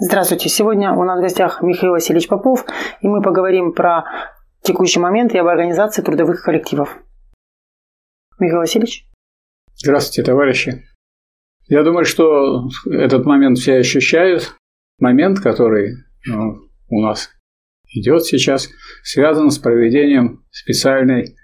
Здравствуйте. Сегодня у нас в гостях Михаил Васильевич Попов, и мы поговорим про текущий момент и об организации трудовых коллективов. Михаил Васильевич. Здравствуйте, товарищи. Я думаю, что этот момент все ощущают. Момент, который у нас идет сейчас, связан с проведением специальной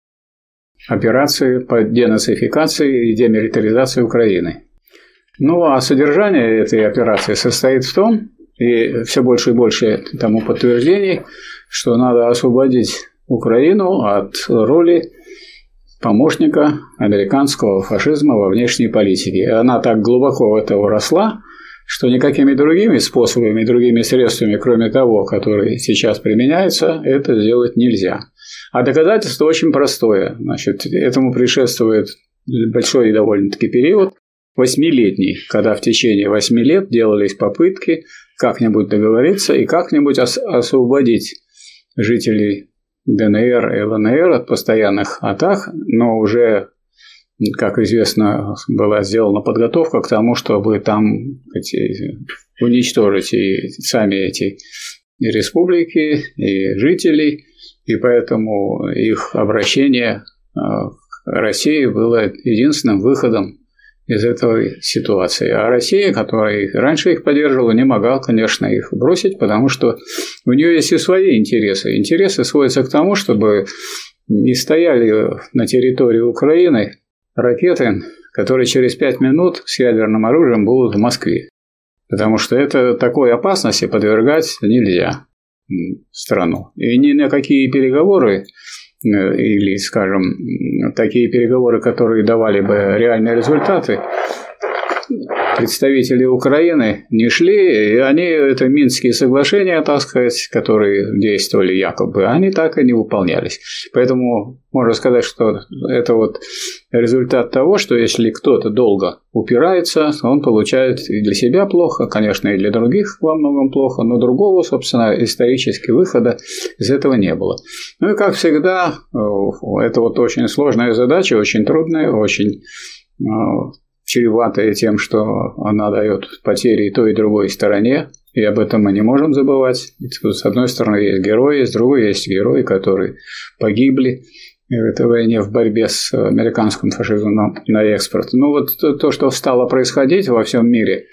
операции по денацификации и демилитаризации Украины. Ну, а содержание этой операции состоит в том, и все больше и больше тому подтверждений, что надо освободить Украину от роли помощника американского фашизма во внешней политике. И она так глубоко в это уросла, что никакими другими способами, другими средствами, кроме того, которые сейчас применяются, это сделать нельзя. А доказательство очень простое. Значит, этому предшествует большой и довольно-таки период, 8-летний, когда в течение 8 лет делались попытки как-нибудь договориться и как-нибудь освободить жителей ДНР и ЛНР от постоянных атак, но уже, как известно, была сделана подготовка к тому, чтобы там уничтожить и сами эти республики, и жителей, и поэтому их обращение к России было единственным выходом из этой ситуации. А Россия, которая раньше их поддерживала, не могла, конечно, их бросить, потому что у нее есть и свои интересы. Интересы сводятся к тому, чтобы не стояли на территории Украины ракеты, которые через 5 минут с ядерным оружием будут в Москве. Потому что это такой опасности подвергать нельзя страну. И ни на какие переговоры или, скажем, такие переговоры, которые давали бы реальные результаты, представители Украины не шли, и они, это Минские соглашения, так сказать, которые действовали якобы, они так и не выполнялись. Поэтому можно сказать, что это вот результат того, что если кто-то долго упирается, он получает и для себя плохо, конечно, и для других во многом плохо, но другого, собственно, исторически выхода из этого не было. Ну и, как всегда, это вот очень сложная задача, очень трудная, очень чреватая тем, что она дает потери и той, и другой стороне, и об этом мы не можем забывать. С одной стороны есть герои, с другой есть герои, которые погибли в этой войне в борьбе с американским фашизмом на экспорт. Ну вот то, что стало происходить во всем мире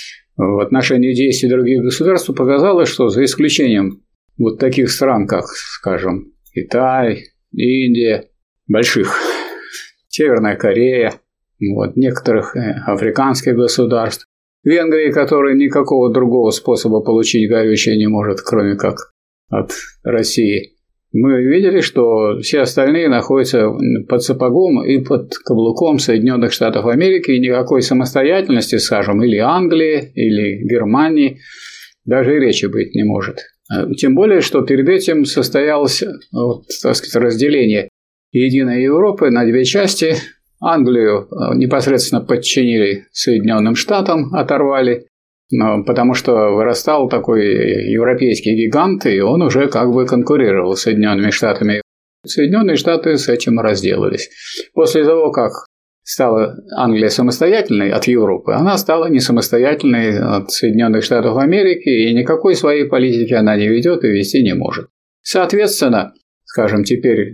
в отношении действий других государств, показало, что за исключением вот таких стран, как, скажем, Китай, Индия, больших, Северная Корея, вот, некоторых африканских государств, Венгрии, которая никакого другого способа получить горючее не может, кроме как от России, мы видели, что все остальные находятся под сапогом и под каблуком Соединенных Штатов Америки, и никакой самостоятельности, скажем, или Англии, или Германии даже и речи быть не может. Тем более, что перед этим состоялось, вот, так сказать, разделение единой Европы на две части. Англию непосредственно подчинили Соединенным Штатам, оторвали, потому что вырастал такой европейский гигант, и он уже как бы конкурировал с Соединенными Штатами. Соединенные Штаты с этим разделались. После того, как стала Англия самостоятельной от Европы, она стала не самостоятельной от Соединенных Штатов Америки, и никакой своей политики она не ведет и вести не может. Соответственно, скажем, теперь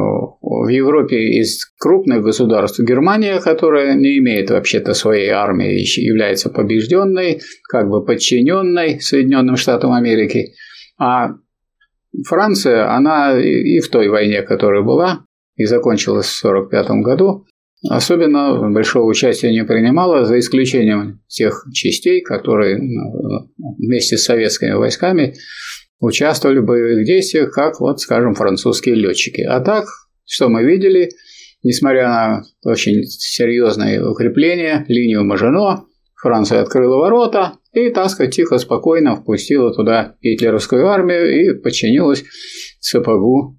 в Европе из крупных государств Германия, которая не имеет вообще-то своей армии, является побежденной, как бы подчиненной Соединенным Штатам Америки. А Франция, она и в той войне, которая была и закончилась в 1945 году, особенно большого участия не принимала, за исключением тех частей, которые вместе с советскими войсками участвовали в боевых действиях, как, вот, скажем, французские летчики. А так, что мы видели, несмотря на очень серьезные укрепления, линию Мажино, Франция открыла ворота и, так сказать, тихо, спокойно впустила туда гитлеровскую армию и подчинилась сапогу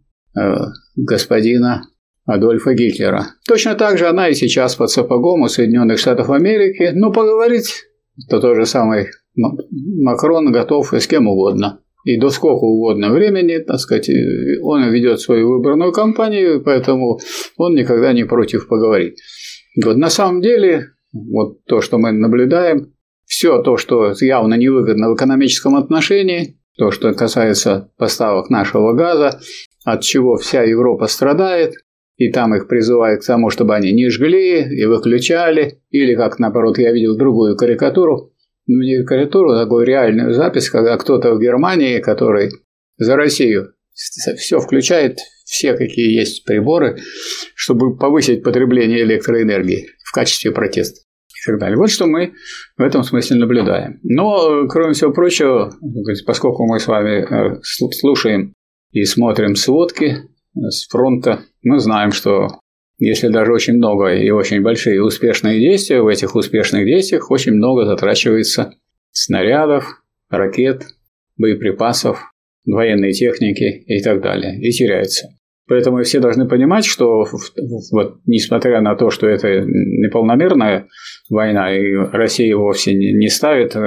господина Адольфа Гитлера. Точно так же она и сейчас под сапогом у Соединенных Штатов Америки. Ну, поговорить, то тот же самый Макрон готов и с кем угодно. И до сколько угодно времени, так сказать, он ведет свою выборную кампанию, поэтому он никогда не против поговорить. Вот на самом деле, вот то, что мы наблюдаем, все то, что явно невыгодно в экономическом отношении, то, что касается поставок нашего газа, от чего вся Европа страдает, и там их призывают к тому, чтобы они не жгли и выключали, или, как наоборот, я видел другую карикатуру, не карикатуру, а такую реальную запись, когда кто-то в Германии, который за Россию все включает, все какие есть приборы, чтобы повысить потребление электроэнергии в качестве протеста и так далее. Вот что мы в этом смысле наблюдаем. Но, кроме всего прочего, поскольку мы с вами слушаем и смотрим сводки с фронта, мы знаем, что если даже очень много и очень большие успешные действия, в этих успешных действиях очень много затрачивается снарядов, ракет, боеприпасов, военной техники и так далее, и теряется. Поэтому все должны понимать, что вот, несмотря на то, что это неполномерная война, и Россия вовсе не ставит,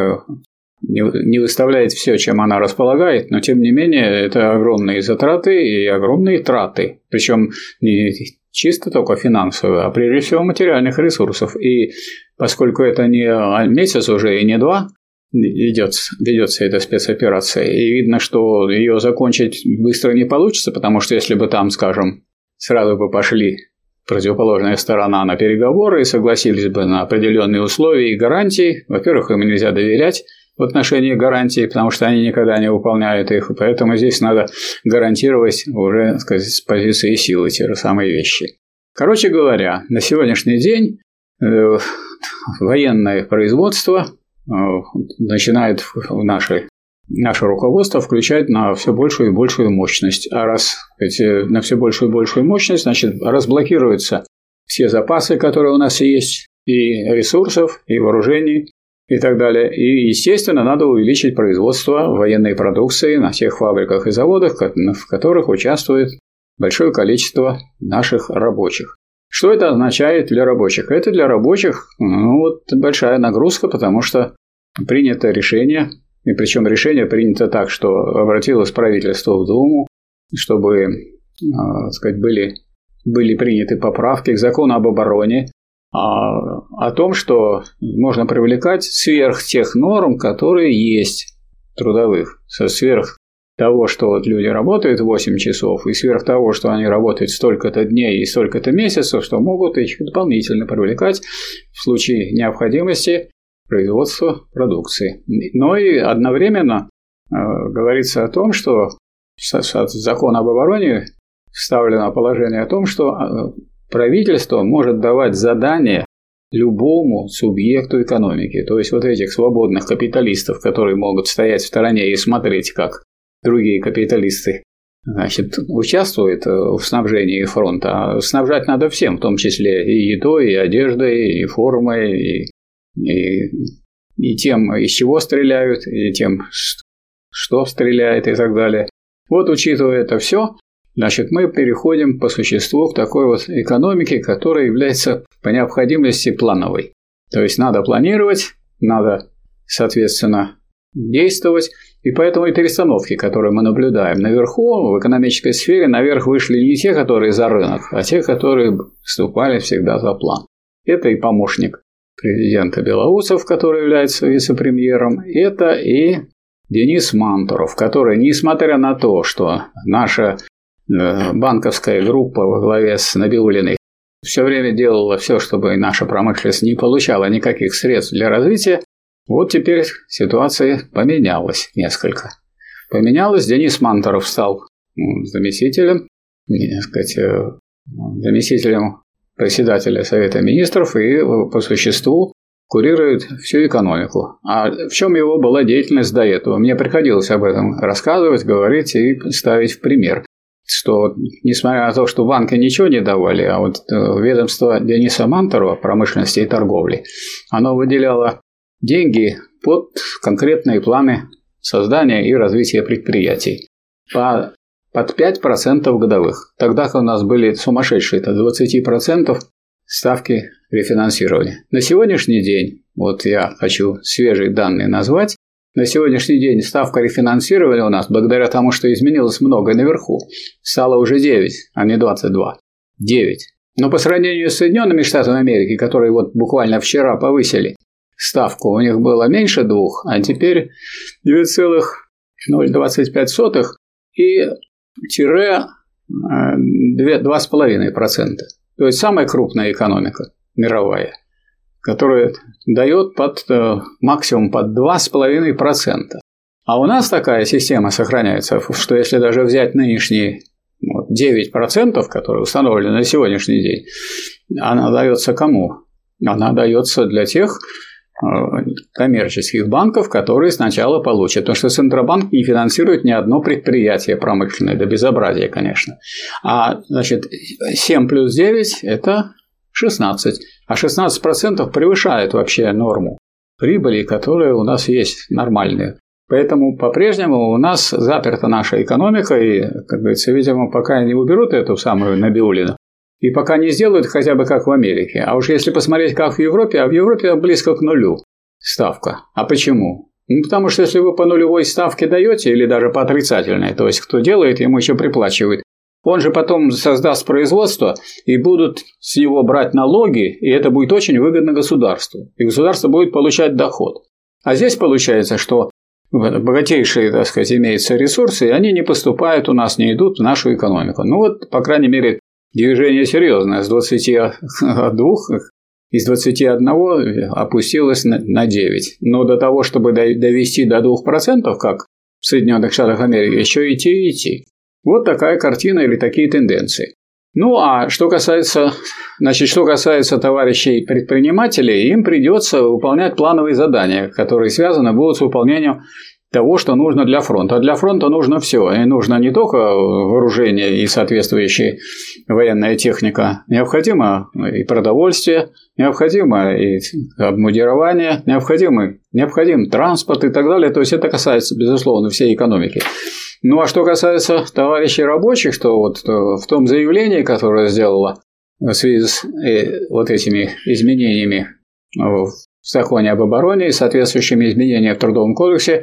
не выставляет все, чем она располагает, но тем не менее это огромные затраты и огромные траты. Причем не чисто только финансовые, а прежде всего материальных ресурсов. И поскольку это не месяц уже и не два, ведется эта спецоперация, и видно, что ее закончить быстро не получится, потому что если бы там, скажем, сразу бы пошли противоположная сторона на переговоры и согласились бы на определенные условия и гарантии, во-первых, им нельзя доверять в отношении гарантий, потому что они никогда не выполняют их, и поэтому здесь надо гарантировать уже, так сказать, с позиции силы те же самые вещи. Короче говоря, на сегодняшний день военное производство начинает наше руководство включать на все большую и большую мощность. А раз на все большую и большую мощность, значит, разблокируются все запасы, которые у нас есть, и ресурсов, и вооружений, и так далее. И, естественно, надо увеличить производство военной продукции на тех фабриках и заводах, в которых участвует большое количество наших рабочих. Что это означает для рабочих? Это для рабочих большая нагрузка, потому что принято решение, и причем решение принято так, что обратилось правительство в Думу, чтобы, так сказать, были приняты поправки к закону об обороне, о том, что можно привлекать сверх тех норм, которые есть трудовых, сверх того, что вот люди работают 8 часов, и сверх того, что они работают столько-то дней и столько-то месяцев, что могут их дополнительно привлекать в случае необходимости производства продукции. Но и одновременно говорится о том, что в закон об обороне вставлено положение о том, что правительство может давать задания любому субъекту экономики, то есть вот этих свободных капиталистов, которые могут стоять в стороне и смотреть, как другие капиталисты, значит, участвуют в снабжении фронта. А снабжать надо всем, в том числе и едой, и одеждой, и формой, и тем, из чего стреляют, и тем, что стреляет, и так далее. Вот, учитывая это все, значит, мы переходим по существу к такой вот экономике, которая является по необходимости плановой. То есть надо планировать, надо, соответственно, действовать. И поэтому и перестановки, которые мы наблюдаем наверху, в экономической сфере, наверх вышли не те, которые за рынок, а те, которые выступали всегда за план. Это и помощник президента Белоусов, который является вице-премьером, это и Денис Мантуров, который, несмотря на то, что наша банковская группа во главе с Набиуллиной все время делала все, чтобы наша промышленность не получала никаких средств для развития, вот теперь ситуация поменялась несколько. Денис Мантуров стал заместителем председателя Совета Министров и по существу курирует всю экономику. А в чем его была деятельность до этого? Мне приходилось об этом рассказывать, говорить и ставить в пример, что несмотря на то, что банки ничего не давали, а вот ведомство Дениса Мантурова промышленности и торговли, оно выделяло деньги под конкретные планы создания и развития предприятий под 5% годовых. Тогда как у нас были сумасшедшие, это 20% ставки рефинансирования. На сегодняшний день, вот я хочу свежие данные назвать, на сегодняшний день ставка рефинансирования у нас, благодаря тому, что изменилось многое наверху, стала уже 9, а не 22. 9. Но по сравнению с Соединенными Штатами Америки, которые вот буквально вчера повысили ставку у них было меньше 2, а теперь 9,025 и тире 2,5%. То есть самая крупная экономика мировая, которая дает максимум под 2,5%. А у нас такая система сохраняется, что если даже взять нынешние 9%, которые установлены на сегодняшний день, она дается кому? Она дается для тех коммерческих банков, которые сначала получат. Потому что Центробанк не финансирует ни одно предприятие промышленное, до безобразия, конечно. А, значит, 7 плюс 9 – это 16. А 16% превышает вообще норму прибыли, которые у нас есть нормальные. Поэтому по-прежнему у нас заперта наша экономика, и, как говорится, видимо, пока не уберут эту самую Набиуллину, и пока не сделают хотя бы как в Америке. А уж если посмотреть, как в Европе, а в Европе близко к нулю ставка. А почему? Ну, потому что если вы по нулевой ставке даете, или даже по отрицательной, то есть кто делает, ему еще приплачивают, он же потом создаст производство, и будут с него брать налоги, и это будет очень выгодно государству. И государство будет получать доход. А здесь получается, что богатейшие, так сказать, имеются ресурсы, и они не поступают у нас, не идут в нашу экономику. Ну вот, по крайней мере, движение серьезное. С 21 опустилось на 9. Но до того, чтобы довести до 2%, как в Соединенных Штатах Америки, еще идти и идти. Вот такая картина или такие тенденции. Ну, а что касается товарищей предпринимателей, им придется выполнять плановые задания, которые связаны будут с выполнением того, что нужно для фронта. А для фронта нужно все. И нужно не только вооружение и соответствующая военная техника. Необходимо и продовольствие, необходимо и обмундирование, необходим транспорт и так далее. То есть это касается, безусловно, всей экономики. Ну, а что касается товарищей рабочих, то вот в том заявлении, которое сделала в связи с вот этими изменениями в законе об обороне и соответствующими изменениями в Трудовом кодексе,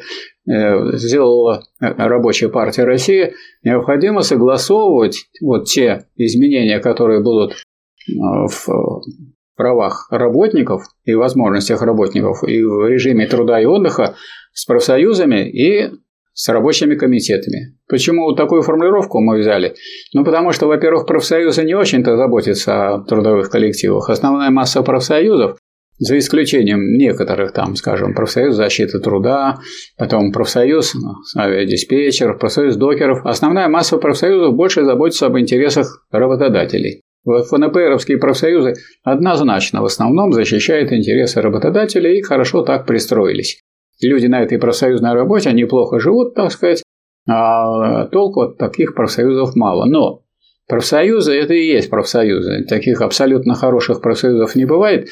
сделала Рабочая партия России, необходимо согласовывать вот те изменения, которые будут в правах работников и возможностях работников и в режиме труда и отдыха с профсоюзами и с рабочими комитетами. Почему такую формулировку мы взяли? Ну, потому что, во-первых, профсоюзы не очень-то заботятся о трудовых коллективах. Основная масса профсоюзов, за исключением некоторых, там, скажем, профсоюз защиты труда, потом профсоюз авиадиспетчеров, профсоюз докеров, основная масса профсоюзов больше заботится об интересах работодателей. ФНПРовские профсоюзы однозначно в основном защищают интересы работодателей и хорошо так пристроились. Люди на этой профсоюзной работе, они плохо живут, так сказать, а толку от таких профсоюзов мало. Но профсоюзы – это и есть профсоюзы. Таких абсолютно хороших профсоюзов не бывает,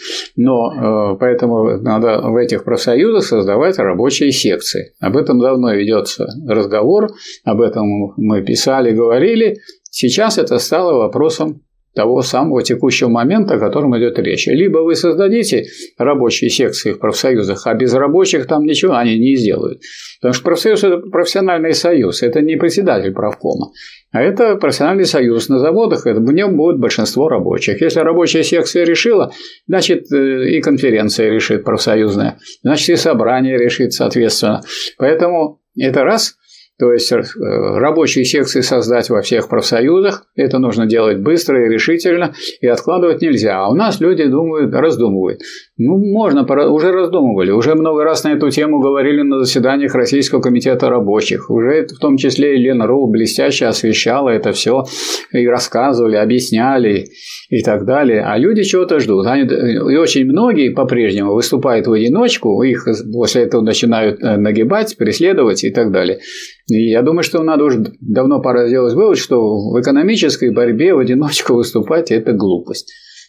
но поэтому надо в этих профсоюзах создавать рабочие секции. Об этом давно ведется разговор, об этом мы писали, говорили. Сейчас это стало вопросом того самого текущего момента, о котором идет речь. Либо вы создадите рабочие секции в профсоюзах, а без рабочих там ничего они не сделают. Потому что профсоюз – это профессиональный союз, это не председатель правкома, а это профессиональный союз на заводах, в нем будет большинство рабочих. Если рабочая секция решила, значит и конференция решит профсоюзная, значит и собрание решит соответственно. Поэтому это раз. То есть рабочие секции создать во всех профсоюзах, это нужно делать быстро и решительно, и откладывать нельзя. А у нас люди раздумывают. Ну, можно, уже раздумывали, уже много раз на эту тему говорили на заседаниях Российского комитета рабочих. Уже в том числе и Лена Ру блестяще освещала это все, и рассказывали, объясняли и так далее. А люди чего-то ждут. И очень многие по-прежнему выступают в одиночку, их после этого начинают нагибать, преследовать и так далее. И я думаю, что надо уже давно пора сделать вывод, что в экономической борьбе в одиночку выступать – это глупость.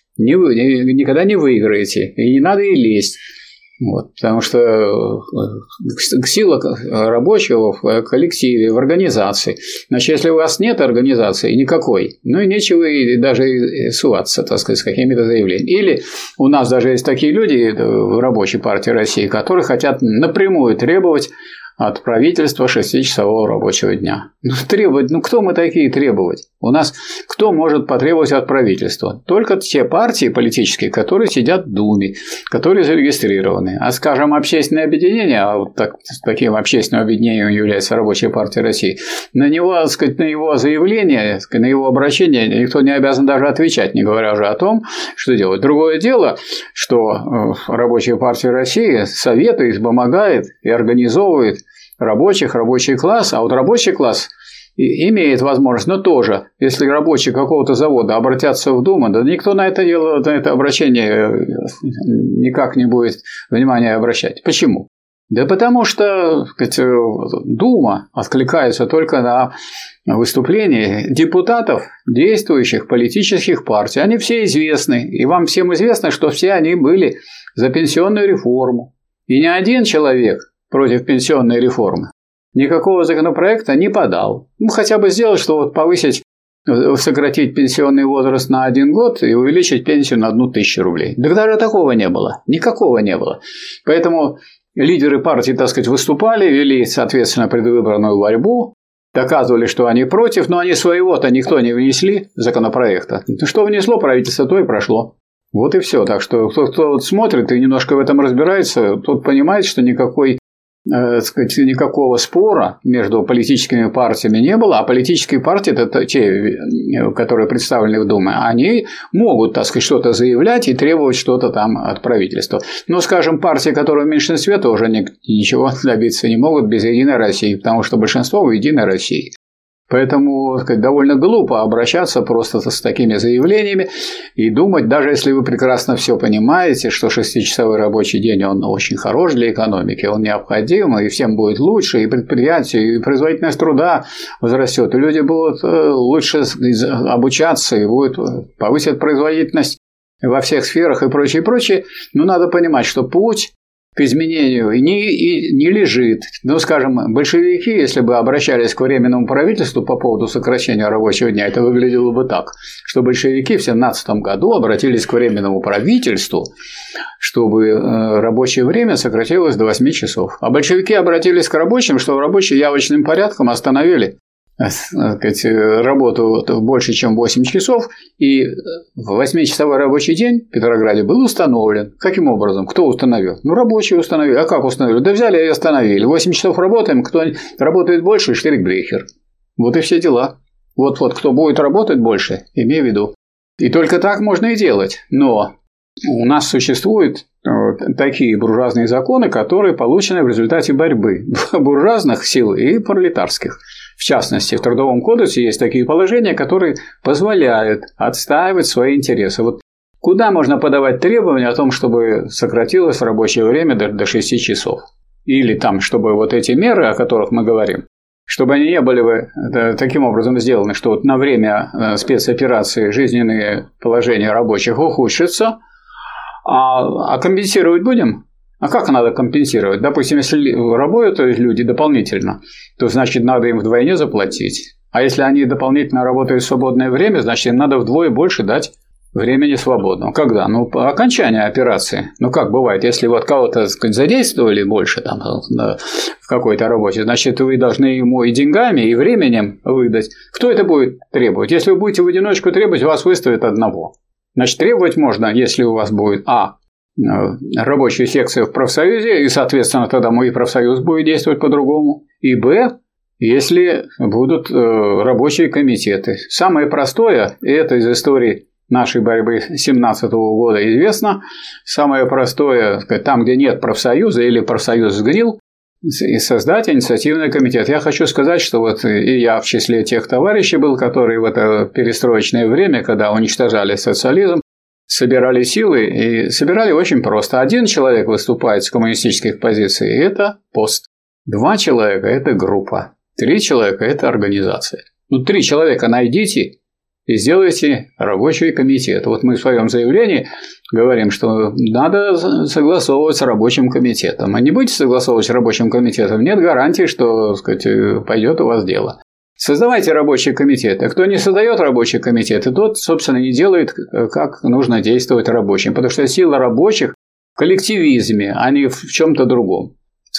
Никогда не выиграете, и не надо и лезть. Вот, потому что сила рабочего в коллективе, в организации. Значит, если у вас нет организации никакой, ну и нечего и даже суваться, так сказать, с какими-то заявлениями. Или у нас даже есть такие люди в Рабочей партии России, которые хотят напрямую требовать от правительства 6-часового рабочего дня. Требовать, кто мы такие требовать? У нас кто может потребовать от правительства? Только те партии политические, которые сидят в Думе, которые зарегистрированы. А, скажем, общественное объединение, а вот таким общественным объединением является Рабочая партия России, на него, так сказать, на его заявление, на его обращение никто не обязан даже отвечать, не говоря уже о том, что делать. Другое дело, что Рабочая партия России советует, помогает и организовывает рабочих, рабочий класс, а вот рабочий класс имеет возможность, но тоже, если рабочие какого-то завода обратятся в Думу, да никто на это дело, на это обращение никак не будет внимания обращать. Почему? Да потому что, сказать, Дума откликается только на выступления депутатов действующих политических партий. Они все известны, и вам всем известно, что все они были за пенсионную реформу. И ни один человек против пенсионной реформы никакого законопроекта не подал. Хотя бы сделать, что вот повысить, сократить пенсионный возраст на 1 год и увеличить пенсию на 1000 рублей. Да даже такого не было. Никакого не было. Поэтому лидеры партии, так сказать, выступали, вели, соответственно, предвыборную борьбу, доказывали, что они против, но они своего-то никто не внесли законопроекта. Что внесло правительство, то и прошло. Вот и все. Так что кто смотрит и немножко в этом разбирается, тот понимает, что никакого спора между политическими партиями не было, а политические партии, это те, которые представлены в Думе, они могут, так сказать, что-то заявлять и требовать что-то там от правительства. Но, скажем, партии, которые в меньшинстве, тоже ничего добиться не могут без Единой России, потому что большинство в Единой России. Поэтому, так сказать, довольно глупо обращаться просто с такими заявлениями и думать, даже если вы прекрасно все понимаете, что 6-часовой рабочий день, он очень хорош для экономики, он необходим, и всем будет лучше, и предприятию, и производительность труда возрастет, и люди будут лучше обучаться, и повысят производительность во всех сферах и прочее, прочее. Но надо понимать, что путь к изменению не лежит. Ну, скажем, большевики, если бы обращались к Временному правительству по поводу сокращения рабочего дня, это выглядело бы так, что большевики в 1917 году обратились к Временному правительству, чтобы рабочее время сократилось до 8 часов. А большевики обратились к рабочим, что рабочие явочным порядком остановили работу больше, чем 8 часов, и 8-часовой рабочий день в Петрограде был установлен. Каким образом? Кто установил? Ну, рабочие установили. А как установили? Да взяли и остановили. 8 часов работаем, кто работает больше, штрикбрехер. Вот и все дела. Вот кто будет работать больше, имей в виду. И только так можно и делать. Но у нас существуют такие буржуазные законы, которые получены в результате борьбы буржуазных сил и пролетарских. В частности, в Трудовом кодексе есть такие положения, которые позволяют отстаивать свои интересы. Вот куда можно подавать требования о том, чтобы сократилось рабочее время до 6 часов? Или там, чтобы вот эти меры, о которых мы говорим, чтобы они не были бы таким образом сделаны, что вот на время спецоперации жизненные положения рабочих ухудшатся, а компенсировать будем? А как надо компенсировать? Допустим, если работают люди дополнительно, то значит надо им вдвойне заплатить. А если они дополнительно работают в свободное время, значит им надо вдвое больше дать времени свободного. Когда? Ну, по окончании операции. Ну, как бывает, если вот кого-то, так сказать, задействовали больше там, в какой-то работе, значит, вы должны ему и деньгами, и временем выдать. Кто это будет требовать? Если вы будете в одиночку требовать, вас выставят одного. Значит, требовать можно, если у вас будет рабочая секция в профсоюзе, и, соответственно, тогда мой профсоюз будет действовать по-другому. И б, если будут рабочие комитеты. Самое простое, и это из истории нашей борьбы 2017 года известно, самое простое, там, где нет профсоюза или профсоюз сгнил, и создать инициативный комитет. Я хочу сказать, что вот и я в числе тех товарищей был, которые в это перестроечное время, когда уничтожали социализм, собирали силы, и собирали очень просто. 1 человек выступает с коммунистических позиций, и это пост. 2 человека – это группа. 3 человека – это организация. 3 человека найдите и сделайте рабочий комитет. Вот мы в своем заявлении говорим, что надо согласовывать с рабочим комитетом. А не будете согласовывать с рабочим комитетом, нет гарантии, что, так сказать, пойдет у вас дело. Создавайте рабочий комитет. А кто не создает рабочий комитет, тот, собственно, не делает, как нужно действовать рабочим. Потому что сила рабочих в коллективизме, а не в чем-то другом.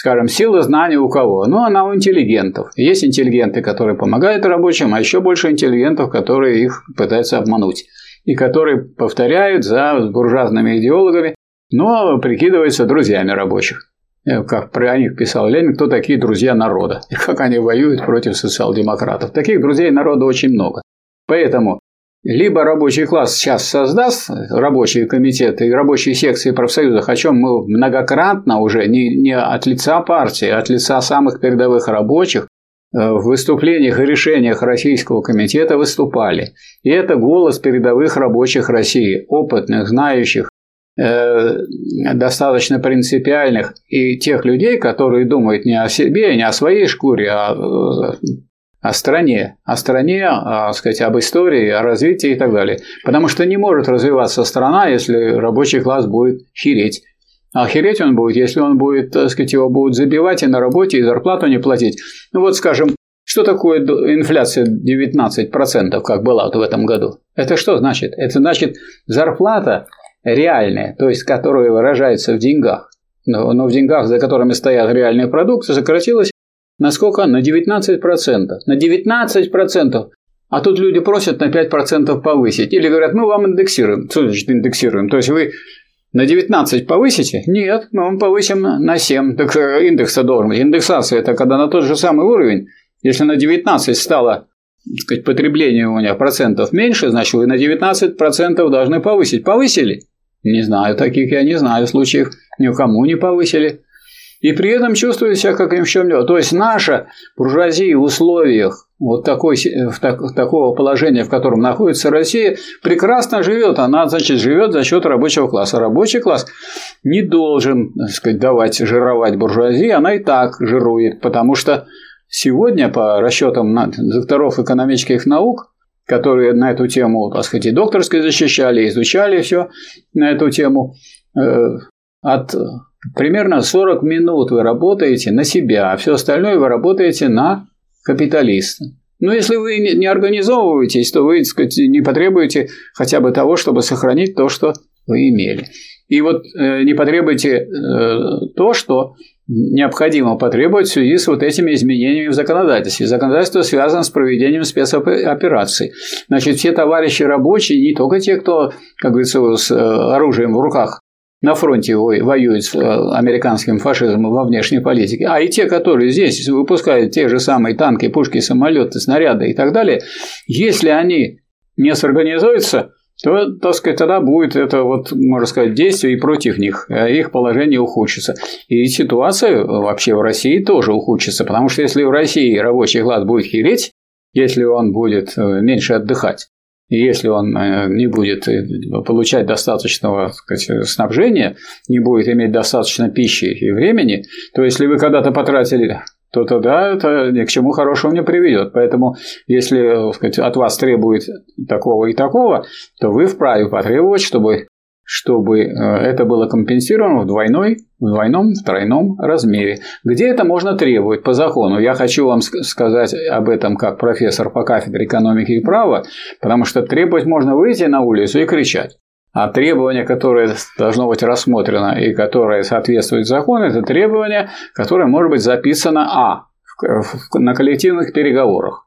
скажем, сила знания у кого? Ну, она у интеллигентов. Есть интеллигенты, которые помогают рабочим, а еще больше интеллигентов, которые их пытаются обмануть. И которые повторяют за буржуазными идеологами, но прикидываются друзьями рабочих. Как про них писал Ленин, кто такие друзья народа, и как они воюют против социал-демократов. Таких друзей народа очень много. Поэтому либо рабочий класс сейчас создаст рабочие комитеты и рабочие секции в профсоюзах, о чем мы многократно уже не от лица партии, а от лица самых передовых рабочих в выступлениях и решениях Российского комитета выступали. И это голос передовых рабочих России, опытных, знающих, достаточно принципиальных и тех людей, которые думают не о себе, не о своей шкуре, а о стране, сказать, об истории, о развитии и так далее. Потому что не может развиваться страна, если рабочий класс будет хереть. А хереть он будет, если он будет, так сказать, его будут забивать и на работе, и зарплату не платить. Ну вот, скажем, что такое инфляция 19%, как была вот в этом году? Это что значит? Это значит зарплата реальная, то есть которая выражается в деньгах, но в деньгах, за которыми стоят реальные продукты, сократилась на сколько? На 19%. На 19%. А тут люди просят на 5% повысить. Или говорят, мы вам индексируем. Что значит индексируем? То есть вы на 19 повысите? Нет, мы вам повысим на 7. Так индекс должен быть. Индексация – это когда на тот же самый уровень. Если на 19 стало, так сказать, потребление у меня процентов меньше, значит, вы на 19% должны повысить. Повысили? Не знаю, таких я не знаю случаев. Никому не повысили. И при этом чувствует себя как ни в чем не было. То есть наша буржуазия в условиях вот такого положения, в котором находится Россия, прекрасно живет. Она, значит, живет за счет рабочего класса. Рабочий класс не должен, так сказать, давать жировать буржуазии, она и так жирует, потому что сегодня, по расчетам докторов экономических наук, которые на эту тему, так сказать, и докторской защищали, изучали все на эту тему, от примерно 40 минут вы работаете на себя, а все остальное вы работаете на капиталиста. Но если вы не организовываетесь, то вы, так сказать, не потребуете хотя бы того, чтобы сохранить то, что вы имели. И вот не потребуете то, что необходимо потребовать в связи с вот этими изменениями в законодательстве. Законодательство связано с проведением спецопераций. Значит, все товарищи рабочие, не только те, кто, как говорится, с оружием в руках на фронте воюют с американским фашизмом во внешней политике, а и те, которые здесь выпускают те же самые танки, пушки, самолеты, снаряды и так далее, если они не сорганизуются, то, так сказать, тогда будет это, вот, можно сказать, действие и против них, их положение ухудшится. И ситуация вообще в России тоже ухудшится, потому что если в России рабочий класс будет хереть, если он будет меньше отдыхать, и если он не будет получать достаточного, так сказать, снабжения, не будет иметь достаточно пищи и времени, то если вы когда-то потратили, то тогда это ни к чему хорошему не приведет. Поэтому, если, так сказать, от вас требует такого и такого, то вы вправе потребовать, чтобы это было компенсировано в двойном, в тройном размере. Где это можно требовать по закону? Я хочу вам сказать об этом как профессор по кафедре экономики и права, потому что требовать можно выйти на улицу и кричать. А требование, которое должно быть рассмотрено и которое соответствует закону, это требование, которое может быть записано на коллективных переговорах.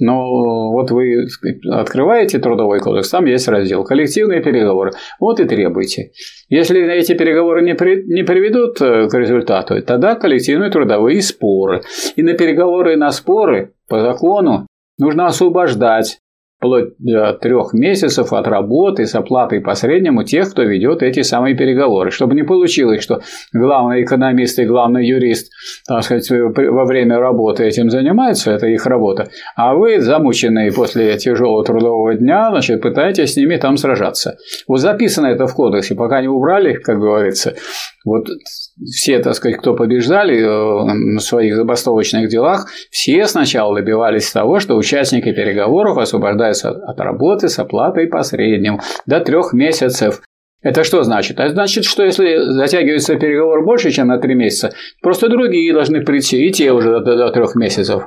Но вот вы открываете Трудовой кодекс, там есть раздел «Коллективные переговоры». Вот и требуйте. Если эти переговоры не приведут к результату, тогда коллективные трудовые споры. И на переговоры и на споры по закону нужно освобождать вплоть до 3 месяцев от работы с оплатой по среднему тех, кто ведет эти самые переговоры. Чтобы не получилось, что главный экономист и главный юрист, так сказать, во время работы этим занимаются, это их работа, а вы, замученные после тяжелого трудового дня, значит, пытаетесь с ними там сражаться. Вот записано это в кодексе, пока не убрали, как говорится. Вот все, так сказать, кто побеждали в своих забастовочных делах, все сначала добивались того, что участники переговоров освобождаются от работы с оплатой по среднему до 3 месяцев. Это что значит? Это значит, что если затягивается переговор больше, чем на 3 месяца, просто другие должны прийти, и те уже до 3 месяцев,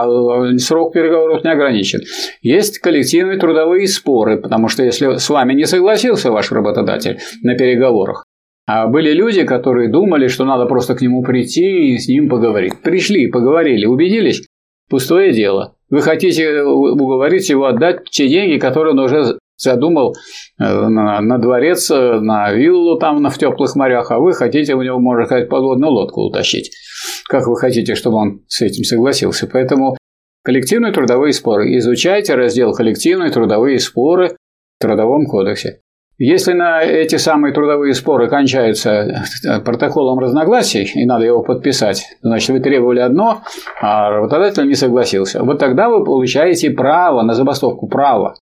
а срок переговоров не ограничен. Есть коллективные трудовые споры, потому что если с вами не согласился ваш работодатель на переговорах, А были люди, которые думали, что надо просто к нему прийти и с ним поговорить. Пришли, поговорили, убедились? Пустое дело. Вы хотите уговорить его отдать те деньги, которые он уже задумал на дворец, на виллу там в теплых морях, а вы хотите у него, можно сказать, подводную лодку утащить. Как вы хотите, чтобы он с этим согласился? Поэтому коллективные трудовые споры. Изучайте раздел «Коллективные трудовые споры» в Трудовом кодексе. Если на эти самые трудовые споры кончаются протоколом разногласий, и надо его подписать, значит, вы требовали одно, а работодатель не согласился. Вот тогда вы получаете право на забастовку. Право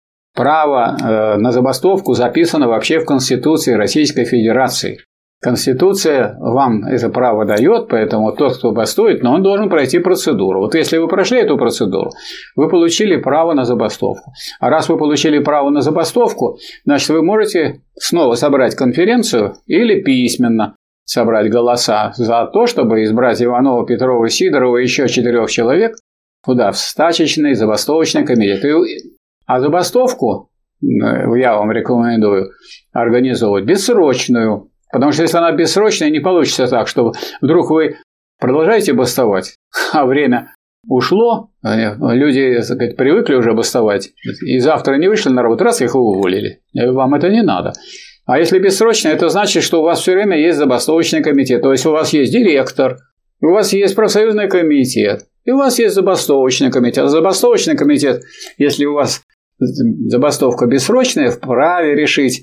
на забастовку записано вообще в Конституции Российской Федерации. Конституция вам это право дает, поэтому тот, кто бастует, но он должен пройти процедуру. Вот если вы прошли эту процедуру, вы получили право на забастовку. А раз вы получили право на забастовку, значит, вы можете снова собрать конференцию или письменно собрать голоса за то, чтобы избрать Иванова, Петрова, Сидорова и еще 4 человек в стачечный забастовочный комитет. А забастовку я вам рекомендую организовывать бессрочную. Потому что если она бессрочная, не получится так, что вдруг вы продолжаете бастовать, а время ушло, люди, так сказать, привыкли уже бастовать, и завтра не вышли на работу, раз их уволили. Вам это не надо. А если бессрочно, это значит, что у вас все время есть забастовочный комитет. То есть у вас есть директор, у вас есть профсоюзный комитет, и у вас есть забастовочный комитет. А забастовочный комитет, если у вас забастовка бессрочная, вправе решить,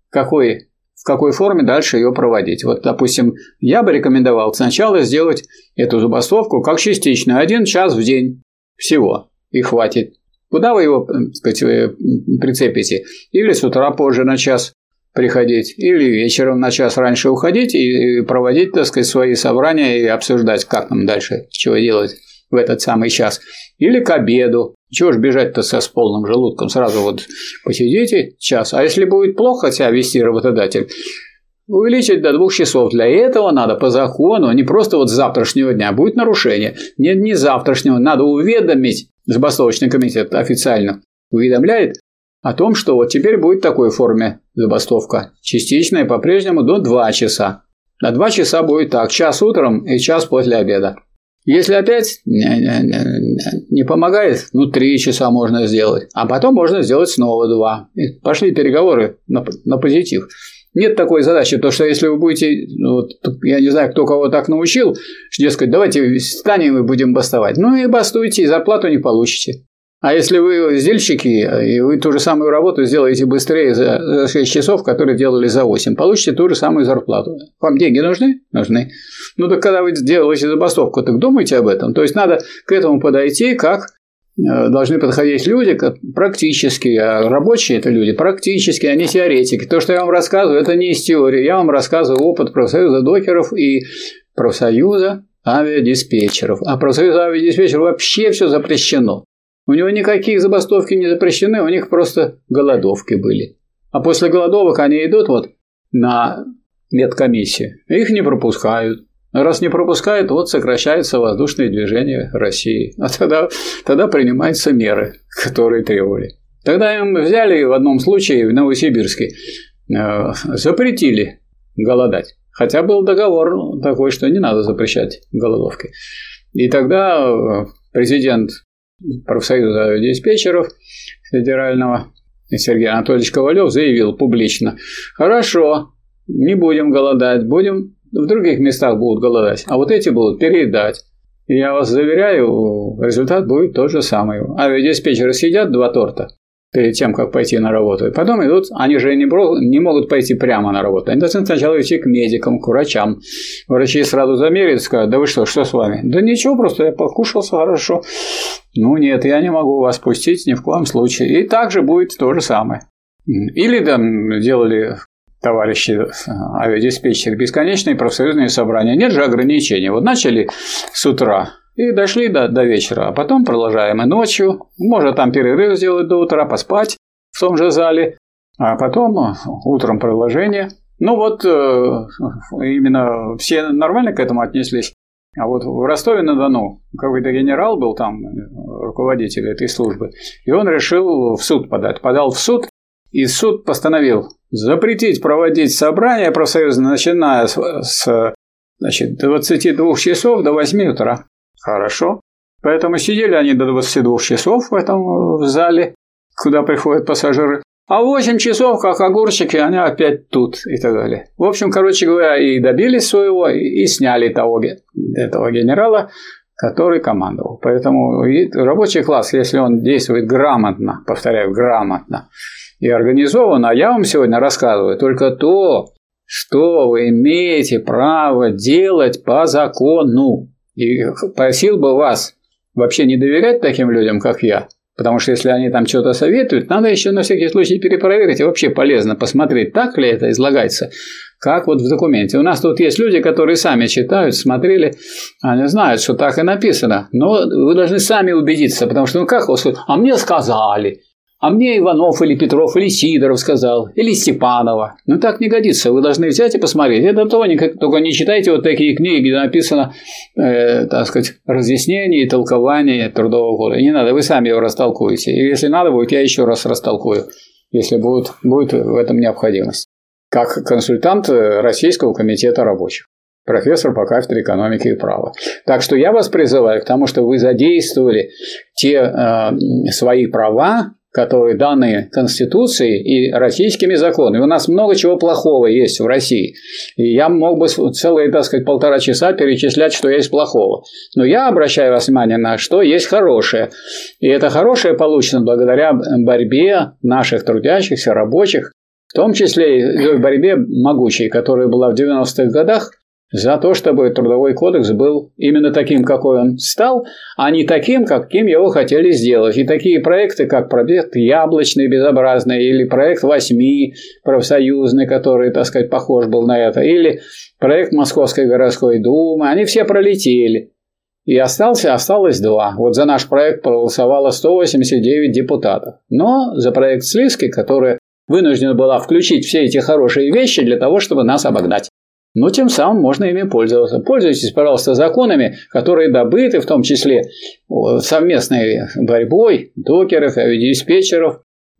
в какой форме дальше ее проводить. Вот, допустим, я бы рекомендовал сначала сделать эту забастовку как частичную, 1 час в день всего, и хватит. Куда вы его, так сказать, прицепите? Или с утра позже на час приходить, или вечером на час раньше уходить и проводить, так сказать, свои собрания и обсуждать, как нам дальше, чего делать в этот самый час. Или к обеду. Чего ж бежать-то с полным желудком? Сразу вот посидите час. А если будет плохо себя вести работодатель, увеличить до 2 часов. Для этого надо по закону, не просто вот с завтрашнего дня. Будет нарушение. Не завтрашнего. Надо уведомить забастовочный комитет официально. Уведомляет о том, что вот теперь будет в такой форме забастовка. Частичная по-прежнему до 2 часа. На 2 часа будет так. Час утром и час после обеда. Если опять не помогает, 3 часа можно сделать, а потом можно сделать снова 2. И пошли переговоры на позитив. Нет такой задачи, то что если вы будете, я не знаю, кто кого так научил, дескать, давайте встанем и будем бастовать. И бастуйте, и зарплату не получите. А если вы сдельщики, и вы ту же самую работу сделаете быстрее за 6 часов, которые делали за 8, получите ту же самую зарплату. Вам деньги нужны? Нужны. Так когда вы делаете забастовку, так думайте об этом. То есть надо к этому подойти, как должны подходить люди практически, а рабочие это люди практически, а не теоретики. То, что я вам рассказываю, это не из теории. Я вам рассказываю опыт профсоюза докеров и профсоюза авиадиспетчеров. А профсоюз авиадиспетчеров вообще все запрещено. У него никаких забастовки не запрещены, у них просто голодовки были. А после голодовок они идут на медкомиссию. Их не пропускают. Раз не пропускают, сокращается воздушное движение России. А тогда принимаются меры, которые требовали. Тогда им взяли в одном случае в Новосибирске, запретили голодать. Хотя был договор такой, что не надо запрещать голодовки. И тогда президент профсоюза диспетчеров федерального Сергей Анатольевич Ковалев заявил публично: хорошо, не будем голодать, в других местах будут голодать, а вот эти будут переедать. И я вас заверяю, результат будет тот же самый. Авиадиспетчеры съедят 2 торта перед тем, как пойти на работу, и потом идут, они же не могут пойти прямо на работу, они должны сначала идти к медикам, к врачам. Врачи сразу замерят и скажут: да вы что с вами? Да ничего, просто я покушался хорошо. Нет, я не могу вас пустить ни в коем случае. И также будет то же самое. Или делали товарищи авиадиспетчеры бесконечные профсоюзные собрания. Нет же ограничений. Начали с утра и дошли до вечера, а потом продолжаем и ночью. Можно там перерыв сделать до утра, поспать в том же зале, а потом утром продолжение. Именно все нормально к этому отнеслись. А в Ростове-на-Дону какой-то генерал был там, руководитель этой службы, и он решил в суд подать. Подал в суд И суд постановил запретить проводить собрания профсоюзные, начиная с 22 часов до 8 утра. Хорошо. Поэтому сидели они до 22 часов в зале, куда приходят пассажиры. А в 8 часов, как огурчики, они опять тут и так далее. В общем, короче говоря, и добились своего, и сняли этого генерала, который командовал. Поэтому рабочий класс, если он действует грамотно, повторяю, грамотно и организованно, а я вам сегодня рассказываю только то, что вы имеете право делать по закону. И просил бы вас вообще не доверять таким людям, как я. Потому что если они там что-то советуют, надо еще на всякий случай перепроверить. И вообще полезно посмотреть, так ли это излагается, как вот в документе. У нас тут есть люди, которые сами читают, смотрели, они знают, что так и написано. Но вы должны сами убедиться, потому что как вы сказать, а мне сказали, а мне Иванов или Петров или Сидоров сказал, или Степанова. Ну так не годится, вы должны взять и посмотреть. Это только не читайте вот такие книги, где написано, так сказать, разъяснение и толкование Трудового кодекса. Не надо, вы сами его растолкуете. И если надо будет, я еще раз растолкую, если будет в этом необходимость. Как консультант Российского комитета рабочих. Профессор по кафедре экономики и права. Так что я вас призываю к тому, что вы задействовали те свои права, которые даны Конституцией и российскими законами. У нас много чего плохого есть в России. И я мог бы целые, так сказать, 1,5 часа перечислять, что есть плохого. Но я обращаю вас внимание на что есть хорошее. И это хорошее получено благодаря борьбе наших трудящихся, рабочих, в том числе и борьбе могучей, которая была в 90-х годах, за то, чтобы Трудовой кодекс был именно таким, какой он стал, а не таким, каким его хотели сделать. И такие проекты, как проект «Яблочный» безобразный, или проект «8» профсоюзный, который, так сказать, похож был на это, или проект Московской городской думы, они все пролетели. И осталось 2. Вот за наш проект проголосовало 189 депутатов. Но за проект Слизкой, которая вынуждена была включить все эти хорошие вещи для того, чтобы нас обогнать. Но тем самым можно ими пользоваться. Пользуйтесь, пожалуйста, законами, которые добыты, в том числе совместной борьбой докеров, авиадиспетчеров,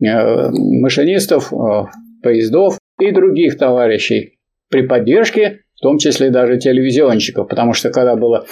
машинистов, поездов и других товарищей при поддержке, в том числе даже телевизионщиков. Потому что когда было,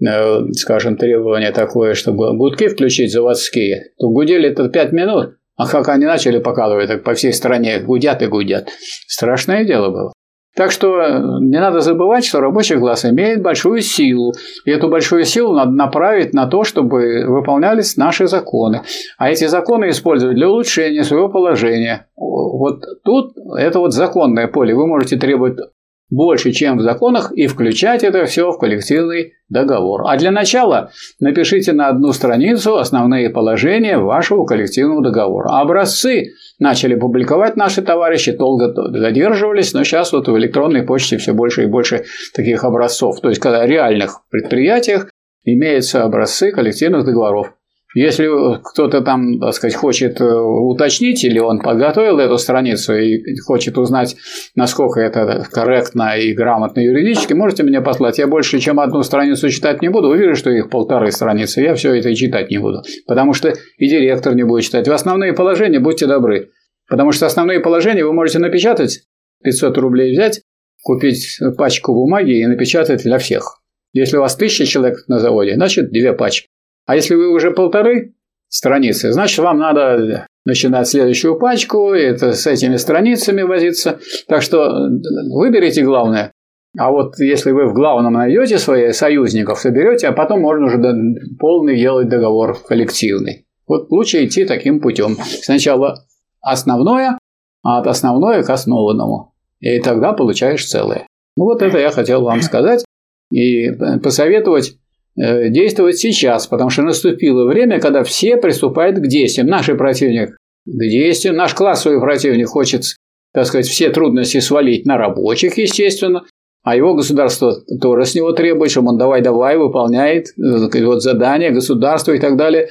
скажем, требование такое, чтобы гудки включить заводские, то гудели это 5 минут, а как они начали показывать, так по всей стране гудят и гудят. Страшное дело было. Так что не надо забывать, что рабочий класс имеет большую силу. И эту большую силу надо направить на то, чтобы выполнялись наши законы. А эти законы использовать для улучшения своего положения. Вот тут это вот законное поле. Вы можете требовать больше, чем в законах, и включать это все в коллективный договор. А для начала напишите на 1 страницу основные положения вашего коллективного договора. А образцы начали публиковать наши товарищи, долго задерживались, но сейчас вот в электронной почте все больше и больше таких образцов. То есть, когда в реальных предприятиях имеются образцы коллективных договоров. Если кто-то там, так сказать, хочет уточнить, или он подготовил эту страницу и хочет узнать, насколько это корректно и грамотно юридически, можете мне послать. Я больше, чем 1 страницу читать не буду. Увижу, что их 1,5 страницы. Я все это и читать не буду. Потому что и директор не будет читать. В основные положения будьте добры. Потому что основные положения вы можете напечатать, 500 рублей взять, купить пачку бумаги и напечатать для всех. Если у вас 1000 человек на заводе, значит 2 пачки. А если вы уже 1,5 страницы, значит, вам надо начинать следующую пачку, это с этими страницами возиться. Так что выберите главное. А вот если вы в главном найдете своих союзников, соберете, а потом можно уже полный делать договор коллективный. Вот лучше идти таким путем. Сначала основное, а от основное к основанному. И тогда получаешь целое. Ну вот это я хотел вам сказать и посоветовать действовать сейчас, потому что наступило время, когда все приступают к действиям. Наш противник к действиям, наш классовый противник хочет, так сказать, все трудности свалить на рабочих, естественно, а его государство тоже с него требует, чтобы он давай выполняет вот задания государства и так далее.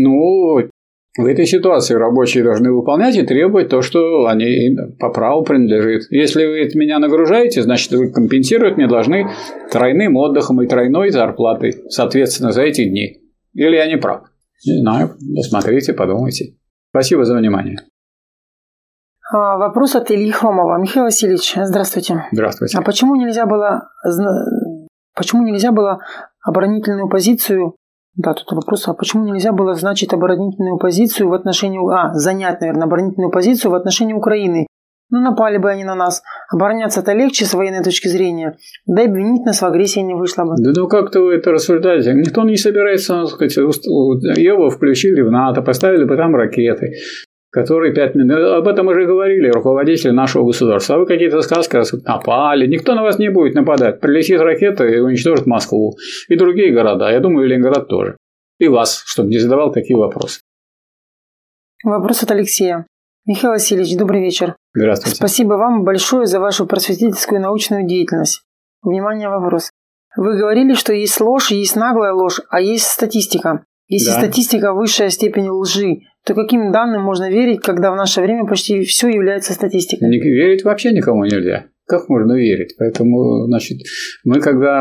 Ну, в этой ситуации рабочие должны выполнять и требовать то, что они по праву принадлежит. Если вы меня нагружаете, значит, вы компенсировать мне должны тройным отдыхом и тройной зарплатой, соответственно, за эти дни. Или я не прав? Не знаю. Посмотрите, подумайте. Спасибо за внимание. Вопрос от Ильи Хромова. Михаил Васильевич, здравствуйте. Здравствуйте. А почему нельзя было оборонительную позицию... Да, тут вопрос. А почему нельзя было, значит, оборонительную позицию в отношении... занять, наверное, оборонительную позицию в отношении Украины? Ну, напали бы они на нас. Обороняться-то легче с военной точки зрения. Да и обвинить нас в агрессии не вышло бы. Да ну как-то вы это рассуждаете? Никто не собирается, так сказать, его включили в НАТО, поставили бы там ракеты, которые 5 минут... Об этом уже говорили руководители нашего государства. А вы какие-то сказки напали. Никто на вас не будет нападать. Прилетит ракета и уничтожит Москву. И другие города. Я думаю, и Ленинград тоже. И вас, чтобы не задавал такие вопросы. Вопрос от Алексея. Михаил Васильевич, добрый вечер. Здравствуйте. Спасибо вам большое за вашу просветительскую и научную деятельность. Внимание, вопрос. Вы говорили, что есть ложь, есть наглая ложь, а есть статистика. Если статистика – высшая степень лжи, то каким данным можно верить, когда в наше время почти все является статистикой? Верить вообще никому нельзя. Как можно верить? Поэтому, значит, мы когда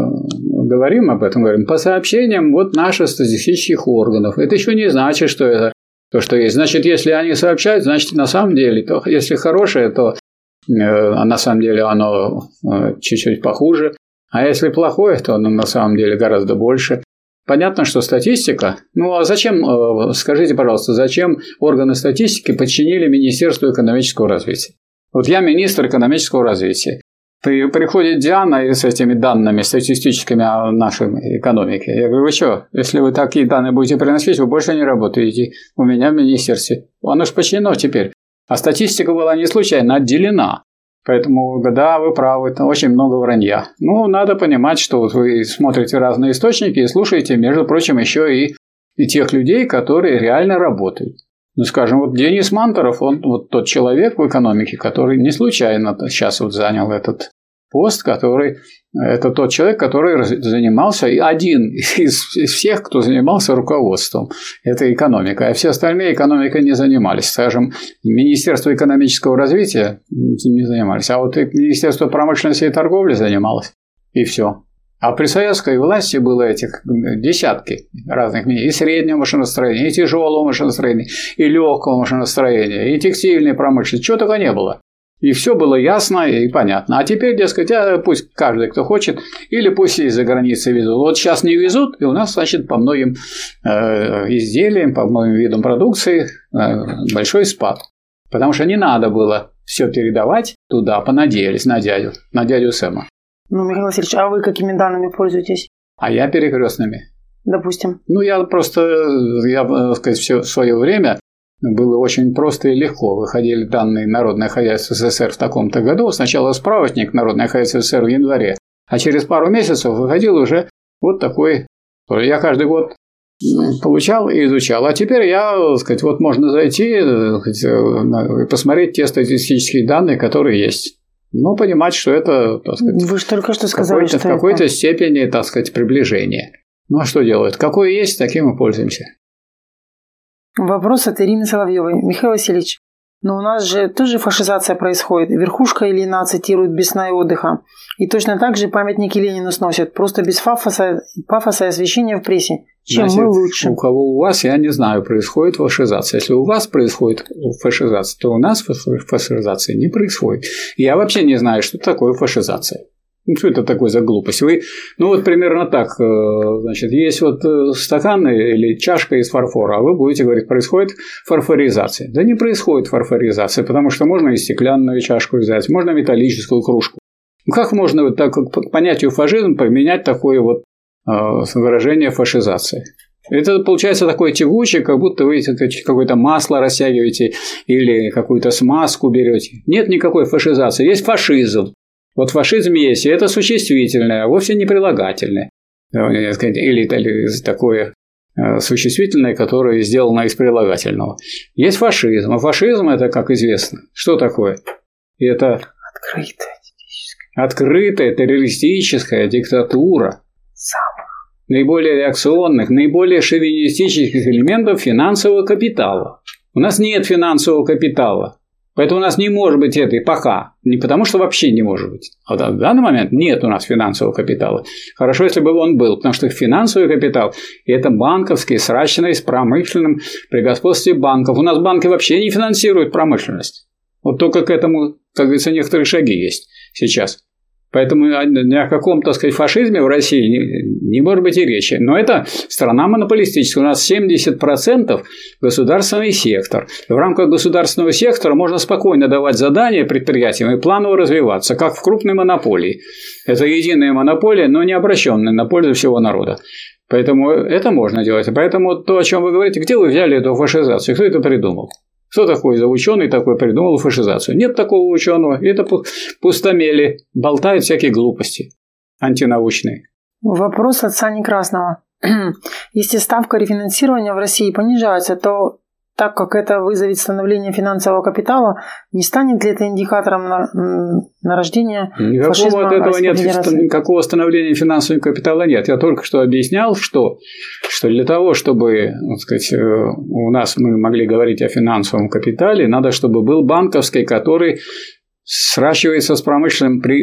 говорим об этом, говорим по сообщениям наших статистических органов. Это еще не значит, что это то, что есть. Значит, если они сообщают, значит, на самом деле, то если хорошее, то на самом деле оно чуть-чуть похуже. А если плохое, то оно на самом деле гораздо больше. Понятно, что статистика... Ну, а зачем, скажите, пожалуйста, зачем органы статистики подчинили Министерству экономического развития? Вот я министр экономического развития. Приходит Диана с этими данными статистическими о нашей экономике. Я говорю, вы что, если вы такие данные будете приносить, вы больше не работаете у меня в министерстве. Оно же подчинено теперь. А статистика была не случайно отделена. Поэтому, да, вы правы, это очень много вранья. Ну, надо понимать, что вот вы смотрите разные источники и слушаете, между прочим, еще и тех людей, которые реально работают. Ну, скажем, вот Денис Мантуров, он вот тот человек в экономике, который не случайно сейчас вот занял этот пост, который... Это тот человек, который занимался, один из всех, кто занимался руководством этой экономикой, а все остальные экономикой не занимались. Скажем, Министерство экономического развития не занимались, а вот и Министерство промышленности и торговли занималось, и все. А при советской власти было этих десятки разных и среднего машиностроения, и тяжелого машиностроения, и легкого машиностроения, и текстильной промышленности, чего только не было. И все было ясно и понятно. А теперь, дескать, пусть каждый, кто хочет, или пусть из-за границы везут. Вот сейчас не везут, и у нас, значит, по многим изделиям, по многим видам продукции большой спад. Потому что не надо было все передавать туда, понадеялись на дядю Сэма. Ну, Михаил Васильевич, а вы какими данными пользуетесь? А я перекрестными. Допустим. Ну, я, так сказать, все свое время... Было очень просто и легко. Выходили данные Народное хозяйство СССР в таком-то году. Сначала справочник Народное хозяйство СССР в январе, а через пару месяцев выходил уже вот такой. Я каждый год получал и изучал. А теперь так сказать, вот можно зайти и посмотреть те статистические данные, которые есть. Но понимать, что это, так сказать, вы же только что сказали, что в какой-то степени, так сказать, приближение. Ну а что делают? Какое есть, таким мы пользуемся. Вопрос от Ирины Соловьевой. Михаил Васильевич, но у нас же тоже фашизация происходит. Верхушка Ильина цитирует без сна и отдыха. И точно так же памятники Ленину сносят. Просто без пафоса и освещения в прессе. Чем мы лучше? У кого у вас, я не знаю, происходит фашизация. Если у вас происходит фашизация, то у нас фашизация не происходит. Я вообще не знаю, что такое фашизация. Ну, что это такое за глупость? Ну, вот примерно так, значит, есть вот стакан или чашка из фарфора, а вы будете говорить, происходит фарфоризация. Да не происходит фарфоризация, потому что можно и стеклянную чашку взять, можно металлическую кружку. Ну, как можно вот так, к понятию фашизм применять такое вот выражение фашизация? Это получается такое тягучее, как будто вы какое-то масло растягиваете или какую-то смазку берете. Нет никакой фашизации, есть фашизм. Вот фашизм есть, и это существительное, а вовсе не прилагательное. Или такое существительное, которое сделано из прилагательного. Есть фашизм, а фашизм – это, как известно, что такое? Это открытая террористическая диктатура наиболее реакционных, наиболее шовинистических элементов финансового капитала. У нас нет финансового капитала. Поэтому у нас не может быть этой пока. Не потому, что вообще не может быть. А в данный момент нет у нас финансового капитала. Хорошо, если бы он был. Потому что финансовый капитал – это банковский, сращенный с промышленным при господстве банков. У нас банки вообще не финансируют промышленность. Вот только к этому, как говорится, некоторые шаги есть сейчас. Поэтому ни о каком, так сказать, фашизме в России не может быть и речи. Но это страна монополистическая. У нас 70% государственный сектор. В рамках государственного сектора можно спокойно давать задания предприятиям и планово развиваться, как в крупной монополии. Это единая монополия, но не обращенная на пользу всего народа. Поэтому это можно делать. Поэтому то, о чем вы говорите, где вы взяли эту фашизацию? Кто это придумал? Кто такой за ученый такой придумал фашизацию? Нет такого ученого. Это пустомели. Болтают всякие глупости антинаучные. Вопрос от Сани Красного. Если ставка рефинансирования в России понижается, то так как это вызовет становление финансового капитала, не станет ли это индикатором нарождения фашизма? От этого нет, никакого становления финансового капитала нет. Я только что объяснял, что для того, чтобы, так сказать, у нас мы могли говорить о финансовом капитале, надо, чтобы был банковский, который сращивается с промышленным при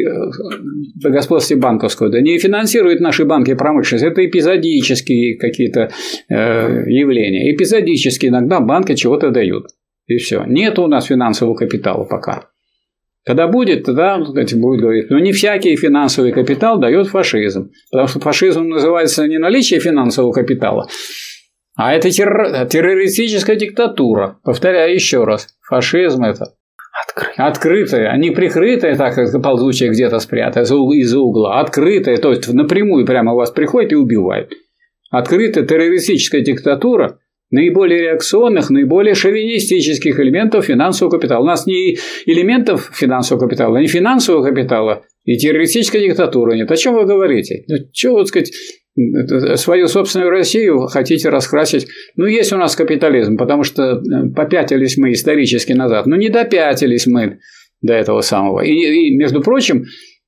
господстве банковского. Да не финансирует наши банки промышленность. Это эпизодические какие-то явления. Эпизодически иногда банки чего-то дают. И все. Нет у нас финансового капитала пока. Когда будет, тогда, кстати, будет говорить. Но не всякий финансовый капитал дает фашизм. Потому что фашизм называется не наличие финансового капитала, а это террористическая диктатура. Повторяю еще раз. Фашизм это открытое, а не прикрытое, так как ползучее где-то спрятано из-за угла. Открытое, то есть напрямую прямо у вас приходит и убивает. Открытая террористическая диктатура наиболее реакционных, наиболее шовинистических элементов финансового капитала. У нас не элементов финансового капитала, не финансового капитала и террористической диктатуры нет. О чем вы говорите? Чего, так сказать, свою собственную Россию хотите раскрасить? Ну, есть у нас капитализм, потому что попятились мы исторически назад. Но не допятились мы до этого самого. И между прочим,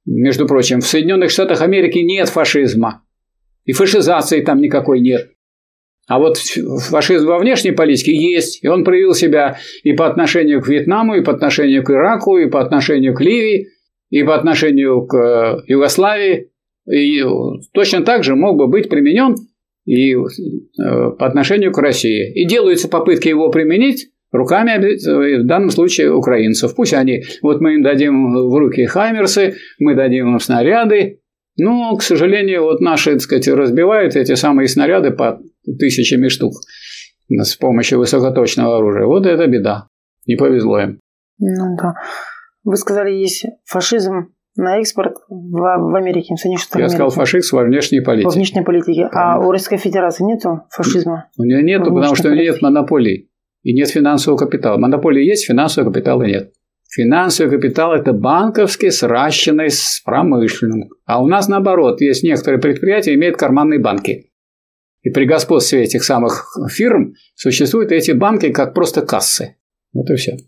в Соединенных Штатах Америки нет фашизма. И фашизации там никакой нет. А вот фашизм во внешней политике есть. И он проявил себя и по отношению к Вьетнаму, и по отношению к Ираку, и по отношению к Ливии, и по отношению к Югославии. И точно так же мог бы быть применен и по отношению к России. И делаются попытки его применить руками, в данном случае, украинцев. Пусть они, вот мы им дадим в руки хаймерсы, мы дадим им снаряды. Но, к сожалению, вот наши, так сказать, разбивают эти самые снаряды по тысячами штук с помощью высокоточного оружия. Вот это беда. Не повезло им. Ну да. Вы сказали, есть фашизм на экспорт в Америке, в Соединенных Штатах Америки. Я сказал фашизм во внешней политике. Во внешней политике. А у Российской Федерации нету фашизма? У нее нету, потому что у нее нет монополий. И нет финансового капитала. Монополии есть, финансового капитала нет. Финансовый капитал – это банковский, сращенный с промышленным. А у нас наоборот, есть некоторые предприятия, имеют карманные банки. И при господстве этих самых фирм существуют эти банки как просто кассы. Вот и все.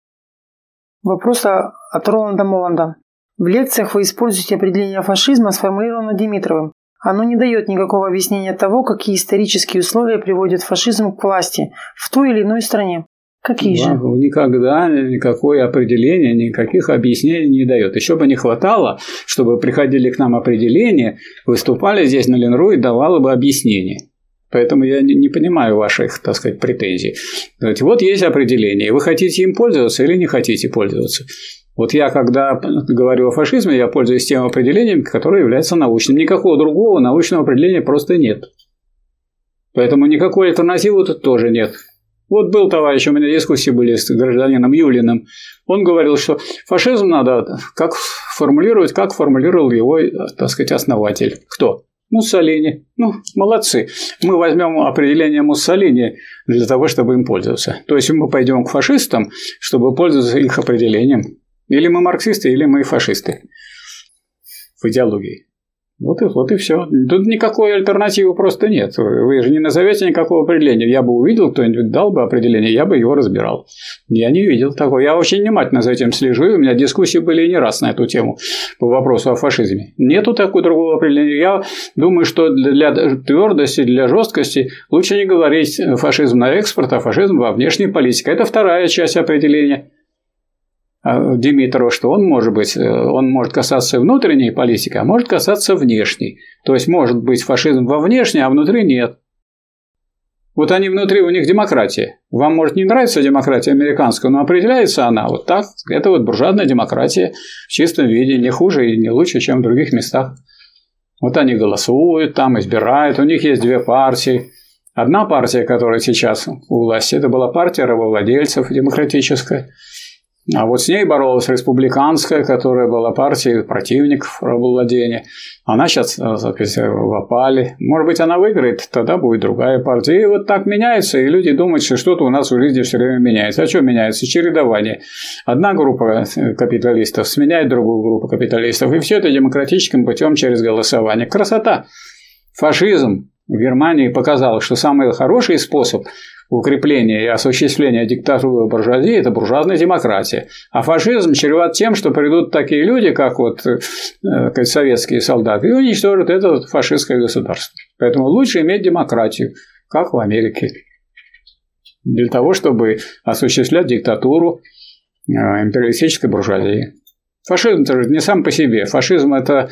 Вопрос от Роланда Моланда. В лекциях вы используете определение фашизма, сформулированное Димитровым. Оно не дает никакого объяснения того, какие исторические условия приводят фашизм к власти в той или иной стране. Какие же? Никогда никакое определение, никаких объяснений не дает. Еще бы не хватало, чтобы приходили к нам определения, выступали здесь на Ленру и давало бы объяснение. Поэтому я не понимаю ваших, так сказать, претензий. Вот есть определение. Вы хотите им пользоваться или не хотите пользоваться? Вот я, когда говорю о фашизме, я пользуюсь тем определением, которое является научным. Никакого другого научного определения просто нет. Поэтому никакой альтернативы тут тоже нет. Вот был товарищ, у меня дискуссии были с гражданином Юлиным. Он говорил, что фашизм надо как формулировал его, так сказать, основатель. Кто? Муссолини. Ну, молодцы. Мы возьмем определение Муссолини для того, чтобы им пользоваться. То есть мы пойдем к фашистам, чтобы пользоваться их определением. Или мы марксисты, или мы фашисты в идеологии. Вот и все. Тут никакой альтернативы просто нет. Вы же не назовете никакого определения. Я бы увидел, кто-нибудь дал бы определение, я бы его разбирал. Я не видел такого. Я очень внимательно за этим слежу, и у меня дискуссии были не раз на эту тему по вопросу о фашизме. Нету такого другого определения. Я думаю, что для твердости, для жесткости лучше не говорить фашизм на экспорт, а фашизм во внешней политике. Это вторая часть определения Димитрова, что он может касаться внутренней политики, а может касаться внешней. То есть может быть фашизм во внешней, а внутри нет. Вот они внутри, у них демократия. Вам может не нравиться демократия американская, но определяется она вот так. Это вот буржуазная демократия в чистом виде, не хуже и не лучше, чем в других местах. Вот они голосуют, там избирают, у них есть две партии. Одна партия, которая сейчас у власти, это была партия рабовладельцев демократическая. А вот с ней боролась республиканская, которая была партией противников рабовладения. Она сейчас, так сказать, в опале. Может быть, она выиграет, тогда будет другая партия. И вот так меняется, и люди думают, что что-то у нас в жизни все время меняется. А что меняется? Чередование. Одна группа капиталистов сменяет другую группу капиталистов. И все это демократическим путем через голосование. Красота! Фашизм в Германии показал, что самый хороший способ укрепления и осуществления диктатуры буржуазии – это буржуазная демократия. А фашизм чреват тем, что придут такие люди, как вот советские солдаты, и уничтожат это фашистское государство. Поэтому лучше иметь демократию, как в Америке, для того, чтобы осуществлять диктатуру империалистической буржуазии. Фашизм – это же не сам по себе. Фашизм – это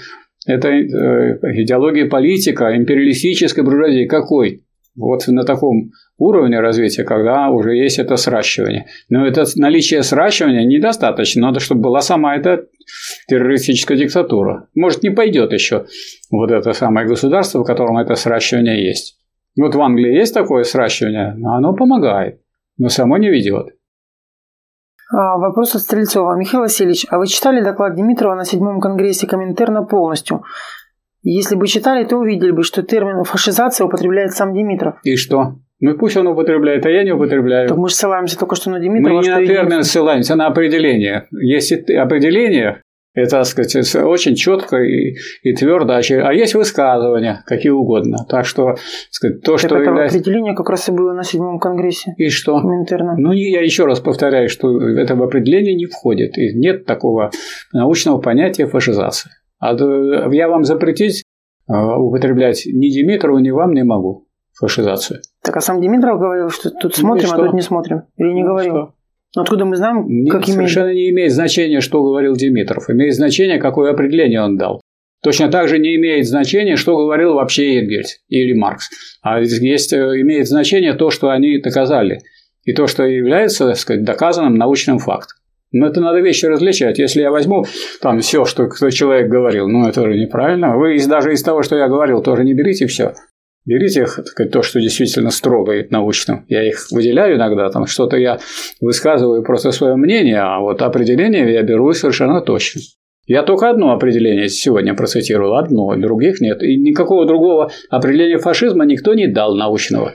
идеология политика империалистической буржуазии. Какой? Вот на таком уровне развития, когда уже есть это сращивание. Но это наличие сращивания недостаточно. Надо, чтобы была сама эта террористическая диктатура. Может, не пойдет еще вот это самое государство, в котором это сращивание есть. Вот в Англии есть такое сращивание, но оно помогает, но само не ведет. Вопрос от Стрельцова. Михаил Васильевич, а вы читали доклад Димитрова на 7-м конгрессе Коминтерна полностью? Если бы читали, то увидели бы, что термин «фашизация» употребляет сам Димитров. И что? Ну пусть он употребляет, а я не употребляю. Так мы же ссылаемся только что на Димитрова. Мы не на термин ссылаемся, а на определение. Есть определение, это, так сказать, очень четко и твердо, а есть высказывания, какие угодно. Так что, так сказать, то, так что это является... определение как раз и было на 7-м конгрессе. И что? Коминтерна. Ну, я еще раз повторяю, что это в определение не входит. И нет такого научного понятия фашизации. А я вам запретить употреблять ни Димитрову, ни вам не могу фашизацию. Так а сам Димитров говорил, что тут смотрим, а тут не смотрим? Или не говорил? Что? Но откуда мы знаем, как имеет? Совершенно не имеет значения, что говорил Димитров. Имеет значение, какое определение он дал. Точно так же не имеет значения, что говорил вообще Энгельс или Маркс. А имеет значение то, что они доказали. И то, что является, так сказать, доказанным научным фактом. Но это надо вещи различать. Если я возьму там все, что человек говорил, ну это же неправильно. Вы даже из того, что я говорил, тоже не берите все. Берите, так сказать, то, что действительно строго и научно. Я их выделяю иногда, там что-то я высказываю просто свое мнение, а вот определение я беру совершенно точно. Я только одно определение сегодня процитировал, одно, других нет. И никакого другого определения фашизма никто не дал научного.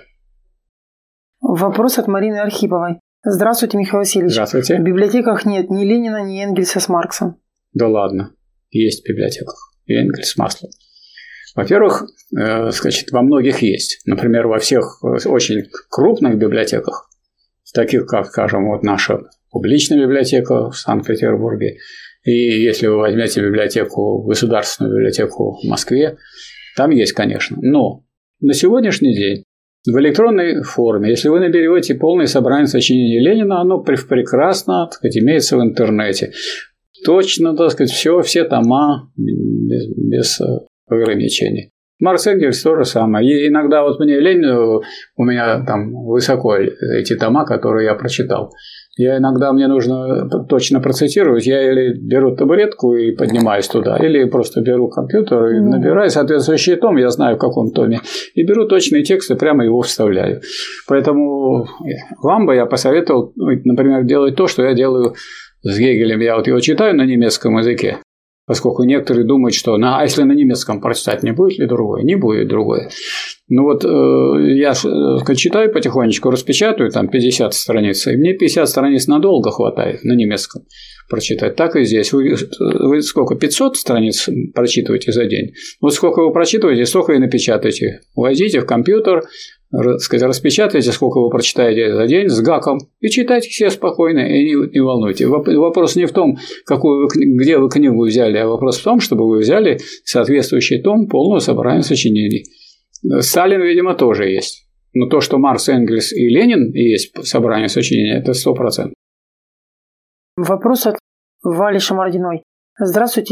Вопрос от Марины Архиповой. Здравствуйте, Михаил Васильевич. Здравствуйте. В библиотеках нет ни Ленина, ни Энгельса с Марксом. Да ладно, есть в библиотеках. И Энгельс с Маслом. Во-первых, значит, во многих есть. Например, во всех очень крупных библиотеках, таких как, скажем, вот наша публичная библиотека в Санкт-Петербурге, и если вы возьмете библиотеку, государственную библиотеку в Москве, там есть, конечно. Но на сегодняшний день в электронной форме, если вы наберете полное собрание сочинений Ленина, оно прекрасно, так сказать, имеется в интернете. Точно, так сказать, все тома без ограничений. Маркс, Энгельс то же самое. И иногда вот мне лень, у меня там высоко эти тома, которые я прочитал. Мне нужно точно процитировать, я или беру табуретку и поднимаюсь туда, или просто беру компьютер и набираю соответствующий том, я знаю в каком томе, и беру точный текст и прямо его вставляю. Поэтому вам бы я посоветовал, например, делать то, что я делаю с Гегелем. Я вот его читаю на немецком языке, поскольку некоторые думают, что а если на немецком прочитать, не будет ли другое? Не будет другое. Ну вот я читаю потихонечку, распечатаю там 50 страниц, и мне 50 страниц надолго хватает на немецком прочитать. Так и здесь. Вы сколько, 500 страниц прочитываете за день? Вот сколько вы прочитываете, столько и напечатаете. Войдите в компьютер, распечатайте, сколько вы прочитаете за день с гаком, и читайте все спокойно, и не волнуйте. Вопрос не в том, где вы книгу взяли, а вопрос в том, чтобы вы взяли соответствующий том полного собрания сочинений. Сталин, видимо, тоже есть. Но то, что Маркс, Энгельс и Ленин есть собрание сочинений, это 100%. Вопрос от Вали Шамардиной. Здравствуйте,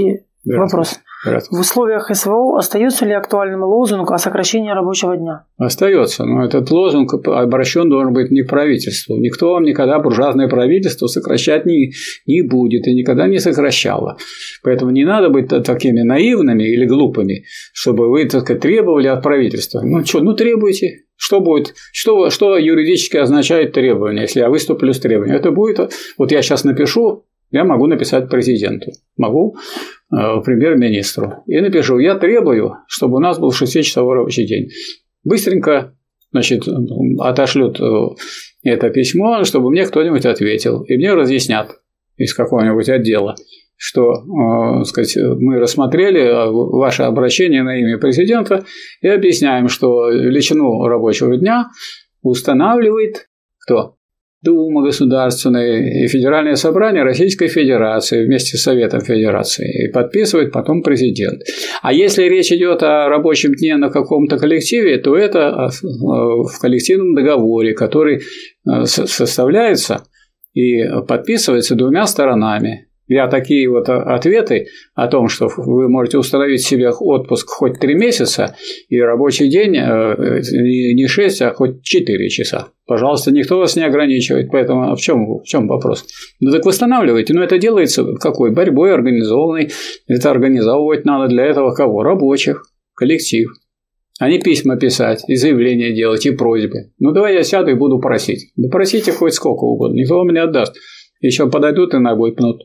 Вопрос. В условиях СВО остается ли актуальным лозунг о сокращении рабочего дня? Остается, но этот лозунг обращен должен быть не к правительству. Никто вам никогда буржуазное правительство сокращать не будет и никогда не сокращало. Поэтому не надо быть такими наивными или глупыми, чтобы вы, так сказать, требовали от правительства. Требуйте. Что будет? Что юридически означает требование, если я выступлю с требованием? Это будет, вот я сейчас напишу, я могу написать президенту, могу премьер-министру. И напишу, я требую, чтобы у нас был 6-часовой рабочий день. Быстренько, отошлют это письмо, чтобы мне кто-нибудь ответил. И мне разъяснят из какого-нибудь отдела, что мы рассмотрели ваше обращение на имя президента и объясняем, что величину рабочего дня устанавливает кто? Дума Государственная и Федеральное собрание Российской Федерации вместе с Советом Федерации. И подписывает потом президент. А если речь идет о рабочем дне на каком-то коллективе, то это в коллективном договоре, который составляется и подписывается 2 сторонами. Я такие вот ответы о том, что вы можете установить себе отпуск хоть 3 месяца и рабочий день не 6, а хоть 4 часа. Пожалуйста, никто вас не ограничивает. Поэтому в чем вопрос? Так восстанавливайте. Но это делается какой? Борьбой организованной. Это организовывать надо для этого кого? Рабочих, коллектив. А не письма писать, и заявления делать, и просьбы. Давай я сяду и буду просить. Да просите хоть сколько угодно. Никто вам не отдаст. Еще подойдут и ногой пнут.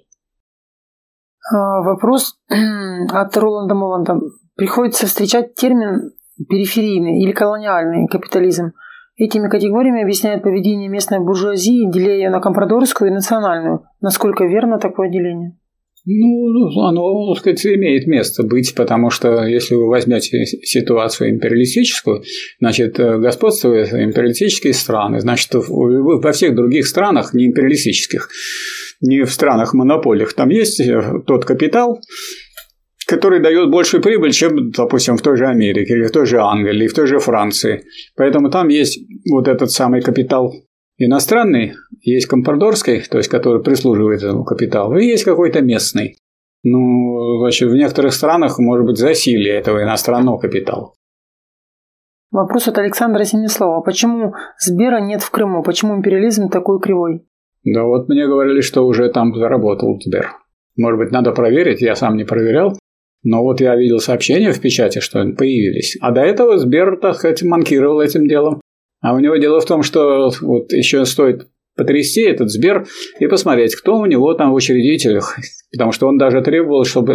Вопрос от Роланда Моланда. Приходится встречать термин периферийный или колониальный капитализм. Этими категориями объясняют поведение местной буржуазии, деля ее на компрадорскую и национальную. Насколько верно такое деление? Оно, так сказать, имеет место быть, потому что если вы возьмете ситуацию империалистическую, значит, господствуют империалистические страны, значит, во всех других странах, не империалистических, не в странах монополиях, там есть тот капитал, который дает большую прибыль, чем, допустим, в той же Америке, или в той же Англии, или в той же Франции. Поэтому там есть вот этот самый капитал иностранный, есть компрадорский, то есть который прислуживает этому капиталу, и есть какой-то местный. В некоторых странах может быть засилие этого иностранного капитала. Вопрос от Александра Семислова. Почему Сбера нет в Крыму? Почему империализм такой кривой? Да вот мне говорили, что уже там заработал Сбер. Может быть, надо проверить, я сам не проверял. Но вот я видел сообщения в печати, что они появились. А до этого Сбер, так сказать, манкировал этим делом. А у него дело в том, что вот еще стоит потрясти этот Сбер и посмотреть, кто у него там в учредителях. Потому что он даже требовал, чтобы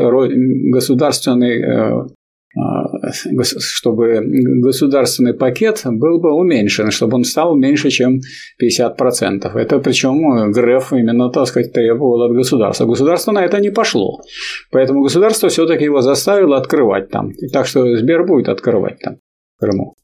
государственный пакет был бы уменьшен, чтобы он стал меньше, чем 50%. Это причем Греф именно, так сказать, требовал от государства. Государство на это не пошло. Поэтому государство все-таки его заставило открывать там. Так что Сбер будет открывать там в Крыму.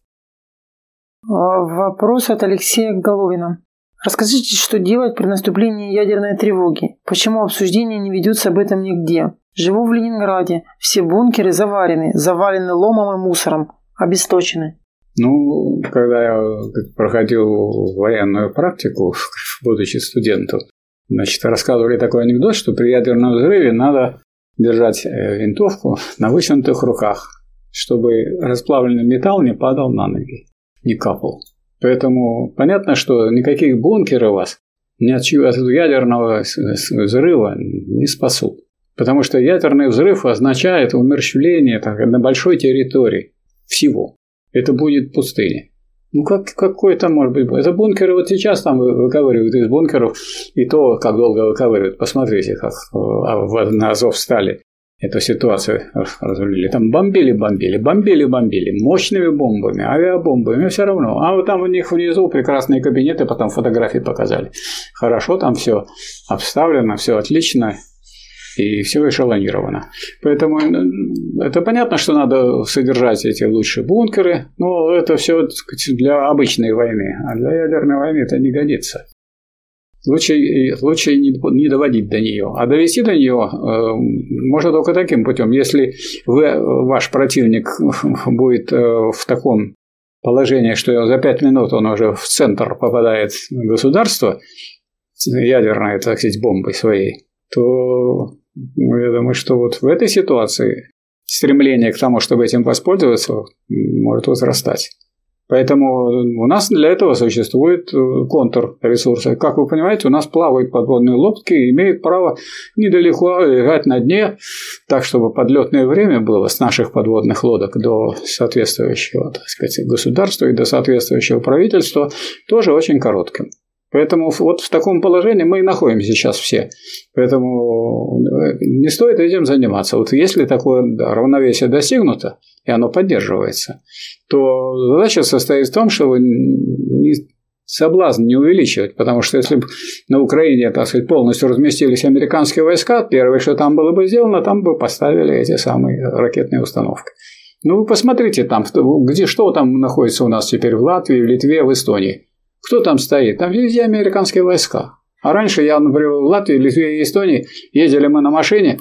Вопрос от Алексея Головина. Расскажите, что делать при наступлении ядерной тревоги? Почему обсуждение не ведется об этом нигде? Живу в Ленинграде. Все бункеры завалены ломом и мусором, обесточены. Когда я проходил военную практику, будучи студентом, рассказывали такой анекдот, что при ядерном взрыве надо держать винтовку на вытянутых руках, чтобы расплавленный металл не падал на ноги, не капал. Поэтому понятно, что никаких бункеров вас ни от ядерного взрыва не спасут. Потому что ядерный взрыв означает умерщвление на большой территории всего. Это будет пустыня. Какой там может быть? Это бункеры вот сейчас там выковыривают из бункеров, и то, как долго выковыривают. Посмотрите, как на Азовстали эту ситуацию разрулили. Там бомбили мощными бомбами, авиабомбами, все равно. А вот там у них внизу прекрасные кабинеты, потом фотографии показали. Хорошо, там все обставлено, все отлично. И все эшелонировано. Поэтому это понятно, что надо содержать эти лучшие бункеры, но это все для обычной войны, а для ядерной войны это не годится. Лучше не доводить до нее. А довести до нее можно только таким путем. Если ваш противник будет в таком положении, что за 5 минут он уже в центр попадает государства, ядерной, так сказать, бомбой своей, то я думаю, что вот в этой ситуации стремление к тому, чтобы этим воспользоваться, может возрастать. Поэтому у нас для этого существует контрресурсы. Как вы понимаете, у нас плавают подводные лодки и имеют право недалеко лежать на дне, так, чтобы подлетное время было с наших подводных лодок до соответствующего, так сказать, государства и до соответствующего правительства тоже очень коротким. Поэтому вот в таком положении мы и находимся сейчас все. Поэтому не стоит этим заниматься. Вот если такое равновесие достигнуто, и оно поддерживается, то задача состоит в том, чтобы соблазн не увеличивать. Потому что если бы на Украине, так сказать, полностью разместились американские войска, первое, что там было бы сделано, там бы поставили эти самые ракетные установки. Ну, вы посмотрите там, что там находится у нас теперь в Латвии, в Литве, в Эстонии. Кто там стоит? Там везде американские войска. А раньше я, например, в Латвии, Литве и Эстонии ездили мы на машине,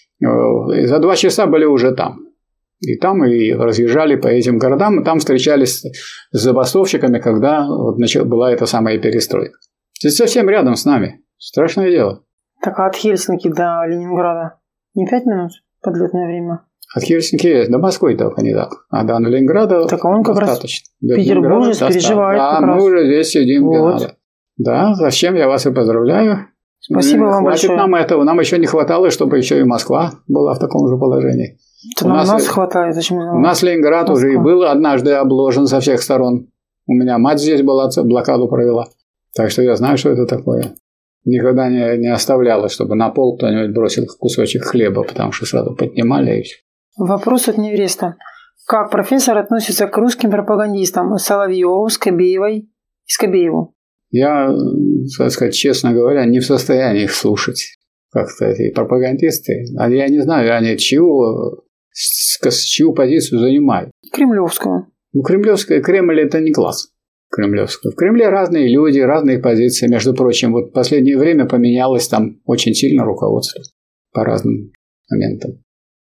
за 2 часа были уже там. И там и разъезжали по этим городам, и там встречались с забастовщиками, когда вот была эта самая перестройка. Здесь совсем рядом с нами. Страшное дело. Так а от Хельсинки до Ленинграда не 5 минут подлетное время? От Хельсинки до Москвы только не так. А до Ленинграда так он как достаточно. Раз петербуржец переживает. Да, мы уже здесь сидим, где надо. Да, зачем я вас и поздравляю. Спасибо вам большое. Хватит нам этого. Нам еще не хватало, чтобы еще и Москва была в таком же положении. У нас хватает. Зачем у нас Ленинград Москва. Уже и был однажды обложен со всех сторон. У меня мать здесь была, блокаду провела. Так что я знаю, что это такое. Никогда не оставляла, чтобы на пол кто-нибудь бросил кусочек хлеба, потому что сразу поднимали и все. Вопрос от Невереста. Как профессор относится к русским пропагандистам Соловьеву, Скобеевой и Скобееву? Я, так сказать, честно говоря, не в состоянии их слушать. Как-то эти пропагандисты. Я не знаю, они чью позицию занимают. Кремлевскую. Ну, Кремль это не класс. Кремлевскую. В Кремле разные люди, разные позиции. Между прочим, вот в последнее время поменялось там очень сильно руководство по разным моментам.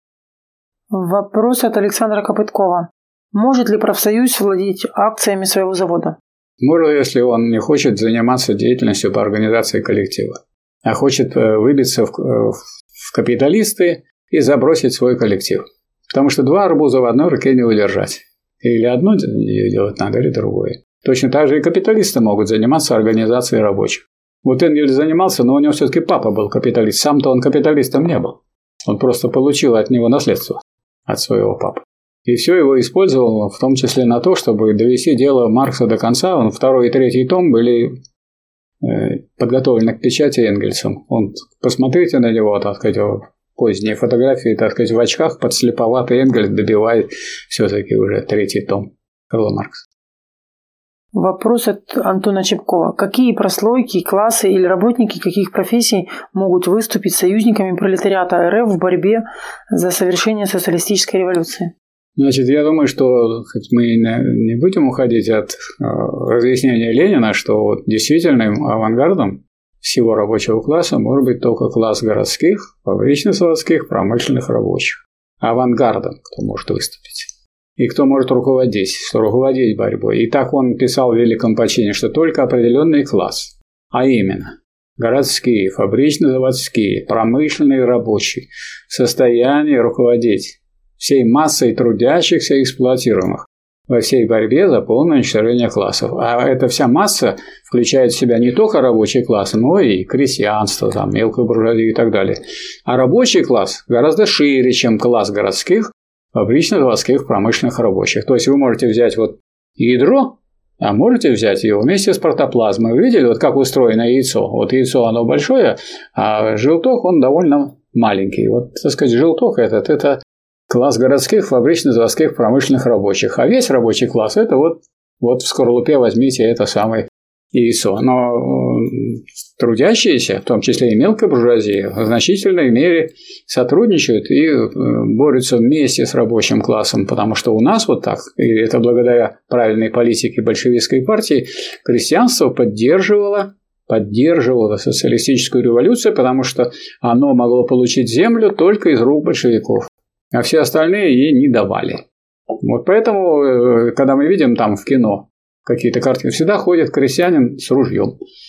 Вопрос от Александра Копыткова. Может ли профсоюз владеть акциями своего завода? Может, если он не хочет заниматься деятельностью по организации коллектива, а хочет выбиться в капиталисты и забросить свой коллектив. Потому что 2 арбуза в одной руке не удержать. Или одно делать надо, или другое. Точно так же и капиталисты могут заниматься организацией рабочих. Вот Энгельс занимался, но у него все-таки папа был капиталист. Сам-то он капиталистом не был. Он просто получил от него наследство. От своего папы. И все его использовал, в том числе на то, чтобы довести дело Маркса до конца. Он 2 и 3 том были подготовлены к печати Энгельсом. Посмотрите на него, так сказать, поздние фотографии, так сказать, в очках подслеповатый Энгельс добивает все-таки уже 3 том Карла Маркса. Вопрос от Антона Чепкова. Какие прослойки, классы или работники каких профессий могут выступить союзниками пролетариата РФ в борьбе за совершение социалистической революции? Значит, я думаю, что мы не будем уходить от разъяснения Ленина, что вот действительным авангардом всего рабочего класса может быть только класс городских, фабрично-заводских, промышленных рабочих. Авангардом кто может выступить. И кто может руководить борьбой. И так он писал в великом почине, что только определенный класс, а именно городские, фабрично-заводские, промышленные рабочие, в состоянии руководить всей массой трудящихся и эксплуатируемых во всей борьбе за полное уничтожение классов. А эта вся масса включает в себя не только рабочий класс, но и крестьянство, мелкую буржуазию и так далее. А рабочий класс гораздо шире, чем класс городских, фабрично-заводских, промышленных рабочих. То есть вы можете взять вот ядро, а можете взять его вместе с протоплазмой. Вы видели, вот как устроено яйцо? Вот яйцо, оно большое, а желток, он довольно маленький. Вот, так сказать, желток это класс городских, фабрично-заводских, промышленных рабочих. А весь рабочий класс – это вот в скорлупе возьмите это самое яйцо. Но трудящиеся, в том числе и мелкая буржуазия, в значительной мере сотрудничают и борются вместе с рабочим классом, потому что у нас вот так, и это благодаря правильной политике большевистской партии, крестьянство поддерживало социалистическую революцию, потому что оно могло получить землю только из рук большевиков, а все остальные ей не давали. Вот поэтому, когда мы видим там в кино какие-то картины, всегда ходит крестьянин с ружьем.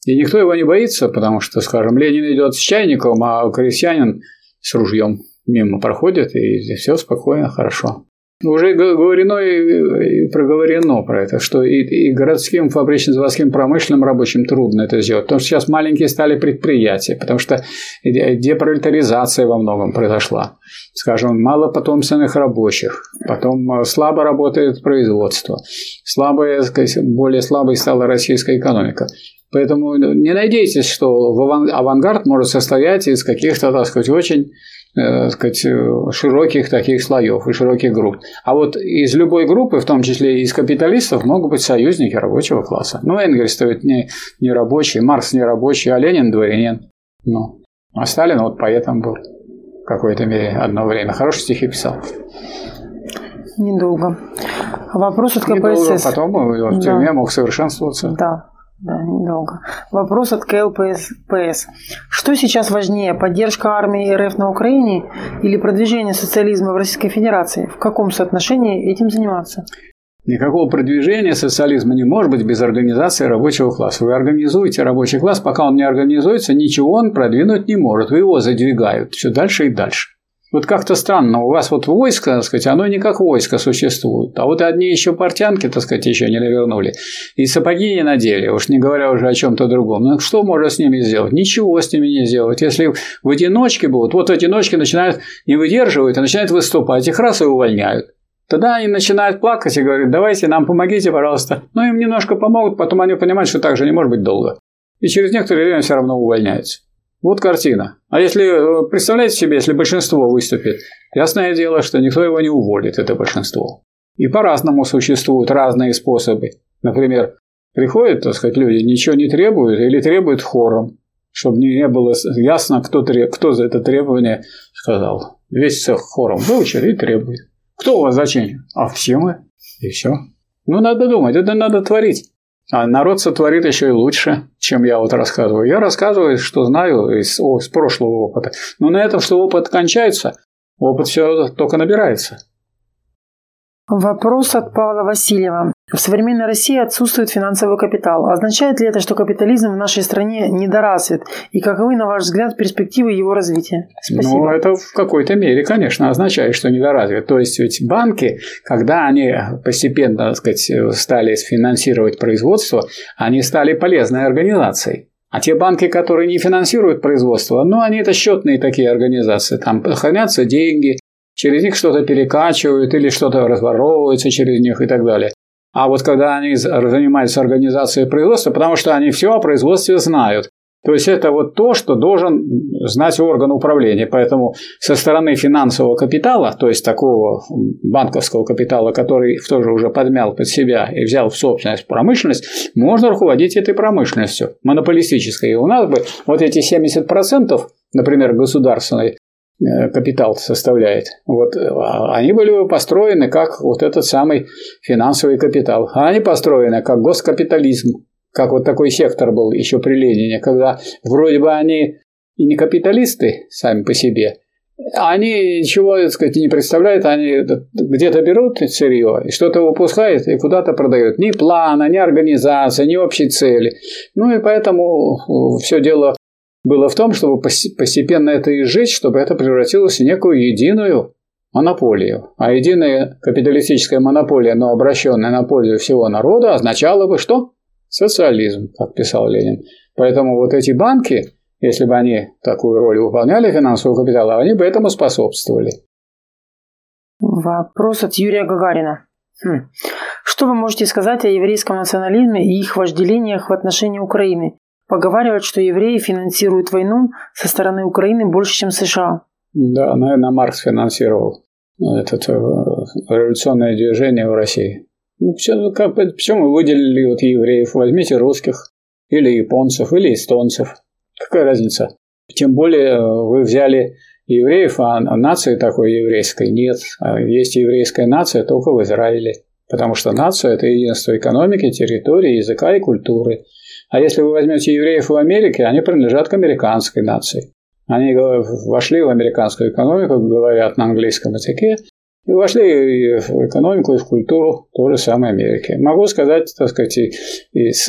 И никто его не боится, потому что, скажем, Ленин идет с чайником, а крестьянин с ружьем мимо проходит, и все спокойно, хорошо. Уже говорено и проговорено про это, что и городским, фабрично-заводским, промышленным рабочим трудно это сделать. Потому что сейчас маленькие стали предприятия, потому что депролетаризация во многом произошла. Скажем, мало потомственных рабочих, потом слабо работает производство, более слабой стала российская экономика. Поэтому не надейтесь, что авангард может состоять из каких-то, так сказать, очень широких таких слоев и широких групп. А вот из любой группы, в том числе и из капиталистов, могут быть союзники рабочего класса. Ну, Энгельс ведь не рабочий, Маркс не рабочий, а Ленин дворянин. Ну, а Сталин вот поэтом был в какой-то мере одно время. Хорошие стихи писал. Недолго. Вопрос от КПСС. Недолго, потом в тюрьме мог совершенствоваться. Да, недолго. Вопрос от КЛПС. Что сейчас важнее, поддержка армии РФ на Украине или продвижение социализма в Российской Федерации? В каком соотношении этим заниматься? Никакого продвижения социализма не может быть без организации рабочего класса. Вы организуете рабочий класс, пока он не организуется, ничего он продвинуть не может. Вы его задвигают все дальше и дальше. Вот как-то странно, у вас вот войско, так сказать, оно не как войско существует, а вот одни еще портянки, так сказать, еще не навернули, и сапоги не надели, уж не говоря уже о чем-то другом. Ну, что можно с ними сделать? Ничего с ними не сделать. Если в одиночке будут, вот одиночки начинают, не выдерживают, и начинают выступать, их раз и увольняют. Тогда они начинают плакать и говорят: давайте, нам помогите, пожалуйста. Ну, им немножко помогут, потом они понимают, что так же не может быть долго. И через некоторое время все равно увольняются. Вот картина. А если, представляете себе, если большинство выступит, ясное дело, что никто его не уволит, это большинство. И по-разному существуют разные способы. Например, приходят, так сказать, люди, ничего не требуют или требуют хором, чтобы не было ясно, кто за это требование сказал. Весь цех хором выучили и требует. Кто у вас зачем? А все мы. И все. Ну, надо думать, это надо творить. А народ сотворит еще и лучше, чем я вот рассказываю. Я рассказываю, что знаю из прошлого опыта. Но на этом, что опыт кончается, опыт все только набирается. Вопрос от Павла Васильева. В современной России отсутствует финансовый капитал. Означает ли это, что капитализм в нашей стране недоразвит? И каковы, на ваш взгляд, перспективы его развития? Спасибо. Ну, это в какой-то мере, конечно, означает, что недоразвит. То есть, ведь банки, когда они постепенно, так сказать, стали финансировать производство, они стали полезной организацией. А те банки, которые не финансируют производство, ну, они это счетные такие организации. Там хранятся деньги, через них что-то перекачивают или что-то разворовывается через них и так далее. А вот когда они занимаются организацией производства, потому что они все о производстве знают. То есть это вот то, что должен знать орган управления. Поэтому со стороны финансового капитала, то есть такого банковского капитала, который тоже уже подмял под себя и взял в собственность промышленность, можно руководить этой промышленностью монополистической. И у нас бы вот эти 70%, например, государственной капитал составляет. Вот, они были построены как вот этот самый финансовый капитал. А они построены как госкапитализм. Как вот такой сектор был еще при Ленине, когда вроде бы они и не капиталисты сами по себе, они ничего, так сказать, не представляют, они где-то берут сырье и что-то выпускают и куда-то продают. Ни плана, ни организации, ни общей цели. Ну и поэтому все дело было в том, чтобы постепенно это изжечь, чтобы это превратилось в некую единую монополию. А единая капиталистическая монополия, но обращенная на пользу всего народа, означала бы что? Социализм, как писал Ленин. Поэтому вот эти банки, если бы они такую роль выполняли финансового капитала, они бы этому способствовали. Вопрос от Юрия Гагарина. Что вы можете сказать о еврейском национализме и их вожделениях в отношении Украины? Поговаривают, что евреи финансируют войну со стороны Украины больше, чем США. Да, наверное, Маркс финансировал это революционное движение в России. Ну, почему мы выделили вот евреев? Возьмите русских, или японцев, или эстонцев. Какая разница? Тем более вы взяли евреев, а нации такой еврейской нет. Есть еврейская нация только в Израиле. Потому что нация – это единство экономики, территории, языка и культуры. А если вы возьмете евреев в Америке, они принадлежат к американской нации. Они вошли в американскую экономику, говорят на английском языке, И вошли и в экономику, и в культуру той же самой Америки. Могу сказать, так сказать, из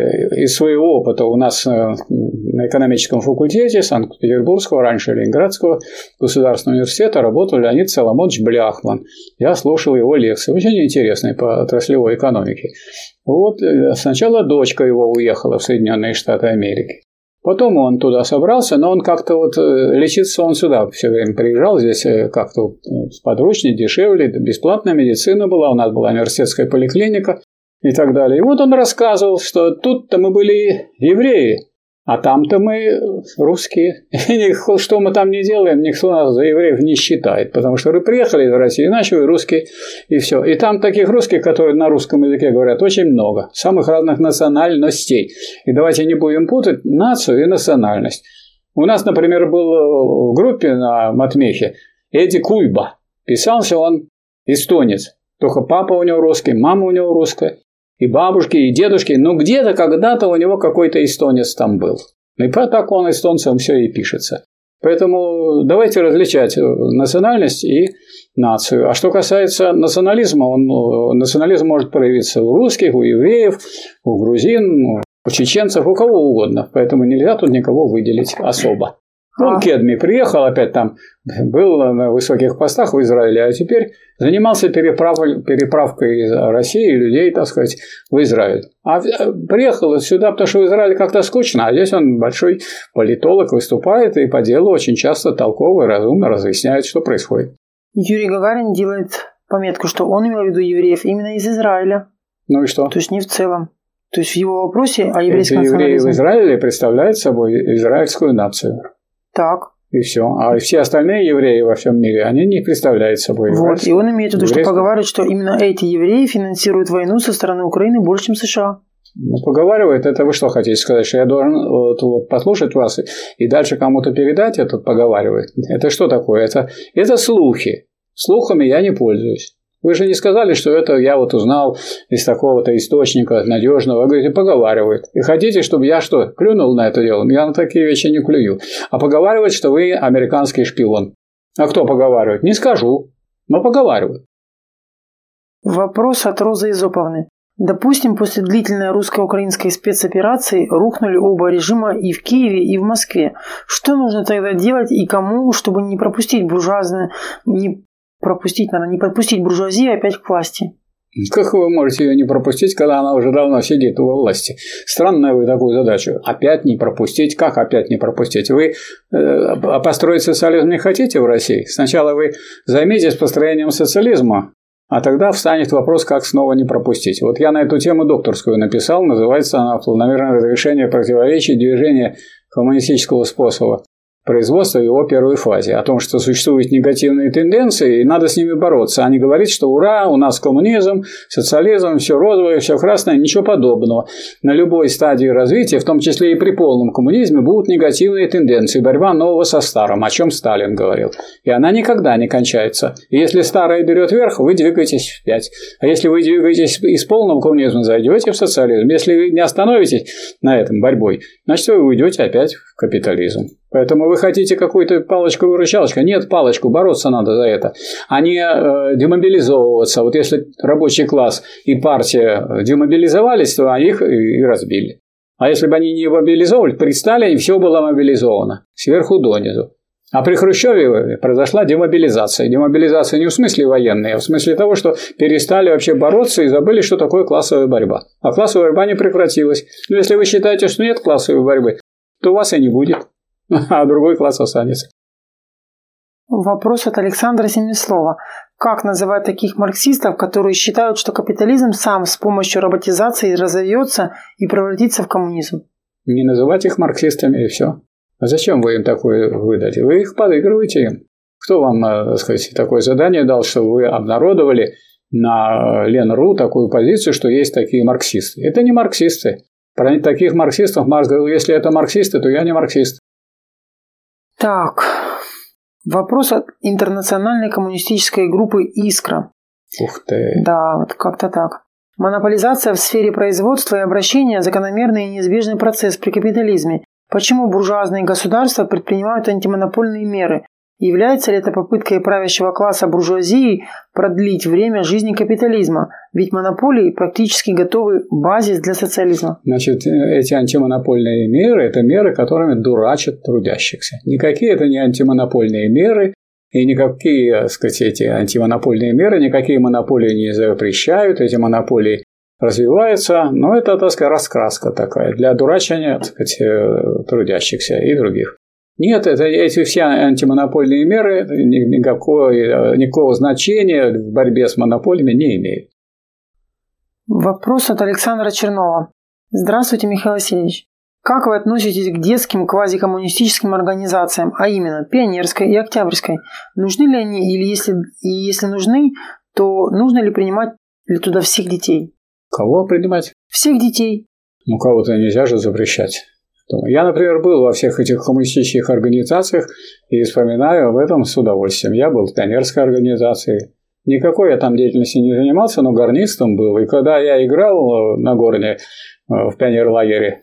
своего опыта. У нас на экономическом факультете Санкт-Петербургского, раньше Ленинградского государственного университета работал Леонид Соломонович Бляхман. Я слушал его лекции, очень интересные по отраслевой экономике. Вот сначала дочка его уехала в Соединенные Штаты Америки. Потом он туда собрался, но он как-то вот лечиться он сюда все время приезжал, здесь как-то подручнее, дешевле, бесплатная медицина была, у нас была университетская поликлиника и так далее. И вот он рассказывал, что тут-то мы были евреи, а там-то мы русские. И что мы там не делаем, никто нас за евреев не считает, потому что вы приехали из России, иначе вы русские, и все. И там таких русских, которые на русском языке говорят, очень много, самых разных национальностей. И давайте не будем путать нацию и национальность. У нас, например, был в группе на Матмехе Эдди Куйба. Писался он эстонец, только папа у него русский, мама у него русская. И бабушки, и дедушки, но где-то когда-то у него какой-то эстонец там был. И так он эстонцем все и пишется. Поэтому давайте различать национальность и нацию. А что касается национализма, национализм может проявиться у русских, у евреев, у грузин, у чеченцев, у кого угодно. Поэтому нельзя тут никого выделить особо. Он Кедми приехал, опять там был на высоких постах в Израиле, а теперь занимался переправкой из России людей, так сказать, в Израиль. А приехал сюда, потому что в Израиле как-то скучно, а здесь он большой политолог, выступает и по делу очень часто толково и разумно разъясняет, что происходит. Юрий Гагарин делает пометку, что он имел в виду евреев именно из Израиля. Ну и что? То есть не в целом. То есть в его вопросе о еврейском национализме. Евреи в Израиле представляют собой израильскую нацию. Так. И все. А все остальные евреи во всем мире, они не представляют собой. Вот. И он имеет в виду, что поговаривает, что именно эти евреи финансируют войну со стороны Украины больше, чем США. Ну, поговаривает, это вы что хотите сказать, что я должен вот послушать вас и дальше кому-то передать это поговаривает? Это что такое? Это слухи. Слухами я не пользуюсь. Вы же не сказали, что это я вот узнал из такого-то источника надежного. Вы говорите, поговаривают. И хотите, чтобы я что, клюнул на это дело? Я на такие вещи не клюю. А поговаривают, что вы американский шпион. А кто поговаривает? Не скажу, но поговаривают. Вопрос от Розы Изоповны. Допустим, после длительной русско-украинской спецоперации рухнули оба режима и в Киеве, и в Москве. Что нужно тогда делать и кому, чтобы не пропустить не подпустить буржуазию опять к власти? Как вы можете ее не пропустить, когда она уже давно сидит во власти? Странная вы такую задачу. Опять не пропустить? Как опять не пропустить? Вы построить социализм не хотите в России? Сначала вы займитесь построением социализма, а тогда встанет вопрос, как снова не пропустить. Вот я на эту тему докторскую написал, называется она «Планомерное разрешение противоречий движения коммунистического способа производства в его первой фазе», о том, что существуют негативные тенденции, и надо с ними бороться, а не говорить, что ура, у нас коммунизм, социализм, все розовое, все красное, ничего подобного. На любой стадии развития, в том числе и при полном коммунизме, будут негативные тенденции, борьба нового со старым, о чем Сталин говорил. И она никогда не кончается. И если старое берет верх, вы двигаетесь вспять. А если вы двигаетесь из полного коммунизма, зайдете в социализм. Если вы не остановитесь на этом борьбой, значит, вы уйдете опять в капитализм. Поэтому вы хотите какую-то палочку-выручалочку. Нет, палочку, бороться надо за это, а не демобилизовываться. Вот если рабочий класс и партия демобилизовались, то они их и разбили. А если бы они не мобилизовывали, при Сталине все было мобилизовано, сверху донизу. А при Хрущеве произошла демобилизация. Демобилизация не в смысле военной, а в смысле того, что перестали вообще бороться и забыли, что такое классовая борьба. А классовая борьба не прекратилась. Но если вы считаете, что нет классовой борьбы, то у вас и не будет, а другой класс останется. Вопрос от Александра Семислова. Как называть таких марксистов, которые считают, что капитализм сам с помощью роботизации разовьется и превратится в коммунизм? Не называть их марксистами и все. А зачем вы им такое выдали? Вы их подыгрываете им. Кто вам, так сказать, такое задание дал, чтобы вы обнародовали на Ленру такую позицию, что есть такие марксисты? Это не марксисты. Про таких марксистов Маркс говорил, если это марксисты, то я не марксист. Так, вопрос от интернациональной коммунистической группы «Искра». Ух ты. Да, вот как-то так. Монополизация в сфере производства и обращения – закономерный и неизбежный процесс при капитализме. Почему буржуазные государства предпринимают антимонопольные меры? Является ли это попыткой правящего класса буржуазии продлить время жизни капитализма? Ведь монополии практически готовы базис для социализма. Значит, эти антимонопольные меры – это меры, которыми дурачат трудящихся. Никакие это не антимонопольные меры, и никакие, так сказать, эти антимонопольные меры, никакие монополии не запрещают, эти монополии развиваются, но это, так сказать, раскраска такая для дурачения, так сказать, трудящихся и других. Нет, эти все антимонопольные меры никакого значения в борьбе с монополиями не имеют. Вопрос от Александра Чернова. Здравствуйте, Михаил Васильевич. Как вы относитесь к детским квазикоммунистическим организациям, а именно Пионерской и Октябрьской? Нужны ли они, или если нужны, то нужно ли принимать ли туда всех детей? Кого принимать? Всех детей. Ну, кого-то нельзя же запрещать. Я, например, был во всех этих коммунистических организациях и вспоминаю об этом с удовольствием. Я был в пионерской организации. Никакой я там деятельности не занимался, но гарнистом был. И когда я играл на Горне в пионерлагере,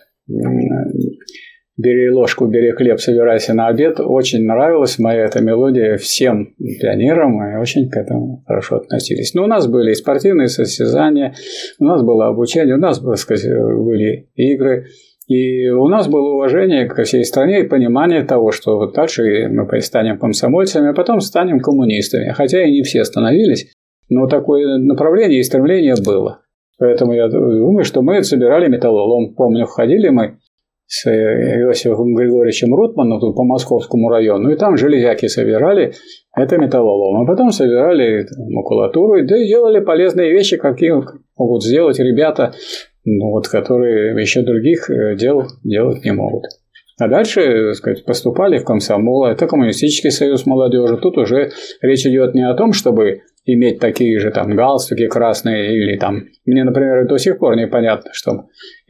бери ложку, бери хлеб, собирайся на обед, очень нравилась моя эта мелодия всем пионерам, и очень к этому хорошо относились. Но у нас были и спортивные состязания, у нас было обучение, у нас, так сказать, были игры. И у нас было уважение ко всей стране и понимание того, что вот дальше мы станем комсомольцами, а потом станем коммунистами. Хотя и не все становились, но такое направление и стремление было. Поэтому я думаю, что мы собирали металлолом. Помню, ходили мы с Иосифом Григорьевичем Рутманом тут по Московскому району, и там железяки собирали, это металлолом. А потом собирали макулатуру, да и делали полезные вещи, какие могут сделать ребята, которые еще других дел делать не могут. А дальше, так сказать, поступали в комсомол, это Коммунистический союз молодежи. Тут уже речь идет не о том, чтобы иметь такие же там галстуки красные или там... Мне, например, до сих пор непонятно, что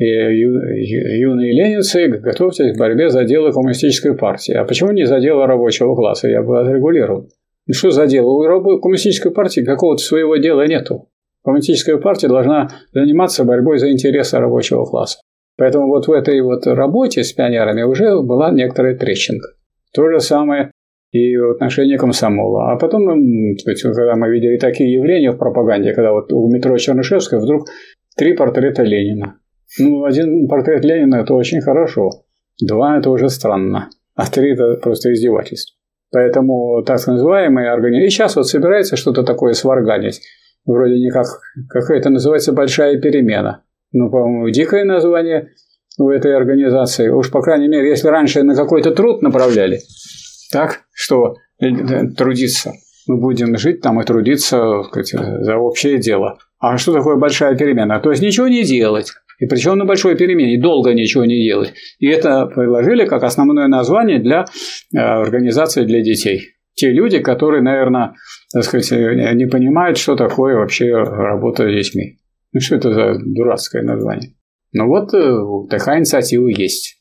юные ленинцы, готовьтесь к борьбе за дело коммунистической партии. А почему не за дело рабочего класса? Я бы отрегулировал. Что за дело? У коммунистической партии какого-то своего дела нету. Коммунистическая партия должна заниматься борьбой за интересы рабочего класса. Поэтому вот в этой вот работе с пионерами уже была некоторая трещинка. То же самое и в отношении комсомола. А потом, когда мы видели такие явления в пропаганде, когда вот у метро Чернышевская вдруг 3 портрета Ленина. 1 портрет Ленина – это очень хорошо. 2 – это уже странно. А 3 – это просто издевательство. Поэтому так называемые организации... И сейчас вот собирается что-то такое сварганить. Вроде никак, какая-то называется «Большая перемена». По-моему, дикое название у этой организации. Уж, по крайней мере, если раньше на какой-то труд направляли, так, что трудиться. Мы будем жить там и трудиться, так сказать, за общее дело. А что такое большая перемена? То есть ничего не делать. И причем на большой перемене, долго ничего не делать. И это предложили как основное название для организации для детей. Те люди, которые, наверное, так сказать, не понимают, что такое вообще работа с детьми. Что это за дурацкое название? Такая инициатива есть.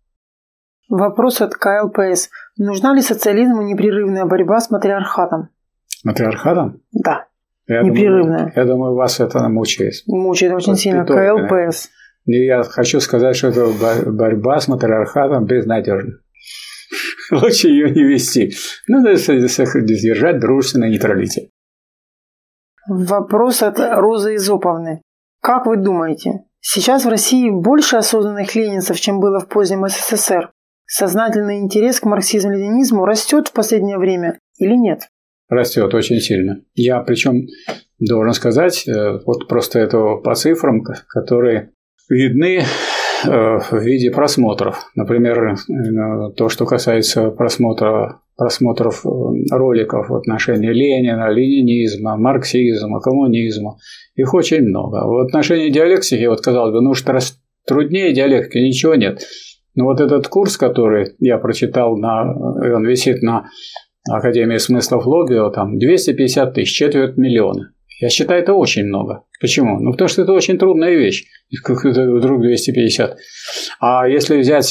Вопрос от КЛПС. Нужна ли социализму непрерывная борьба с матриархатом? Матриархатом? Да. Непрерывная. Я думаю, вас это мучает. Мучает очень сильно. КЛПС. И я хочу сказать, что это борьба с матриархатом безнадежна. Лучше ее не вести. Надо держать дружественный нейтралитет. Вопрос от Розы Изоповны. Как вы думаете, сейчас в России больше осознанных ленинцев, чем было в позднем СССР? Сознательный интерес к марксизму-ленинизму растет в последнее время или нет? Растет очень сильно. Я причем должен сказать, вот просто это по цифрам, которые видны в виде просмотров. Например, то, что касается просмотров роликов в отношении Ленина, ленинизма, марксизма, коммунизма. Их очень много. В отношении диалектики, казалось бы, что труднее диалектики ничего нет. Но вот этот курс, который я прочитал, он висит на Академии смыслов Лобио, там 250 тысяч, 250 000. Я считаю, это очень много. Почему? Потому что это очень трудная вещь. Как это вдруг 250. А если взять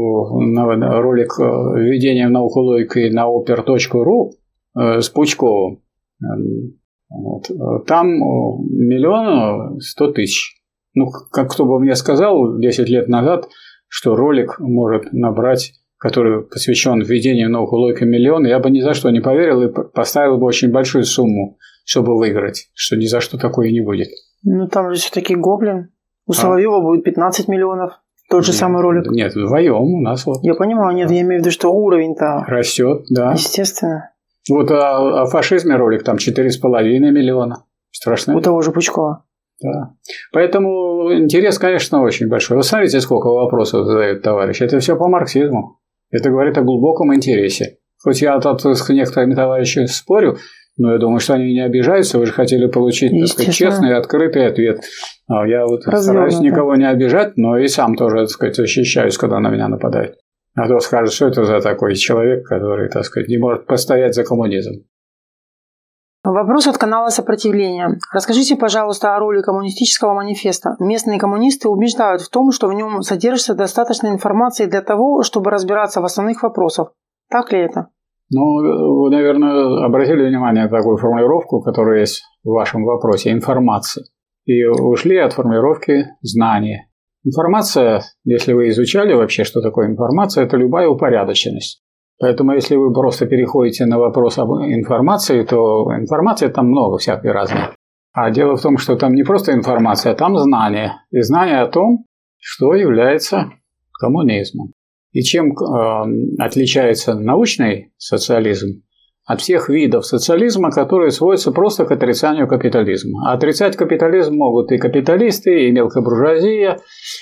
ролик «Введение в науку логики» на oper.ru с Пучковым, там 1 100 000. Как кто бы мне сказал 10 лет назад, что ролик может набрать который посвящен введению новых логики миллиона, я бы ни за что не поверил и поставил бы очень большую сумму, чтобы выиграть, что ни за что такое не будет. Ну, там же все-таки Гоблин. У Соловьева будет 15 миллионов. Тот же самый ролик. Нет, вдвоем у нас вот. Я понимаю, нет, я имею в виду, что уровень-то растет, да. Естественно. Вот о фашизме ролик там 4,5 миллиона. Страшно. У того же Пучкова. Да. Поэтому интерес, конечно, очень большой. Вы смотрите, сколько вопросов задают товарищи. Это все по марксизму. Это говорит о глубоком интересе. Хоть я тут с некоторыми товарищами спорю, но я думаю, что они не обижаются. Вы же хотели получить, так сказать, честный и открытый ответ. А я вот стараюсь никого не обижать, но и сам тоже, так сказать, защищаюсь, когда на меня нападают. А то скажут, что это за такой человек, который, так сказать, не может постоять за коммунизм. Вопрос от канала «Сопротивление». Расскажите, пожалуйста, о роли коммунистического манифеста. Местные коммунисты убеждают в том, что в нем содержится достаточно информации для того, чтобы разбираться в основных вопросах. Так ли это? Ну, вы, наверное, обратили внимание на такую формулировку, которая есть в вашем вопросе – информация. И ушли от формулировки знания. Информация, если вы изучали вообще, что такое информация, это любая упорядоченность. Поэтому, если вы просто переходите на вопрос об информации, то информации там много всякой разной. А дело в том, что там не просто информация, а там знание. И знание о том, что является коммунизмом. И чем отличается научный социализм от всех видов социализма, которые сводятся просто к отрицанию капитализма. А отрицать капитализм могут и капиталисты, и мелкобуржуазия,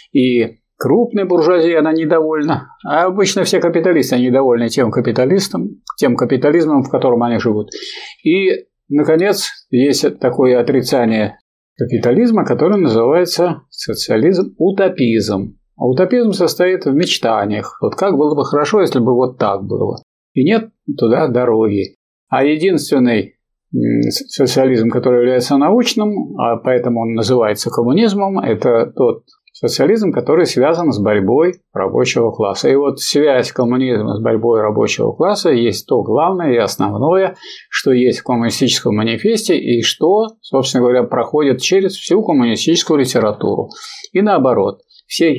и крупная буржуазия, она недовольна. А обычно все капиталисты недовольны тем капитализмом, в котором они живут. И, наконец, есть такое отрицание капитализма, которое называется социализм-утопизм. А утопизм состоит в мечтаниях. Вот как было бы хорошо, если бы вот так было. И нет туда дороги. А единственный социализм, который является научным, а поэтому он называется коммунизмом, это тот социализм, который связан с борьбой рабочего класса. И вот связь коммунизма с борьбой рабочего класса есть то главное и основное, что есть в коммунистическом манифесте и что, собственно говоря, проходит через всю коммунистическую литературу. И наоборот. Все,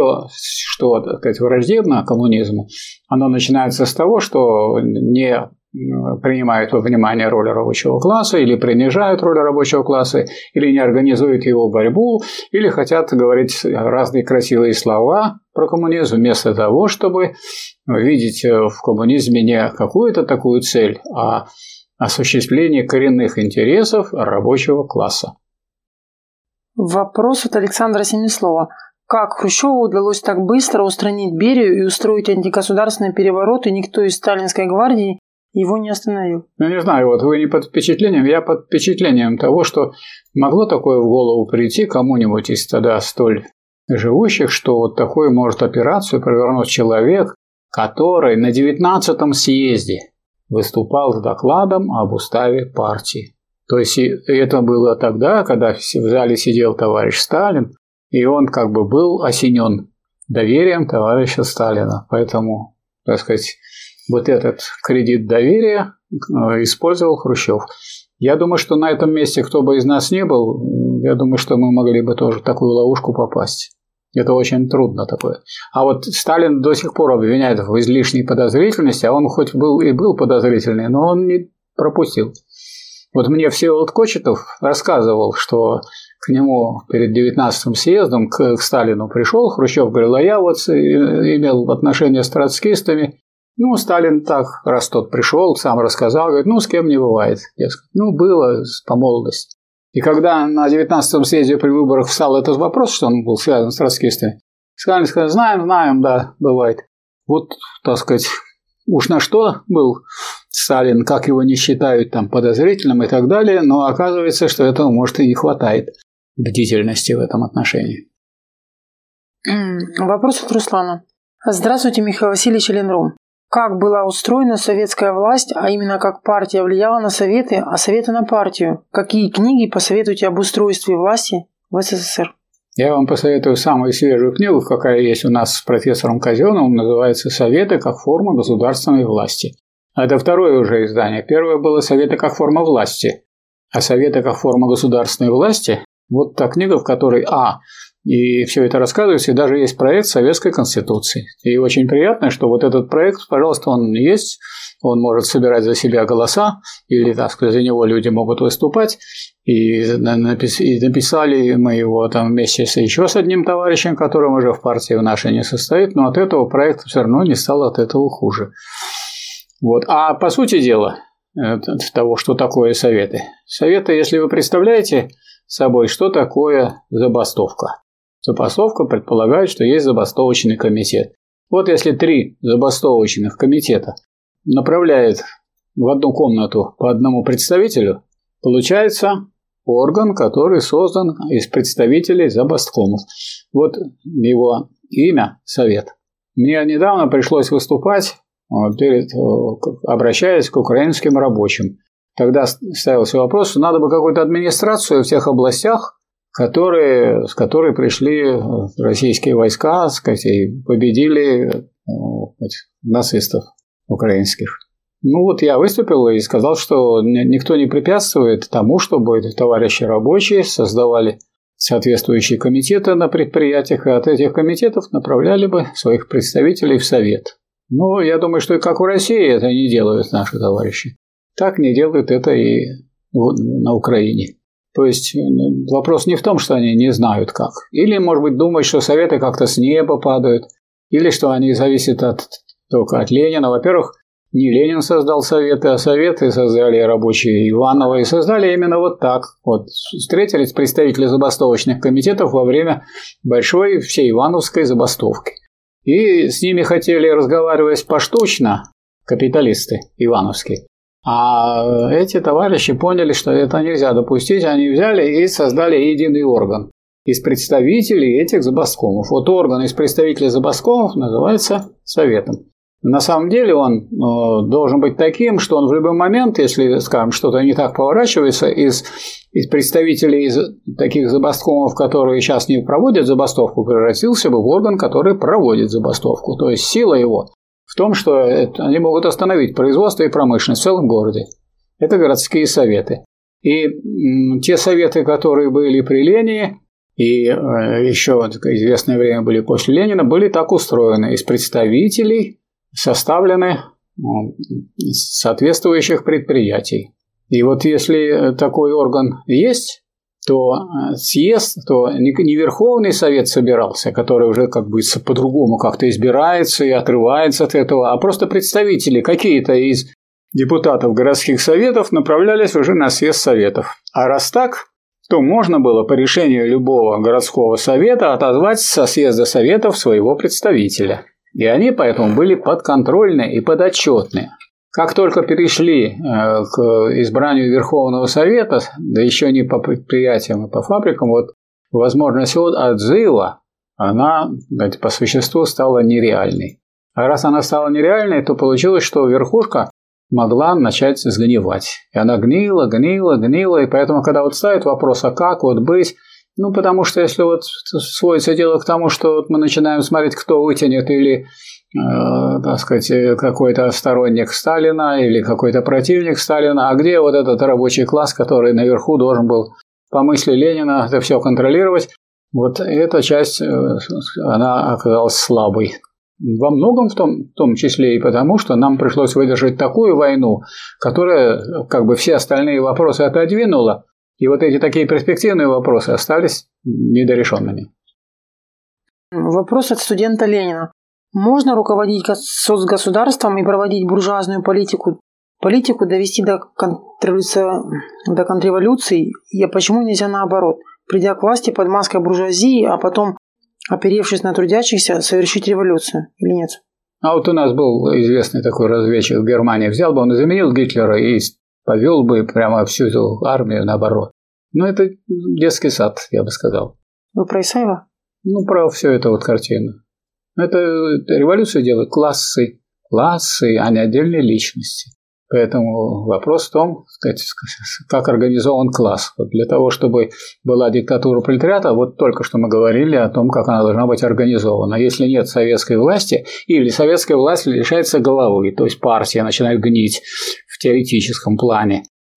что, так сказать, враждебно коммунизму, оно начинается с того, что не принимают во внимание роль рабочего класса, или принижают роль рабочего класса, или не организуют его борьбу, или хотят говорить разные красивые слова про коммунизм, вместо того, чтобы видеть в коммунизме не какую-то такую цель, а осуществление коренных интересов рабочего класса. Вопрос от Александра Семислова. Как Хрущеву удалось так быстро устранить Берию и устроить антигосударственный переворот, и никто из сталинской гвардии его не остановил? Я не знаю, вот вы не под впечатлением, я под впечатлением того, что могло такое в голову прийти кому-нибудь из тогда столь живущих, что вот такую может операцию провернуть человек, который на 19-м съезде выступал с докладом об уставе партии. То есть это было тогда, когда в зале сидел товарищ Сталин, и он как бы был осенен доверием товарища Сталина. Поэтому, так сказать, вот этот кредит доверия использовал Хрущев. Я думаю, что на этом месте, кто бы из нас не был, я думаю, что мы могли бы тоже в такую ловушку попасть. Это очень трудно такое. А вот Сталин до сих пор обвиняет в излишней подозрительности, а он хоть был и был подозрительный, но он не пропустил. Вот мне Всеволод Кочетов рассказывал, что к нему перед 19-м съездом к Сталину пришел Хрущев, говорил, а я вот имел отношения с троцкистами. Ну, Сталин так, раз тот пришел, сам рассказал, говорит, ну, с кем не бывает. Я сказал, ну, было по молодости. И когда на 19-м съезде при выборах встал этот вопрос, что он был связан с троцкистами, Сталин сказал, знаем, да, бывает. Вот, так сказать, уж на что был Сталин, как его не считают там подозрительным и так далее, но оказывается, что этого, может, и не хватает бдительности в этом отношении. Вопрос от Руслана. Здравствуйте, Михаил Васильевич Ленрум. Как была устроена советская власть, а именно как партия влияла на советы, а советы на партию? Какие книги посоветуете об устройстве власти в СССР? Я вам посоветую самую свежую книгу, какая есть у нас с профессором Казеновым, называется «Советы как форма государственной власти». Это второе уже издание. Первое было «Советы как форма власти». А «Советы как форма государственной власти» – вот та книга, в которой И все это рассказывается, и даже есть проект Советской Конституции. И очень приятно, что вот этот проект, пожалуйста, он есть, он может собирать за себя голоса, или, так сказать, за него люди могут выступать. И написали мы его там вместе еще с одним товарищем, который уже в партии в нашей не состоит, но от этого проекта все равно не стало от этого хуже. Вот. А по сути дела, того, что такое советы. Советы, если вы представляете собой, что такое забастовка. Забастовка предполагает, что есть забастовочный комитет. Вот если 3 забастовочных комитета направляют в одну комнату по одному представителю, получается орган, который создан из представителей забасткомов. Вот его имя – Совет. Мне недавно пришлось выступать, обращаясь к украинским рабочим. Тогда ставился вопрос, что надо бы какую-то администрацию в тех областях, с которой пришли российские войска, сказать, и победили нацистов украинских. Ну вот я выступил и сказал, что никто не препятствует тому, чтобы товарищи рабочие создавали соответствующие комитеты на предприятиях, и от этих комитетов направляли бы своих представителей в Совет. Но я думаю, что и как в России это не делают наши товарищи, так не делают это и на Украине. То есть вопрос не в том, что они не знают как. Или, может быть, думают, что советы как-то с неба падают. Или что они зависят только от Ленина. Во-первых, не Ленин создал советы, а советы создали рабочие Иванова. И создали именно вот так. Вот встретились представители забастовочных комитетов во время большой всей Ивановской забастовки. И с ними хотели разговаривать поштучно капиталисты ивановские. А эти товарищи поняли, что это нельзя допустить, они взяли и создали единый орган из представителей этих забасткомов. Вот орган из представителей забасткомов называется Советом. На самом деле он должен быть таким, что он в любой момент, если, скажем, что-то не так поворачивается, из представителей из таких забасткомов, которые сейчас не проводят забастовку, превратился бы в орган, который проводит забастовку. То есть сила его в том, что они могут остановить производство и промышленность в целом городе. Это городские советы. И те советы, которые были при Ленине, и еще известное время были после Ленина, были так устроены. Из представителей составлены соответствующих предприятий. И вот если такой орган есть, то съезд, то не Верховный Совет собирался, который уже как бы по-другому как-то избирается и отрывается от этого, а просто представители какие-то из депутатов городских советов направлялись уже на съезд советов. А раз так, то можно было по решению любого городского совета отозвать со съезда советов своего представителя. И они поэтому были подконтрольны и подотчетны. Как только перешли к избранию Верховного Совета, да еще не по предприятиям и по фабрикам, вот возможность отзыва, она по существу стала нереальной. А раз она стала нереальной, то получилось, что верхушка могла начать сгнивать. И она гнила, и поэтому, когда вот ставят вопрос, а как вот быть, ну, потому что если вот сводится дело к тому, что вот мы начинаем смотреть, кто вытянет или, так сказать, какой-то сторонник Сталина или какой-то противник Сталина, а где вот этот рабочий класс, который наверху должен был по мысли Ленина это все контролировать, вот эта часть, она оказалась слабой. Во многом в том числе и потому, что нам пришлось выдержать такую войну, которая как бы все остальные вопросы отодвинула, и вот эти такие перспективные вопросы остались недорешенными. Вопрос от студента Ленина. Можно руководить соцгосударством и проводить буржуазную политику довести до контрреволюции, и почему нельзя наоборот, придя к власти под маской буржуазии, а потом, оперевшись на трудящихся, совершить революцию, или нет? А вот у нас был известный такой разведчик в Германии, взял бы он и заменил Гитлера и повел бы прямо всю эту армию наоборот. Ну, это детский сад, я бы сказал. Вы про Исаева? Ну, про всю эту вот картину. Это революцию делают классы, а не отдельные личности. Поэтому вопрос в том, как организован класс. Вот для того, чтобы была диктатура пролетариата, вот только что мы говорили о том, как она должна быть организована. Если нет советской власти, или советская власть лишается головы, то есть партия начинает гнить в теоретическом плане,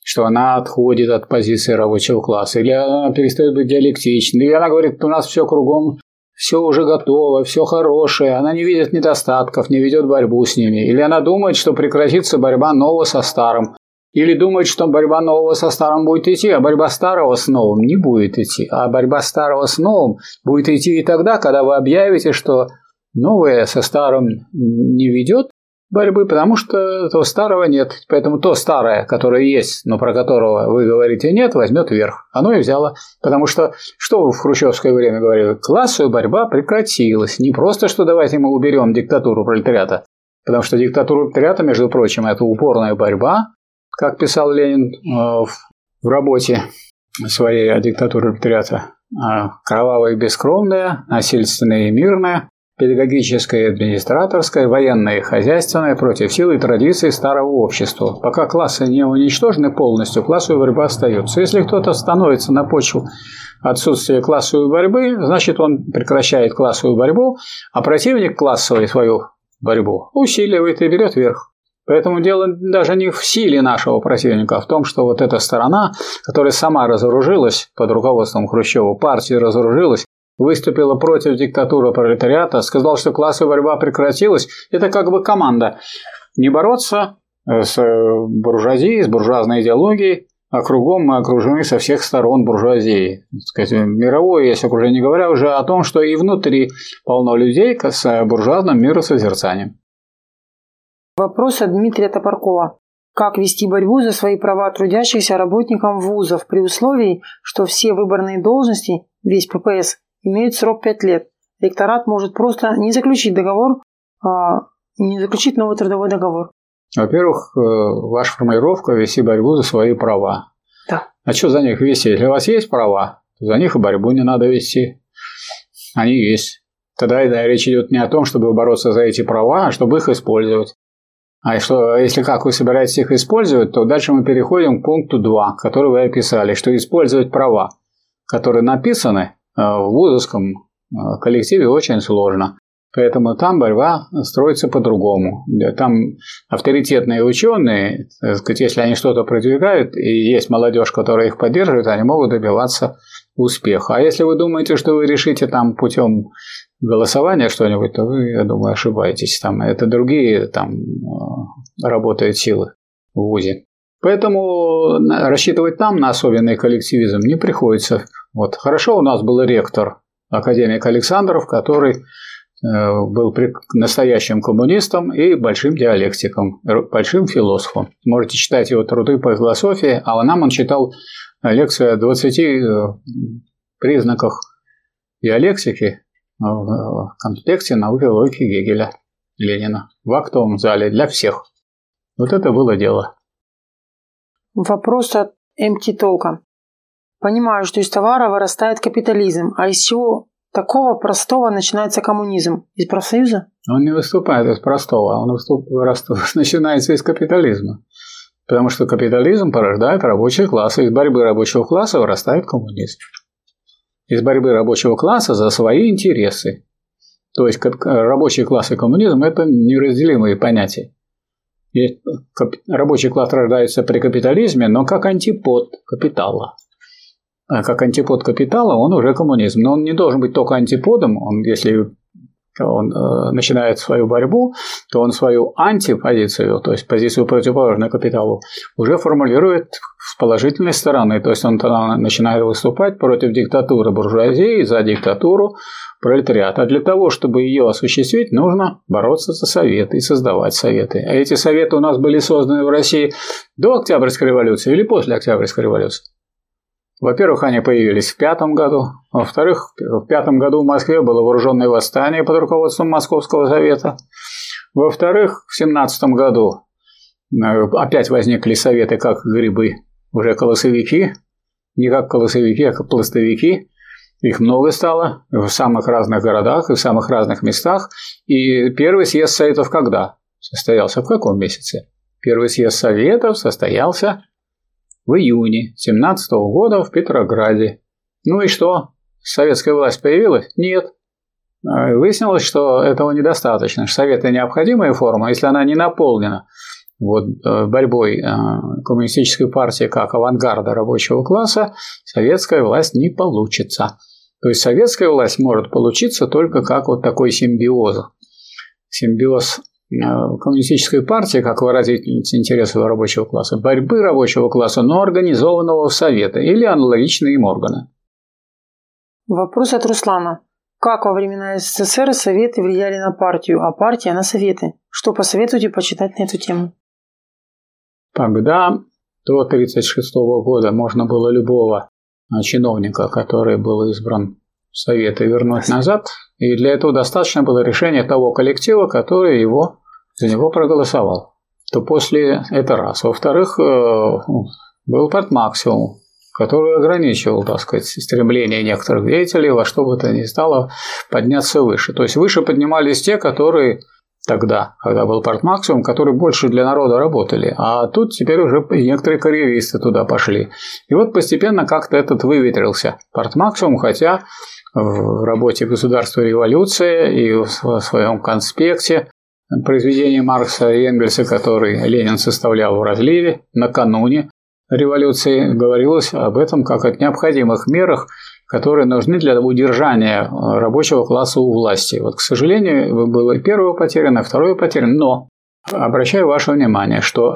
что она отходит от позиции рабочего класса, или она перестает быть диалектичной, или она говорит, у нас все кругом, все уже готово, все хорошее, она не видит недостатков, не ведет борьбу с ними, или она думает, что прекратится борьба нового со старым, или думает, что борьба нового со старым будет идти, а борьба старого с новым не будет идти, а борьба старого с новым будет идти и тогда, когда вы объявите, что новое со старым не ведет борьбы, потому что того старого нет. Поэтому то старое, которое есть, но про которого вы говорите нет, возьмет верх. Оно и взяло. Потому что вы в хрущевское время говорили? Классовая борьба прекратилась. Не просто, что давайте мы уберем диктатуру пролетариата. Потому что диктатура пролетариата, между прочим, это упорная борьба, как писал Ленин в работе своей о диктатуре пролетариата. Кровавая и бескровная, насильственная и мирная, педагогическое и администраторское, военное и хозяйственное против сил и традиций старого общества. Пока классы не уничтожены полностью, классовая борьба остается. Если кто-то становится на почву отсутствия классовой борьбы, значит он прекращает классовую борьбу, а противник классовой свою борьбу усиливает и берет верх. Поэтому дело даже не в силе нашего противника, а в том, что вот эта сторона, которая сама разоружилась под руководством Хрущева, партия разоружилась, выступила против диктатуры пролетариата, сказал, что классовая борьба прекратилась. Это как бы команда. Не бороться с буржуазией, с буржуазной идеологией, а кругом мы окружены со всех сторон буржуазией. Мировое есть окружение, не говоря уже о том, что и внутри полно людей с буржуазным миросозерцанием. Вопрос от Дмитрия Топоркова. Как вести борьбу за свои права трудящихся работникам вузов при условии, что все выборные должности, весь ППС, имеют срок 5 лет? Ректорат может просто не заключить договор, не заключить новый трудовой договор. Во-первых, ваша формулировка – вести борьбу за свои права. Да. А что за них вести? Если у вас есть права, то за них и борьбу не надо вести. Они есть. Тогда речь идет не о том, чтобы бороться за эти права, а чтобы их использовать. А если как вы собираетесь их использовать, то дальше мы переходим к пункту 2, который вы описали, что использовать права, которые написаны в вузовском коллективе, очень сложно. Поэтому там борьба строится по-другому. Там авторитетные ученые, так сказать, если они что-то продвигают, и есть молодежь, которая их поддерживает, они могут добиваться успеха. А если вы думаете, что вы решите там путем голосования что-нибудь, то вы, я думаю, ошибаетесь. Там это другие там работают силы в вузе. Поэтому рассчитывать там на особенный коллективизм не приходится. Вот. Хорошо, у нас был ректор, академик Александров, который был настоящим коммунистом и большим диалектиком, большим философом. Можете читать его труды по философии, а нам он читал лекцию о 20 признаках диалектики в конспекте науки логики Гегеля, Ленина, в актовом зале для всех. Вот это было дело. Вопрос от Empty Толка. Понимаю, что из товара вырастает капитализм, а из чего такого простого начинается коммунизм? Из профсоюза? Он не выступает из простого, он начинается из капитализма. Потому что капитализм порождает рабочий класс, и из борьбы рабочего класса вырастает коммунизм. Из борьбы рабочего класса за свои интересы. То есть рабочий класс и коммунизм – это неразделимые понятия. Рабочий класс рождается при капитализме, но как антипод капитала. А как антипод капитала он уже коммунизм. Но он не должен быть только антиподом. Если он начинает свою борьбу, то он свою антипозицию, то есть позицию противоположную капиталу, уже формулирует с положительной стороны. То есть он тогда начинает выступать против диктатуры буржуазии, за диктатуру пролетариата. А для того, чтобы ее осуществить, нужно бороться за советы и создавать советы. А эти советы у нас были созданы в России до Октябрьской революции или после Октябрьской революции? Во-первых, они появились в 5 году. Во-вторых, в 5 году в Москве было вооруженное восстание под руководством Московского совета. Во-вторых, в 17 году опять возникли советы как грибы, уже колосовики. Не как колосовики, а как пластовики. Их много стало в самых разных городах и в самых разных местах. И первый съезд советов когда состоялся? В каком месяце? Первый съезд советов состоялся в июне 17 года в Петрограде. Ну и что? Советская власть появилась? Нет. Выяснилось, что этого недостаточно. Советы необходимая форма, если она не наполнена борьбой коммунистической партии как авангарда рабочего класса советская власть не получится. То есть советская власть может получиться только как вот такой симбиоз. Симбиоз коммунистической партии, как выразительница интересов рабочего класса, борьбы рабочего класса, но организованного в советы или аналогичные им органы. Вопрос от Руслана. Как во времена СССР советы влияли на партию, а партия на советы? Что посоветуете почитать на эту тему? Тогда, до 1936 года, можно было любого чиновника, который был избран в советы, вернуть назад. И для этого достаточно было решения того коллектива, который за него проголосовал. То после это раз. Во-вторых, был партмаксимум, который ограничивал, так сказать, стремление некоторых деятелей во что бы то ни стало подняться выше. То есть выше поднимались те, которые тогда, когда был партмаксимум, которые больше для народа работали. А тут теперь уже некоторые карьеристы туда пошли. И вот постепенно как-то этот выветрился партмаксимум, хотя в работе «Государство и революция» и в своем конспекте произведение Маркса и Энгельса, который Ленин составлял в разливе накануне революции, говорилось об этом как о необходимых мерах, которые нужны для удержания рабочего класса у власти. Вот, к сожалению, было и первое потеряно, и второе потеряно, но обращаю ваше внимание, что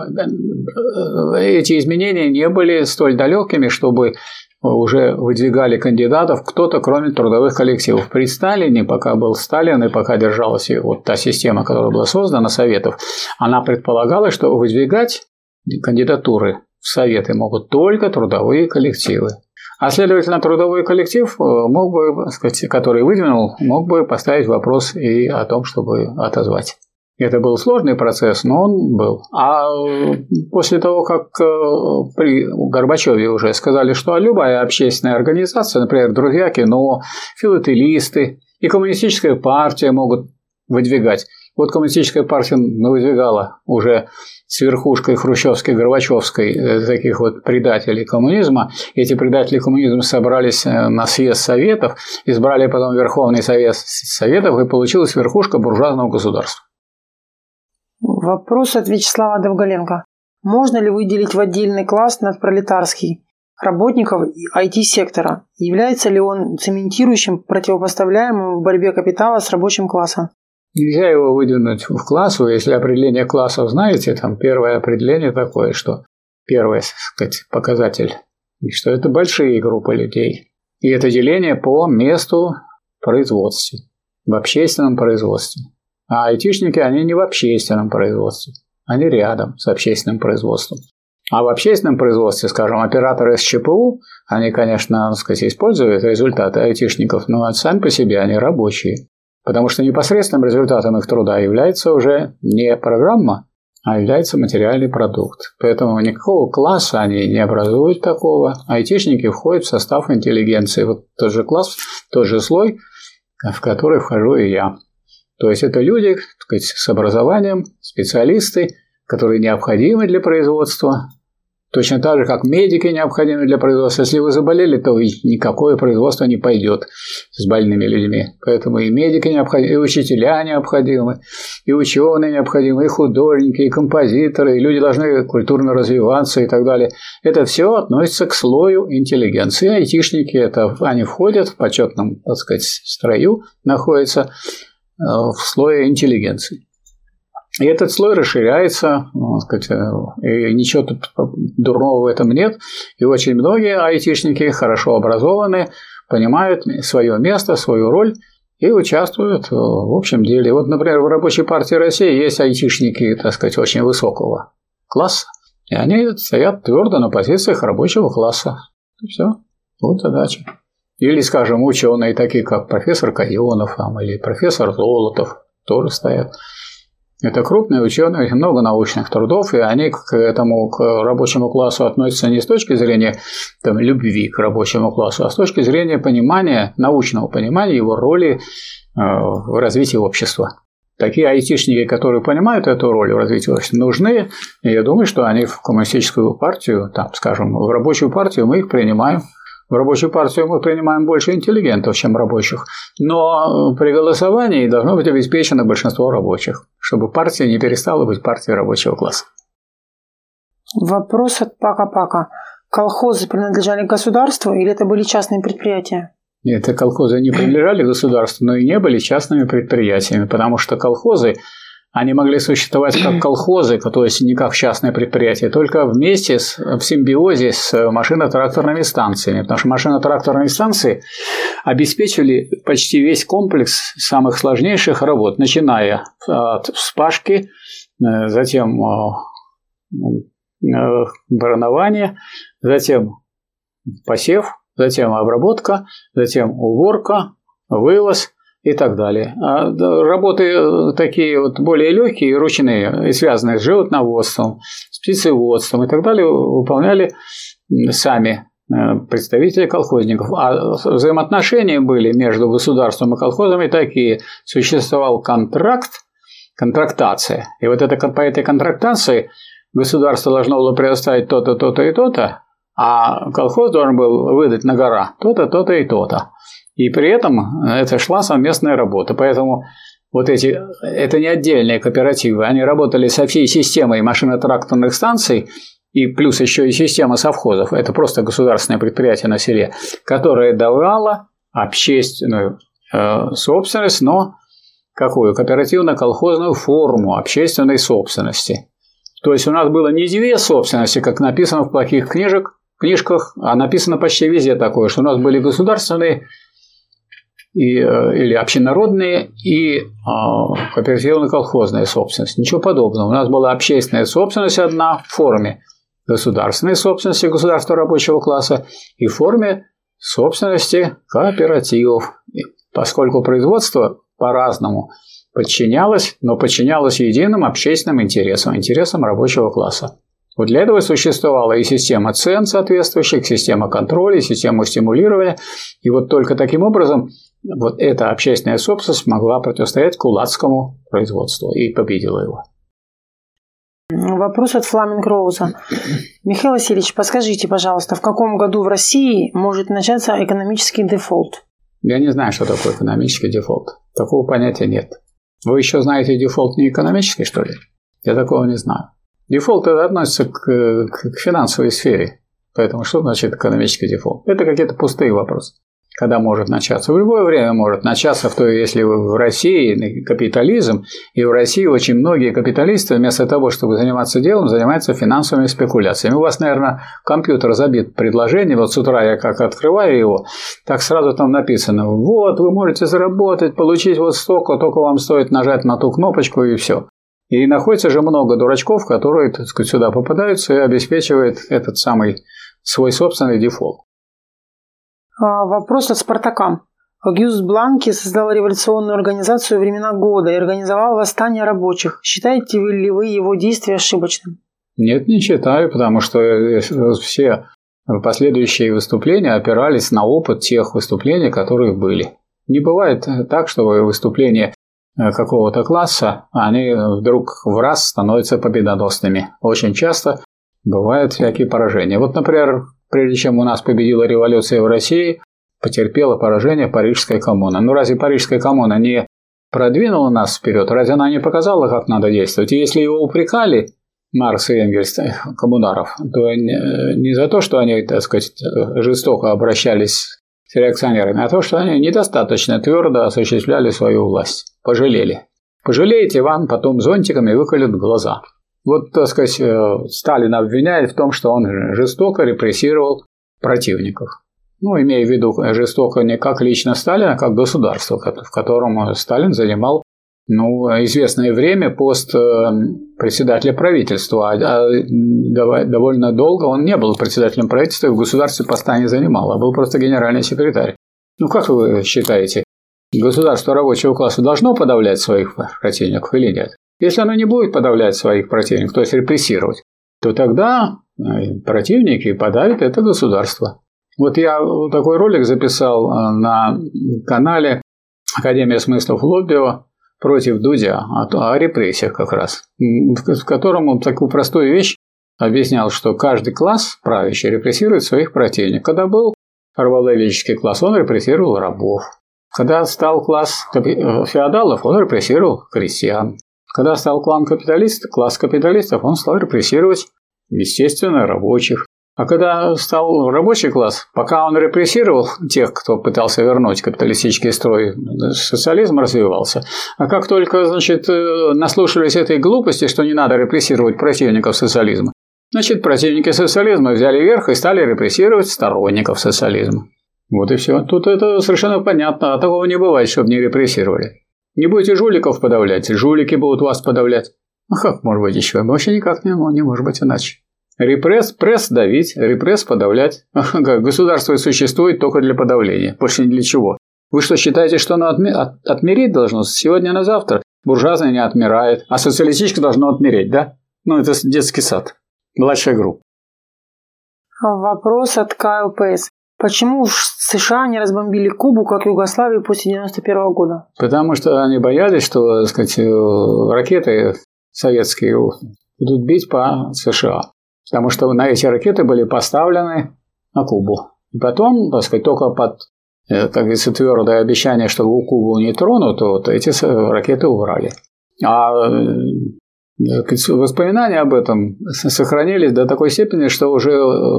эти изменения не были столь далекими, чтобы уже выдвигали кандидатов кто-то, кроме трудовых коллективов. При Сталине, пока был Сталин и пока держалась вот та система, которая была создана, советов, она предполагала, что выдвигать кандидатуры в советы могут только трудовые коллективы. А следовательно, трудовой коллектив мог бы, который выдвинул, мог бы поставить вопрос и о том, чтобы отозвать. Это был сложный процесс, но он был. А после того, как при Горбачеве уже сказали, что любая общественная организация, например, друзья кино, филателисты и коммунистическая партия могут выдвигать. Вот коммунистическая партия выдвигала уже с верхушкой хрущевской, горбачевской таких вот предателей коммунизма. Эти предатели коммунизма собрались на съезд советов, избрали потом Верховный совет советов, и получилась верхушка буржуазного государства. Вопрос от Вячеслава Довголенко. Можно ли выделить в отдельный класс надпролетарский работников IT-сектора? Является ли он цементирующим, противопоставляемым в борьбе капитала с рабочим классом? Нельзя его выдвинуть в класс. Если определение классов знаете, там первое определение такое, что первый, так сказать, показатель, что это большие группы людей. И это деление по месту производства, в общественном производстве. А айтишники, они не в общественном производстве, они рядом с общественным производством. А в общественном производстве, скажем, операторы СЧПУ, они, конечно, так сказать, используют результаты айтишников, но сами по себе они рабочие. Потому что непосредственным результатом их труда является уже не программа, а является материальный продукт. Поэтому никакого класса они не образуют такого. Айтишники входят в состав интеллигенции. Вот тот же класс, тот же слой, в который вхожу и я. То есть это люди, так сказать, с образованием, специалисты, которые необходимы для производства. Точно так же, как медики необходимы для производства. Если вы заболели, то никакое производство не пойдет с больными людьми. Поэтому и медики необходимы, и учителя необходимы, и ученые необходимы, и художники, и композиторы, и люди должны культурно развиваться и так далее. Это все относится к слою интеллигенции. Айтишники, они входят в почетном, так сказать, строю, находятся в слое интеллигенции. И этот слой расширяется, так сказать, и ничего тут дурного в этом нет. И очень многие айтишники хорошо образованы, понимают свое место, свою роль и участвуют в общем деле. Вот, например, в Рабочей партии России есть айтишники, так сказать, очень высокого класса, и они стоят твердо на позициях рабочего класса. И все. Вот задача. Или, скажем, ученые, такие как профессор Каенов или профессор Золотов, тоже стоят. Это крупные ученые, очень много научных трудов, и они к рабочему классу относятся не с точки зрения любви к рабочему классу, а с точки зрения понимания, научного понимания его роли в развитии общества. Такие айтишники, которые понимают эту роль в развитии общества, нужны, и я думаю, что они в коммунистическую партию, скажем, в рабочую партию мы их принимаем. В рабочую партию мы принимаем больше интеллигентов, чем рабочих. Но при голосовании должно быть обеспечено большинство рабочих, чтобы партия не перестала быть партией рабочего класса. Вопрос от Пака-Пака. Колхозы принадлежали государству или это были частные предприятия? Нет, колхозы не принадлежали государству, но и не были частными предприятиями, потому что колхозы, они могли существовать как колхозы, то есть не как частные предприятия, только вместе в симбиозе с машино-тракторными станциями, потому что машино-тракторные станции обеспечивали почти весь комплекс самых сложнейших работ, начиная от вспашки, затем баранование, затем посев, затем обработка, затем уборка, вывоз и так далее. А работы такие вот более легкие, ручные и связанные с животноводством, с птицеводством и так далее выполняли сами представители колхозников. А взаимоотношения были между государством и колхозами такие. Существовал контрактация. И вот по этой контрактации государство должно было предоставить то-то, то-то и то-то, а колхоз должен был выдать на гора то-то, то-то и то-то. И при этом это шла совместная работа. Поэтому вот это не отдельные кооперативы, они работали со всей системой машино-тракторных станций, и плюс еще и система совхозов. Это просто государственное предприятие на селе, которое давало общественную собственность, но какую? Кооперативно-колхозную форму общественной собственности. То есть у нас было не две собственности, как написано в плохих книжках, а написано почти везде такое, что у нас были государственные или общенародные и кооперативно-колхозная собственность. Ничего подобного. У нас была общественная собственность одна в форме государственной собственности государства рабочего класса и в форме собственности кооперативов. Поскольку производство по-разному подчинялось, но подчинялось единым общественным интересам рабочего класса. Вот для этого существовала и система цен соответствующих, система контроля, система стимулирования. И вот только таким образом вот эта общественная собственность могла противостоять кулацкому производству и победила его. Вопрос от Фламинг Роуза. Михаил Васильевич, подскажите, пожалуйста, в каком году в России может начаться экономический дефолт? Я не знаю, что такое экономический дефолт. Такого понятия нет. Вы еще знаете дефолт не экономический, что ли? Я такого не знаю. Дефолт это относится к финансовой сфере. Поэтому что значит экономический дефолт? Это какие-то пустые вопросы. Когда может начаться? В любое время может начаться, если в России капитализм, и в России очень многие капиталисты вместо того, чтобы заниматься делом, занимаются финансовыми спекуляциями. У вас, наверное, компьютер забит предложением, вот с утра я как открываю его, так сразу там написано, вот, вы можете заработать, получить вот столько, только вам стоит нажать на ту кнопочку и все. И находится же много дурачков, которые, так сказать, сюда попадаются и обеспечивают этот самый свой собственный дефолт. Вопрос от Спартака. Огюст Бланки создал революционную организацию «Времена года» и организовал восстание рабочих. Считаете ли вы его действия ошибочным? Нет, не считаю, потому что все последующие выступления опирались на опыт тех выступлений, которые были. Не бывает так, что выступления какого-то класса, они вдруг в раз становятся победоносными. Очень часто бывают всякие поражения. Вот, например, прежде чем у нас победила революция в России, потерпела поражение Парижская коммуна. Ну, разве Парижская коммуна не продвинула нас вперед? Разве она не показала, как надо действовать? И если его упрекали, Маркс и Энгельс, коммунаров, то не за то, что они, так сказать, жестоко обращались с реакционерами, а то, что они недостаточно твердо осуществляли свою власть. Пожалели. Пожалеете, вам потом зонтиками выколют глаза. Вот, так сказать, Сталин обвиняет в том, что он жестоко репрессировал противников. Ну, имея в виду жестоко не как лично Сталина, а как государство, в котором Сталин занимал известное время пост председателя правительства. А довольно долго он не был председателем правительства и в государстве поста не занимал, а был просто генеральный секретарь. Ну, как вы считаете, государство рабочего класса должно подавлять своих противников или нет? Если оно не будет подавлять своих противников, то есть репрессировать, то тогда противники подавят это государство. Вот я такой ролик записал на канале Академия смыслов Лоббио против Дудя о репрессиях как раз, в котором он такую простую вещь объяснял, что каждый класс правящий репрессирует своих противников. Когда был рабовладельческий класс, он репрессировал рабов. Когда стал класс феодалов, он репрессировал крестьян. Когда стал класс капиталистов, он стал репрессировать Естественно, рабочих. А когда стал рабочий класс, пока он репрессировал тех, кто пытался вернуть капиталистический строй, социализм развивался. А как только, значит, наслушались этой глупости, что не надо репрессировать противников социализма, значит, противники социализма взяли верх и стали репрессировать сторонников социализма. Вот и все. Тут это совершенно понятно. А такого не бывает, чтобы не репрессировали. Не будете жуликов подавлять, жулики будут вас подавлять. А как может быть еще? Вообще никак не может быть иначе. Пресс давить, репресс подавлять. Государство существует только для подавления, больше ни для чего. Вы что, считаете, что оно отмереть должно с сегодня на завтра? Буржуазное не отмирает, а социалистическое должно отмереть, да? Ну, это детский сад, младшая группа. Вопрос от КЛПС. Почему США не разбомбили Кубу, как Югославию после 1991 года? Потому что они боялись, что, так сказать, ракеты советские будут бить по США. Потому что на эти ракеты были поставлены на Кубу. И потом, так сказать, только под, как говорится, твердое обещание, что Кубу не тронут, вот эти ракеты убрали. А воспоминания об этом сохранились до такой степени, что уже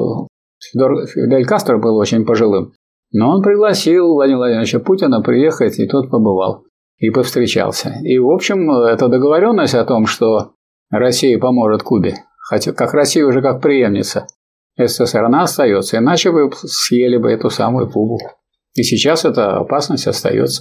Фидель Кастро был очень пожилым. Но он пригласил Владимира Владимировича Путина приехать, и тот побывал. И повстречался. И, в общем, эта договоренность о том, что Россия поможет Кубе, хотя как Россия уже как преемница СССР, она остается, иначе вы съели бы эту самую Кубу. И сейчас эта опасность остается.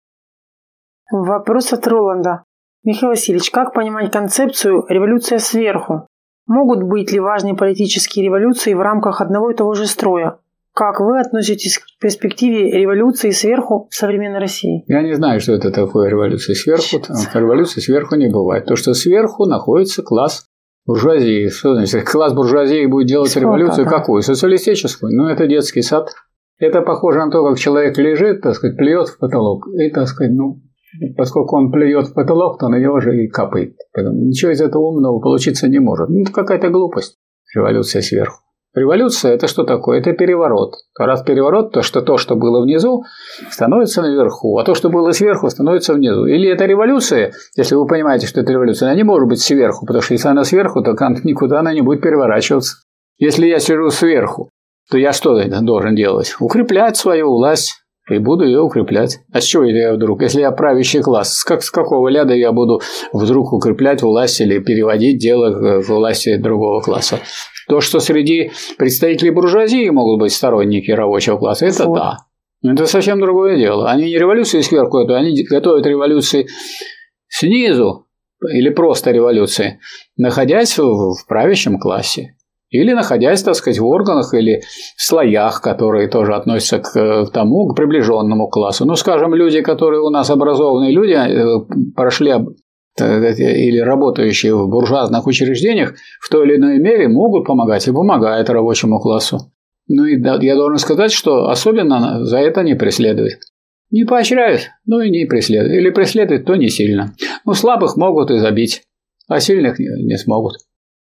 Вопрос от Роланда. Михаил Васильевич, как понимать концепцию «революция сверху»? Могут быть ли важные политические революции в рамках одного и того же строя? Как вы относитесь к перспективе революции сверху в современной России? Я не знаю, что это такое революция сверху. Революции сверху не бывает. То, что сверху находится класс буржуазии. Что значит? Класс буржуазии будет делать революцию какую? Социалистическую. Ну, это детский сад. Это похоже на то, как человек лежит, так сказать, плюет в потолок. И, так сказать, поскольку он плюет в потолок, то на него же и капает. Поэтому ничего из этого умного получиться не может. Это какая-то глупость. Революция сверху. Революция – это что такое? Это переворот. Раз переворот, то, что было внизу, становится наверху, а то, что было сверху, становится внизу. Или это революция, если вы понимаете, что это революция, она не может быть сверху, потому что если она сверху, то никуда она не будет переворачиваться. Если я сижу сверху, то я что должен делать? Укреплять свою власть. И буду ее укреплять. А с чего я вдруг? Если я правящий класс, с какого ляда я буду вдруг укреплять власть или переводить дело к власти другого класса? То, что среди представителей буржуазии могут быть сторонники рабочего класса, это да. Но это совсем другое дело. Они не революции сверху, они готовят революции снизу, или просто революции, находясь в правящем классе. Или находясь, так сказать, в органах или в слоях, которые тоже относятся к приближенному классу. Ну, скажем, люди, которые у нас образованные люди, прошли или работающие в буржуазных учреждениях, в той или иной мере могут помогать и помогают рабочему классу. Ну, и я должен сказать, что особенно за это не преследуют. Не поощряют, ну и не преследуют. Или преследуют, то не сильно. Ну, слабых могут и забить, а сильных не смогут.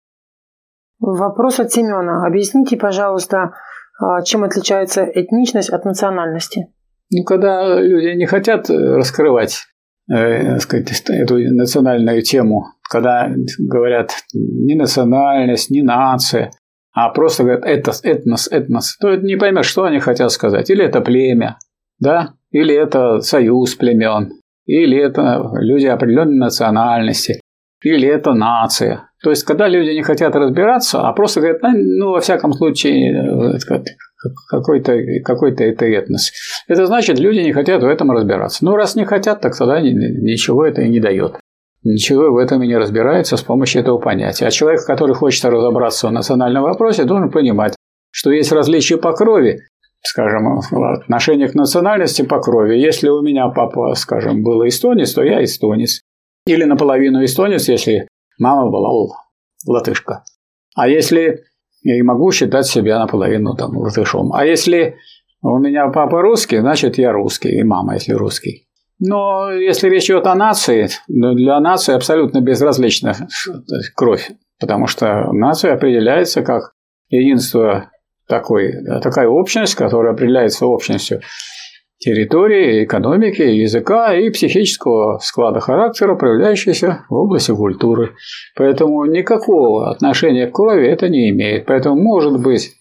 Вопрос от Семена. Объясните, пожалуйста, чем отличается этничность от национальности? Ну, когда люди не хотят раскрывать, так сказать, эту национальную тему, когда говорят не национальность, не нация, а просто говорят этнос, то это не поймешь, что они хотят сказать. Или это племя, да? Или это союз племен, или это люди определенной национальности, или это нация. То есть, когда люди не хотят разбираться, а просто говорят, во всяком случае, какой-то это этнос. Это значит, люди не хотят в этом разбираться. Ну, раз не хотят, так тогда ничего это и не дает. Ничего в этом и не разбирается с помощью этого понятия. А человек, который хочет разобраться в национальном вопросе, должен понимать, что есть различия по крови, скажем, в отношении к национальности по крови. Если у меня папа, скажем, был эстонец, то я эстонец. Или наполовину эстонец, если мама была латышка. А если я и могу считать себя наполовину латышом. А если у меня папа русский, значит я русский, и мама, если русский. Но если речь идет о нации, для нации абсолютно безразлична кровь, потому что нация определяется как единство такая общность, которая определяется общностью территории, экономики, языка и психического склада характера, проявляющегося в области культуры. Поэтому никакого отношения к крови это не имеет. Поэтому может быть,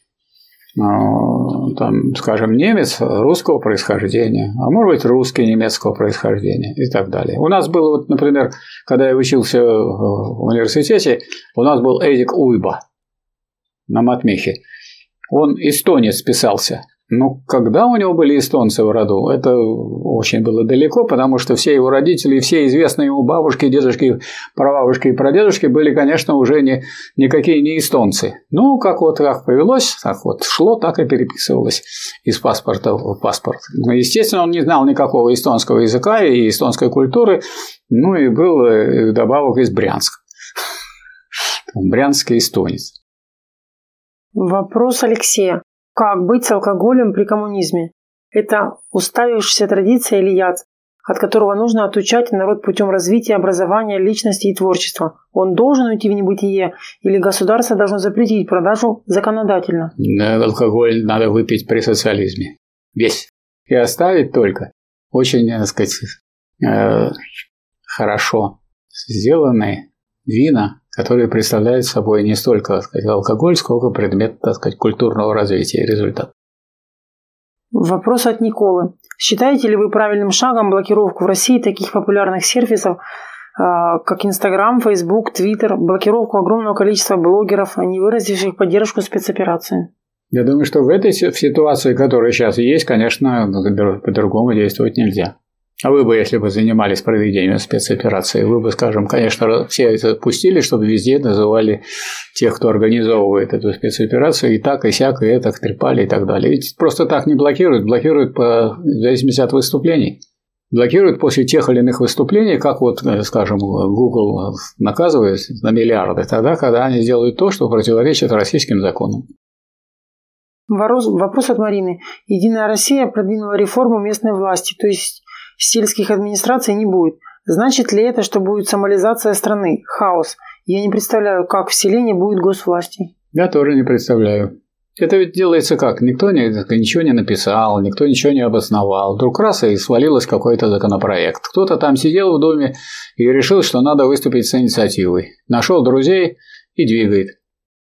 там, скажем, немец русского происхождения, а может быть русский немецкого происхождения и так далее. У нас было, вот, например, когда я учился в университете, у нас был Эдик Уйба на матмехе. Он эстонец писался. Но когда у него были эстонцы в роду, это очень было далеко, потому что все его родители, все известные ему бабушки, дедушки, прабабушки и прадедушки были, конечно, уже никакие не эстонцы. Ну, как повелось, так вот шло, так и переписывалось из паспорта в паспорт. Но, естественно, он не знал никакого эстонского языка и эстонской культуры, ну и был вдобавок из Брянска. Брянский эстонец. Вопрос Алексея. Как быть с алкоголем при коммунизме? Это уставившаяся традиция или яд, от которого нужно отучать народ путем развития, образования, личности и творчества? Он должен уйти в небытие или государство должно запретить продажу законодательно? Алкоголь надо выпить при социализме. Весь. И оставить только очень, так сказать, хорошо сделанные вина, которые представляют собой не столько, так сказать, алкоголь, сколько предмет, так сказать, культурного развития и результат. Вопрос от Николы. Считаете ли вы правильным шагом блокировку в России таких популярных сервисов, как Инстаграм, Фейсбук, Твиттер, блокировку огромного количества блогеров, не выразивших поддержку спецоперации? Я думаю, что в этой ситуации, которая сейчас есть, конечно, по-другому действовать нельзя. А вы бы, если бы занимались проведением спецоперации, вы бы, скажем, конечно, все это пустили, чтобы везде называли тех, кто организовывает эту спецоперацию, и так, и сяк, и это, трепали и так далее. Ведь просто так не блокируют, блокируют в зависимости от выступлений. Блокируют после тех или иных выступлений, как вот, скажем, Google наказывает на миллиарды, тогда, когда они делают то, что противоречит российским законам. Вопрос от Марины. Единая Россия продвинула реформу местной власти, то есть сельских администраций не будет. Значит ли это, что будет сомализация страны, хаос? Я не представляю, как в селе не будет госвласти. Я тоже не представляю. Это ведь делается как? Никто ничего не написал, никто ничего не обосновал. Вдруг раз и свалилось какой-то законопроект. Кто-то там сидел в доме и решил, что надо выступить с инициативой. Нашел друзей и двигает.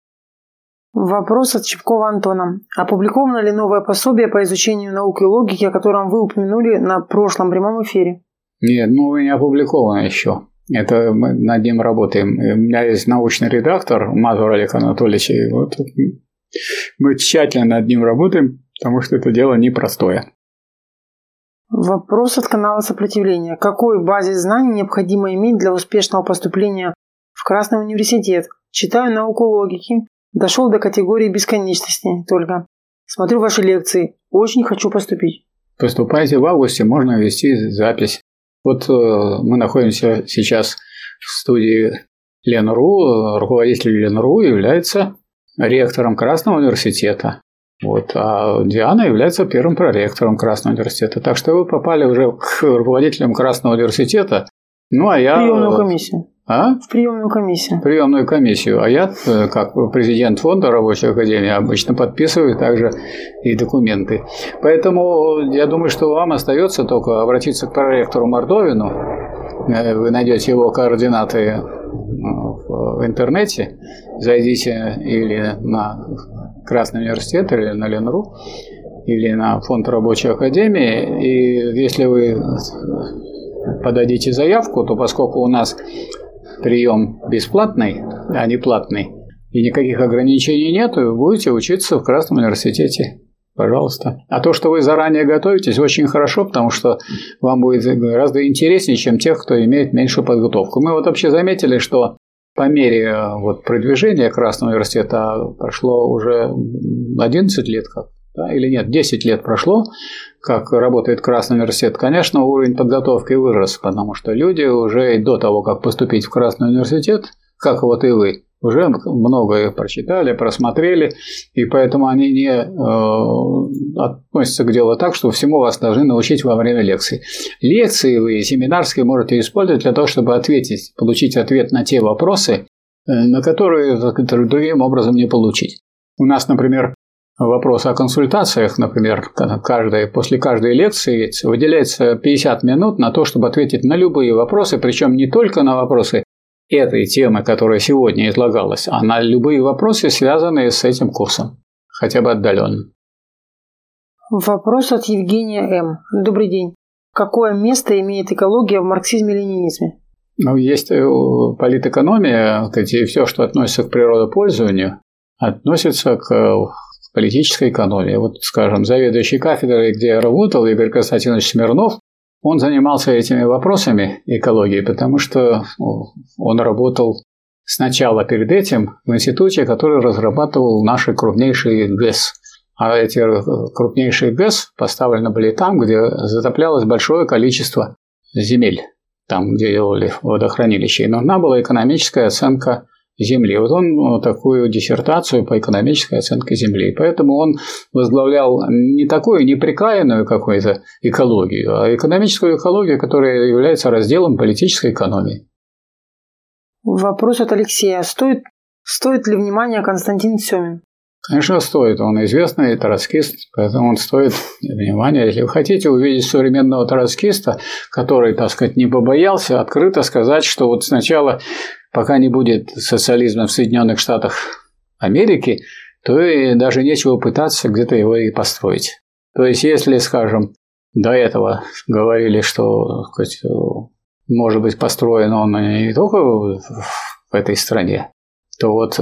Вопрос от Чепкова Антона. Опубликовано ли новое пособие по изучению науки и логики, о котором вы упомянули на прошлом прямом эфире? Нет, не опубликовано еще. Это мы над ним работаем. У меня есть научный редактор Мазур Олег Анатольевич. И вот мы тщательно над ним работаем, потому что это дело непростое. Вопрос от канала Сопротивления. Какой базис знаний необходимо иметь для успешного поступления в Красный университет? Читаю науку логики. Дошел до категории бесконечности только. Смотрю ваши лекции. Очень хочу поступить. Поступайте в августе, можно вести запись. Вот мы находимся сейчас в студии ЛенРу. Руководитель ЛенРу является ректором Красного университета. Вот, а Диана является первым проректором Красного университета. Так что вы попали уже к руководителям Красного университета. А я... Приемную комиссию. В приемную комиссию. Приемную комиссию. А я, как президент фонда Рабочей академии, обычно подписываю также и документы. Поэтому я думаю, что вам остается только обратиться к проректору Мордовину. Вы найдете его координаты в интернете. Зайдите или на Красный университет, или на ЛенРу, или на фонд Рабочей академии. И если вы подадите заявку, то поскольку у нас прием бесплатный, а не платный, и никаких ограничений нет, вы будете учиться в Красном университете. Пожалуйста. А то, что вы заранее готовитесь, очень хорошо, потому что вам будет гораздо интереснее, чем тех, кто имеет меньшую подготовку. Мы вообще заметили, что по мере продвижения Красного университета прошло уже 11 лет или нет, 10 лет прошло, как работает Красный университет, конечно, уровень подготовки вырос, потому что люди уже до того, как поступить в Красный университет, как вот и вы, уже многое прочитали, просмотрели, и поэтому они не относятся к делу так, что всему вас должны научить во время лекций. Лекции вы семинарские можете использовать для того, чтобы получить ответ на те вопросы, на которые другим образом не получить. У нас, например, вопрос о консультациях, например, после каждой лекции выделяется 50 минут на то, чтобы ответить на любые вопросы, причем не только на вопросы этой темы, которая сегодня излагалась, а на любые вопросы, связанные с этим курсом, хотя бы отдаленно. Вопрос от Евгения М. Добрый день. Какое место имеет экология в марксизме-ленинизме? Есть политэкономия, и все, что относится к природопользованию, относится к политической экономии. Вот, скажем, заведующий кафедрой, где я работал, Игорь Константинович Смирнов, он занимался этими вопросами экологии, потому что он работал сначала перед этим в институте, который разрабатывал наши крупнейшие ГЭС. А эти крупнейшие ГЭС поставлены были там, где затоплялось большое количество земель, там, где делали водохранилища. И нужна была экономическая оценка земли. Вот он такую диссертацию по экономической оценке земли. Поэтому он возглавлял не такую неприкаянную какую-то экологию, а экономическую экологию, которая является разделом политической экономии. Вопрос от Алексея. Стоит ли внимания Константин Семин? Конечно, стоит. Он известный троцкист, поэтому он стоит внимания. Если вы хотите увидеть современного троцкиста, который, так сказать, не побоялся открыто сказать, что вот сначала, пока не будет социализма в Соединенных Штатах Америки, то и даже нечего пытаться где-то его и построить. То есть, если, скажем, до этого говорили, что, так сказать, может быть построен он не только в этой стране, то вот,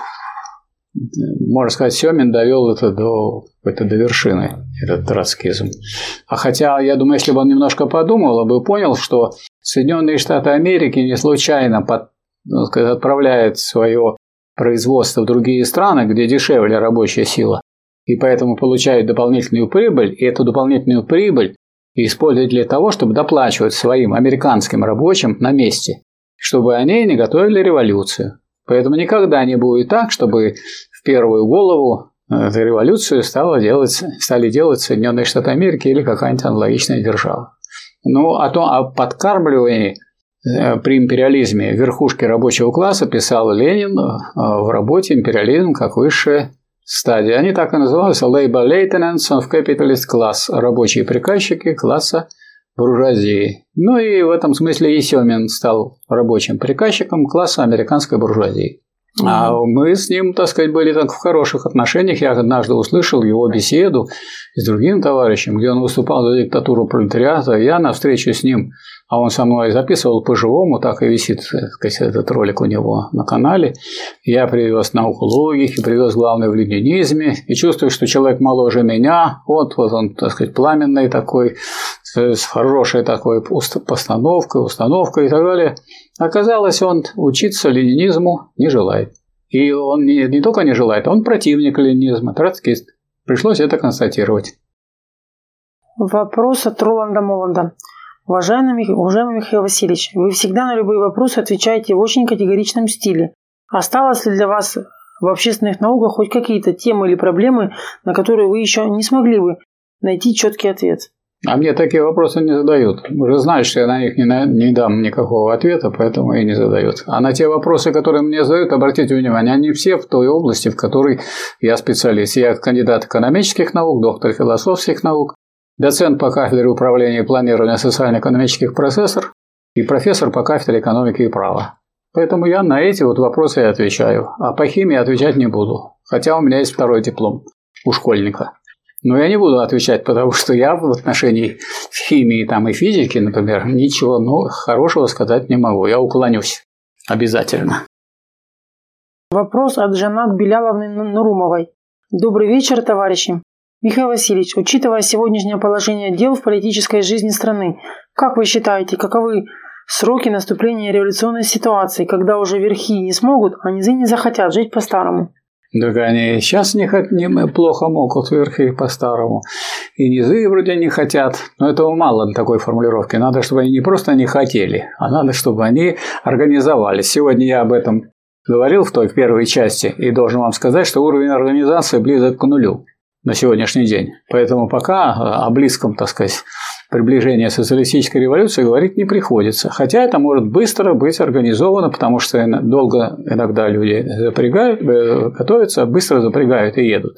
можно сказать, Семин довел это до вершины, этот троцкизм. А хотя, я думаю, если бы он немножко подумал, он бы понял, что Соединенные Штаты Америки не случайно отправляют свое производство в другие страны, где дешевле рабочая сила, и поэтому получают дополнительную прибыль, и эту дополнительную прибыль используют для того, чтобы доплачивать своим американским рабочим на месте, чтобы они не готовили революцию. Поэтому никогда не будет так, чтобы в первую голову эту революцию стали делать Соединенные Штаты Америки или какая-нибудь аналогичная держава. Ну, о подкармливании при империализме верхушки рабочего класса писал Ленин в работе «Империализм как высшая стадия». Они так и называются «Labor Lieutenants of Capitalist Class» – рабочие приказчики класса буржуазии. Ну и в этом смысле и Семин стал рабочим приказчиком класса американской буржуазии. А мы с ним, так сказать, были так в хороших отношениях. Я однажды услышал его беседу с другим товарищем, где он выступал за диктатуру пролетариата. Я на встречу с ним, а он со мной записывал по-живому, так и висит, так сказать, этот ролик у него на канале. Я привез науку логики, привез главное в ленинизме, и чувствую, что человек моложе меня, вот он, так сказать, пламенный такой, с хорошей такой установкой и так далее. Оказалось, он учиться ленинизму не желает. И он не только не желает, он противник ленинизма, троцкист. Пришлось это констатировать. Вопрос от Роланда Моланда. Уважаемый Михаил Васильевич, вы всегда на любые вопросы отвечаете в очень категоричном стиле. Осталось ли для вас в общественных науках хоть какие-то темы или проблемы, на которые вы еще не смогли бы найти четкий ответ? А мне такие вопросы не задают. Уже знают, что я на них не дам никакого ответа, поэтому и не задают. А на те вопросы, которые мне задают, обратите внимание, они все в той области, в которой я специалист. Я кандидат экономических наук, доктор философских наук, доцент по кафедре управления и планирования социально-экономических процессов и профессор по кафедре экономики и права. Поэтому я на эти вот вопросы и отвечаю. А по химии отвечать не буду. Хотя у меня есть второй диплом у школьника. Но я не буду отвечать, потому что я в отношении химии там, и физики, например, ничего хорошего сказать не могу. Я уклонюсь. Обязательно. Вопрос от Жанат Беляловны Нурумовой. Добрый вечер, товарищи. Михаил Васильевич, учитывая сегодняшнее положение дел в политической жизни страны, как вы считаете, каковы сроки наступления революционной ситуации, когда уже верхи не смогут, а низы не захотят жить по-старому? Так они сейчас плохо могут верхи по-старому. И низы вроде не хотят. Но этого мало для такой формулировки. Надо, чтобы они не просто не хотели, а надо, чтобы они организовались. Сегодня я об этом говорил в той первой части. И должен вам сказать, что уровень организации близок к нулю на сегодняшний день. Поэтому пока о близком, так сказать, приближении социалистической революции говорить не приходится. Хотя это может быстро быть организовано, потому что долго иногда люди готовятся, быстро запрягают и едут.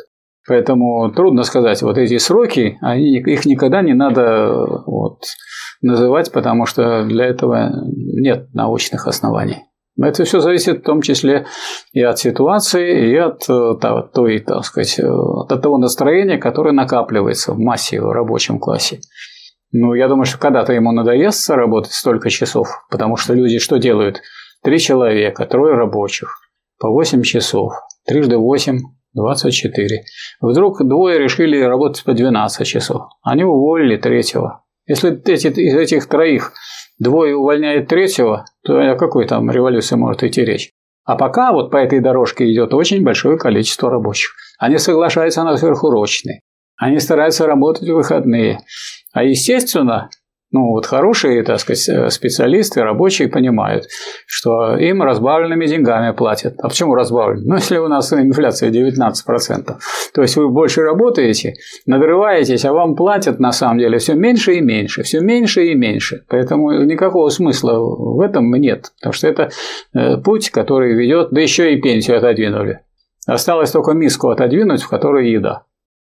Поэтому трудно сказать, вот эти сроки, их никогда не надо называть, потому что для этого нет научных оснований. Это все зависит в том числе и от ситуации, и от той, так сказать, от того настроения, которое накапливается в массе в рабочем классе. Я думаю, что когда-то ему надоест работать столько часов, потому что люди что делают? 3 человека, 3 рабочих, по 8 часов, 3 × 8 – 24. Вдруг 2 решили работать по 12 часов. Они уволили 3-го. Если из этих 3 2 увольняет 3-го, то о какой там революции может идти речь? А пока вот по этой дорожке идет очень большое количество рабочих. Они соглашаются на сверхурочные. Они стараются работать в выходные. А естественно, хорошие, так сказать, специалисты, рабочие понимают, что им разбавленными деньгами платят. А почему разбавленными? Если у нас инфляция 19%, то есть вы больше работаете, надрываетесь, а вам платят на самом деле все меньше и меньше, все меньше и меньше. Поэтому никакого смысла в этом нет, потому что это путь, который ведет, да еще и пенсию отодвинули. Осталось только миску отодвинуть, в которой еда.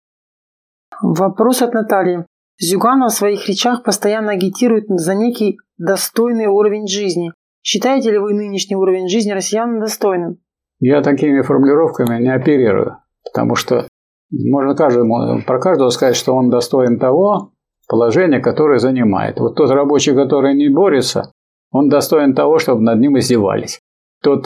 Вопрос от Натальи. Зюганов в своих речах постоянно агитирует за некий достойный уровень жизни. Считаете ли вы нынешний уровень жизни россиян достойным? Я такими формулировками не оперирую, потому что можно про каждого сказать, что он достоин того положения, которое занимает. Вот тот рабочий, который не борется, он достоин того, чтобы над ним издевались. Тот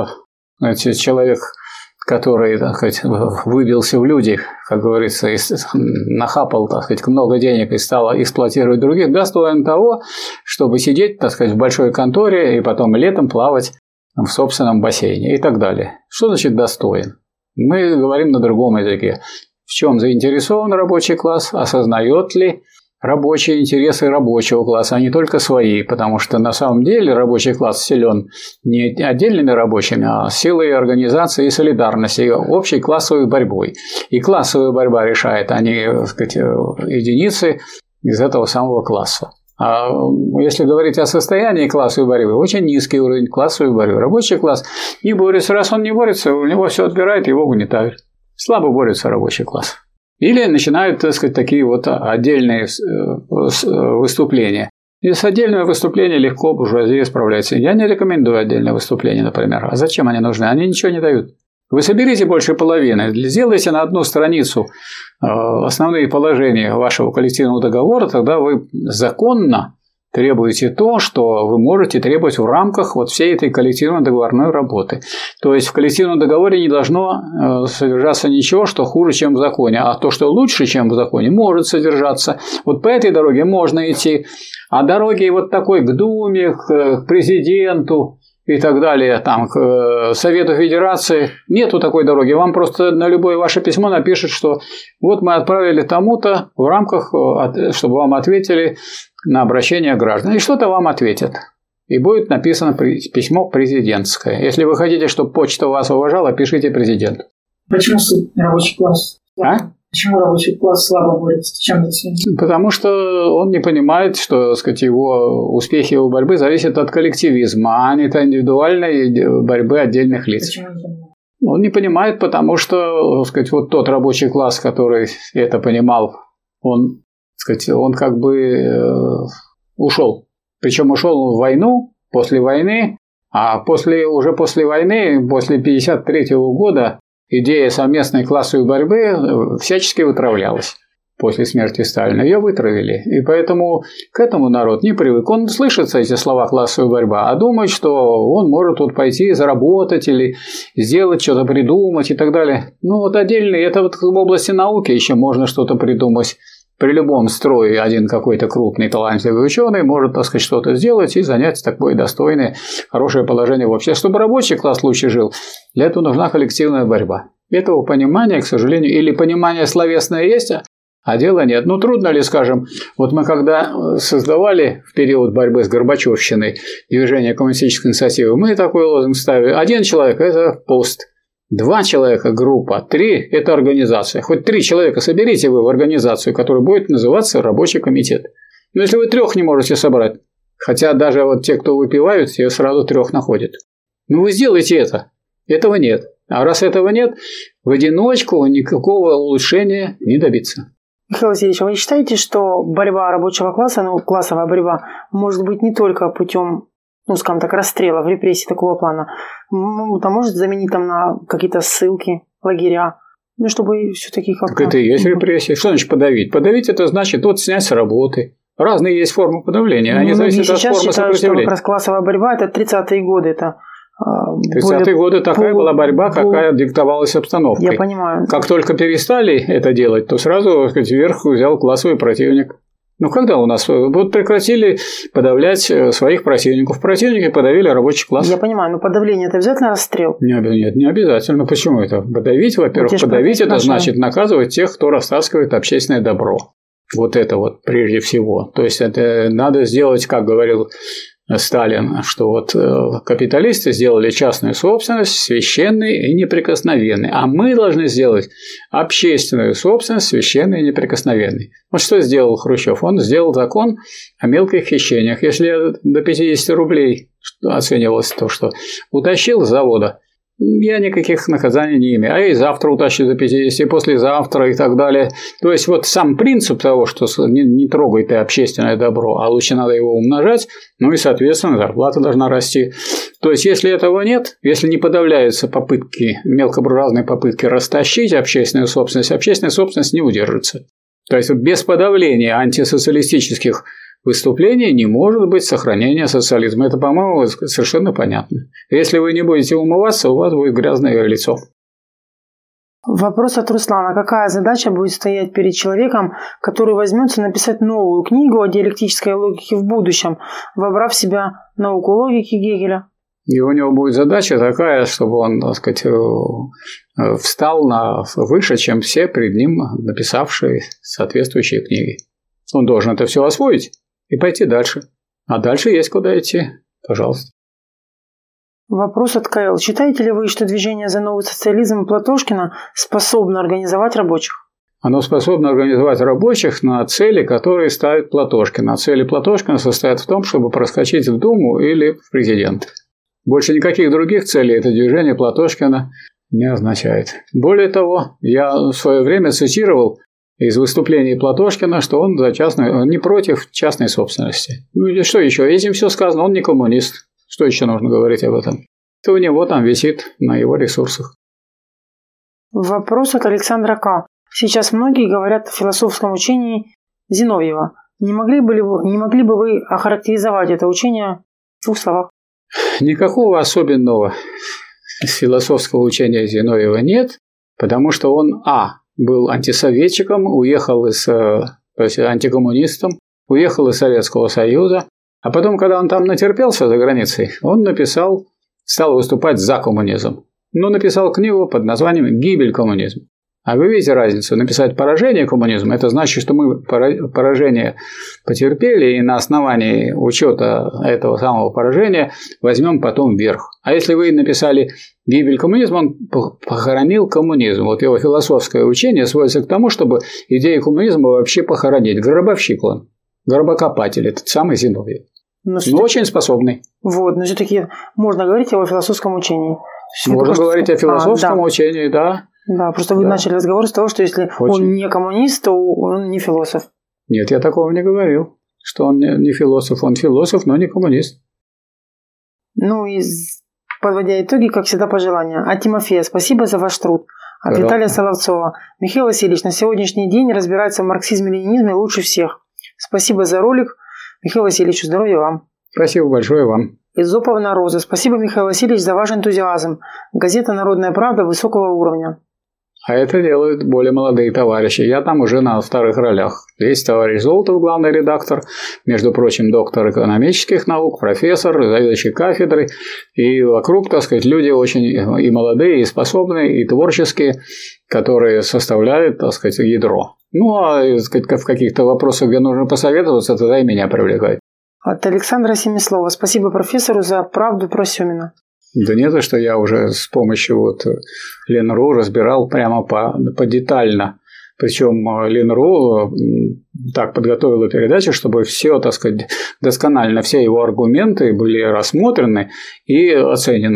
человек, который, так сказать, выбился в люди, как говорится, нахапал, так сказать, много денег и стал эксплуатировать других, достоин того, чтобы сидеть, так сказать, в большой конторе и потом летом плавать в собственном бассейне и так далее. Что значит достоин? Мы говорим на другом языке. В чем заинтересован рабочий класс? Осознает ли рабочие интересы рабочего класса, а не только свои, потому что на самом деле рабочий класс силен не отдельными рабочими, а силой организации и солидарности, и общей классовой борьбой. И классовая борьба решает, а не, так сказать, единицы из этого самого класса. А если говорить о состоянии классовой борьбы, очень низкий уровень классовой борьбы. Рабочий класс не борется. Раз он не борется, у него все отбирает, его угнетают. Слабо борется рабочий класс. Или начинают, так сказать, такие вот отдельные выступления. И с отдельными выступлениями легко буржуазия справляется. Я не рекомендую отдельные выступления, например. А зачем они нужны? Они ничего не дают. Вы соберите больше половины, сделайте на одну страницу основные положения вашего коллективного договора, тогда вы законно требуете то, что вы можете требовать в рамках вот всей этой коллективно-договорной работы. То есть в коллективном договоре не должно содержаться ничего, что хуже, чем в законе, а то, что лучше, чем в законе, может содержаться. Вот по этой дороге можно идти, а дороги вот такой к Думе, к президенту и так далее, там, к Совету Федерации, нету такой дороги. Вам просто на любое ваше письмо напишут, что вот мы отправили тому-то в рамках, чтобы вам ответили на обращение граждан. И что-то вам ответят. И будет написано письмо президентское. Если вы хотите, чтобы почта вас уважала, пишите президенту. Почему рабочий класс? Почему рабочий класс слабо борется? С чем это связано? Потому что он не понимает, что, так сказать, успехи его борьбы зависят от коллективизма, а не от индивидуальной борьбы отдельных лиц. Почему не понимает? Он не понимает, потому что, так сказать, вот тот рабочий класс, который это понимал, он как бы ушел. Причем ушел в войну, после войны, а уже после войны, после 1953 года, идея совместной классовой борьбы всячески вытравлялась после смерти Сталина. Ее вытравили. И поэтому к этому народ не привык. Он слышит эти слова «классовая борьба», а думает, что он может тут пойти заработать или сделать, что-то придумать и так далее. Вот отдельно, это вот в области науки еще можно что-то придумать. При любом строе один какой-то крупный талантливый ученый может, так сказать, что-то сделать и занять такое достойное, хорошее положение в обществе. Чтобы рабочий класс лучше жил, для этого нужна коллективная борьба. Этого понимания, к сожалению, или понимание словесное есть, а дела нет. Трудно ли, скажем, вот мы когда создавали в период борьбы с Горбачевщиной движение коммунистической инициативы, мы такой лозунг ставили: 1 человек – это пост. 2 человека – группа, 3 – это организация. Хоть 3 человека соберите вы в организацию, которая будет называться рабочий комитет. Но если вы 3 не можете собрать, хотя даже вот те, кто выпивают, те сразу 3 находят. Вы сделайте это. Этого нет. А раз этого нет, в одиночку никакого улучшения не добиться. Михаил Васильевич, а вы не считаете, что борьба рабочего класса, классовая борьба, может быть не только путем, скажем так, расстрелов, репрессий такого плана, там может заменить на какие-то ссылки, лагеря, чтобы все-таки как-то... Так это и есть репрессия. Что значит подавить? Подавить – это значит снять с работы. Разные есть формы подавления, они зависят от формы сопротивления. Что как раз классовая борьба – это 30-е годы, это... 30-е годы такая была борьба, какая диктовалась обстановкой. Я понимаю. Как только перестали это делать, то сразу, вверх взял классовый противник. Когда у нас прекратили подавлять своих противников. Противники подавили рабочий класс. Я понимаю, но подавление – это обязательно расстрел? Нет, не обязательно. Почему это? Подавить, во-первых, подавить – это значит наказывать тех, кто растаскивает общественное добро. Вот это прежде всего. То есть это надо сделать, как говорил Сталин, что капиталисты сделали частную собственность священной и неприкосновенной, а мы должны сделать общественную собственность священной и неприкосновенной. Что сделал Хрущев? Он сделал закон о мелких хищениях. Если до 50 рублей оценивалось то, что утащил с завода, я никаких наказаний не имею. А и завтра утащу за 50, и послезавтра, и так далее. То есть сам принцип того, что не трогай ты общественное добро, а лучше надо его умножать, и, соответственно, зарплата должна расти. То есть, если этого нет, если не подавляются мелкобуржуазные попытки растащить общественную собственность не удержится. То есть, без подавления антисоциалистических выступлений не может быть сохранения социализма. Это, по-моему, совершенно понятно. Если вы не будете умываться, у вас будет грязное лицо. Вопрос от Руслана. Какая задача будет стоять перед человеком, который возьмется написать новую книгу о диалектической логике в будущем, вобрав в себя науку логики Гегеля? И у него будет задача такая, чтобы он, встал выше, чем все пред ним написавшие соответствующие книги. Он должен это все освоить и пойти дальше. А дальше есть куда идти. Пожалуйста. Вопрос от Кайл. Считаете ли вы, что движение за новый социализм Платошкина способно организовать рабочих? Оно способно организовать рабочих на цели, которые ставит Платошкин. А цели Платошкина состоят в том, чтобы проскочить в Думу или в президенты. Больше никаких других целей это движение Платошкина не означает. Более того, я в свое время цитировал из выступлений Платошкина, что он не против частной собственности. И что еще? Этим все сказано, он не коммунист. Что еще нужно говорить об этом? Это у него там висит на его ресурсах. Вопрос от Александра К. Сейчас многие говорят о философском учении Зиновьева. Не могли бы вы охарактеризовать это учение в двух словах? Никакого особенного философского учения Зиновьева нет, потому что он был антисоветчиком, то есть антикоммунистом, уехал из Советского Союза, а потом, когда он там натерпелся за границей, он стал выступать за коммунизм. Написал книгу под названием «Гибель коммунизма». А вы видите разницу? Написать «Поражение коммунизма» – это значит, что мы поражение потерпели, и на основании учета этого самого поражения возьмем потом верх. А если вы написали «Гибель коммунизма», он похоронил коммунизм. Его философское учение сводится к тому, чтобы идею коммунизма вообще похоронить. Гробовщик он, гробокопатель, этот самый Зиновьев. Но очень способный. Но все-таки можно говорить о его философском учении. Можно говорить о философском учении, да. Да, просто вы начали разговор с того, что если он не коммунист, то он не философ. Нет, я такого не говорил, что он не философ. Он философ, но не коммунист. И подводя итоги, как всегда, пожелания. От Тимофея: спасибо за ваш труд. От Виталия Соловцова: Михаил Васильевич на сегодняшний день разбирается в марксизме-ленинизме лучше всех. Спасибо за ролик. Михаил Васильевич, здоровья вам. Спасибо большое вам. Изоповна Роза: спасибо, Михаил Васильевич, за ваш энтузиазм. Газета «Народная правда» высокого уровня. А это делают более молодые товарищи. Я там уже на вторых ролях. Есть товарищ Золотов, главный редактор, между прочим, доктор экономических наук, профессор, заведующий кафедрой. И вокруг, люди очень и молодые, и способные, и творческие, которые составляют, ядро. В каких-то вопросах, где нужно посоветоваться, тогда и меня привлекают. От Александра Семислова: спасибо профессору за правду про Сёмина. Да не за что, я уже с помощью Ленру разбирал прямо подетально. Причем Ленру так подготовила передачу, чтобы все, досконально, все его аргументы были рассмотрены и оценены.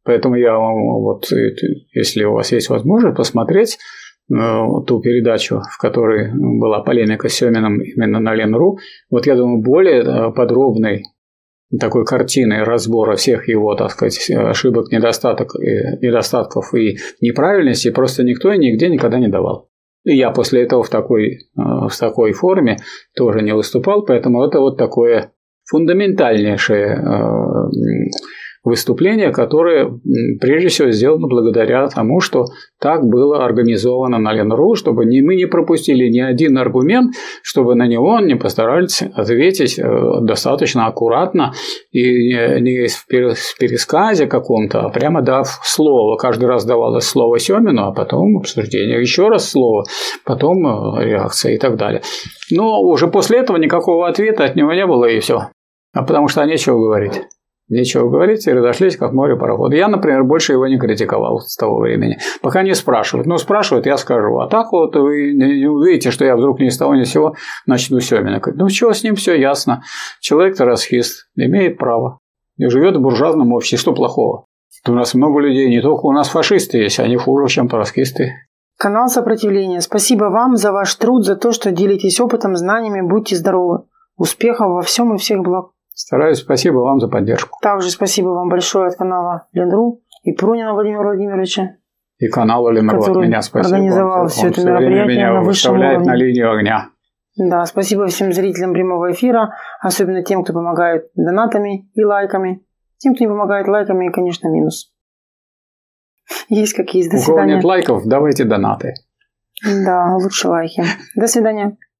Поэтому я вот, если у вас есть возможность посмотреть ту передачу, в которой была полемика с Семиным именно на Ленру, вот я думаю, более подробной такой картины разбора всех его, так сказать, ошибок, недостатков и неправильностей просто никто и нигде никогда не давал. И я после этого в такой форме тоже не выступал, поэтому это вот такое фундаментальнейшее выступление, которое прежде всего сделано благодаря тому, что так было организовано на Ленру, чтобы мы не пропустили ни один аргумент, чтобы на него не постарались ответить достаточно аккуратно и не в пересказе каком-то, а прямо дав слово. Каждый раз давалось слово Семину, а потом обсуждение, еще раз слово, потом реакция и так далее. Но уже после этого никакого ответа от него не было, и все. А потому что нечего говорить. Нечего говорить, и разошлись, как море парохода. Я, например, больше его не критиковал с того времени. Пока не спрашивают. Ну, спрашивают, я скажу. А так вот вы не увидите, что я вдруг ни с того ни с сего начну Семина. Ну, чего с ним, все ясно. Человек-то расхист, имеет право. И живет в буржуазном обществе. Что плохого? У нас много людей, не только у нас фашисты есть, они хуже, чем троцкисты. Канал Сопротивления. Спасибо вам за ваш труд, за то, что делитесь опытом, знаниями. Будьте здоровы. Успехов во всем и всех благ. Стараюсь. Спасибо вам за поддержку. Также спасибо вам большое от канала Ленру и Пронина Владимира Владимировича. И каналу Ленру от меня спасибо. Организовал все это мероприятие на высшем уровне. На линию огня. Да, спасибо всем зрителям прямого эфира, особенно тем, кто помогает донатами и лайками. Тем, кто не помогает лайками, конечно, минус. Есть как есть. До свидания. У кого нет лайков, давайте донаты. Да, лучше лайки. До свидания.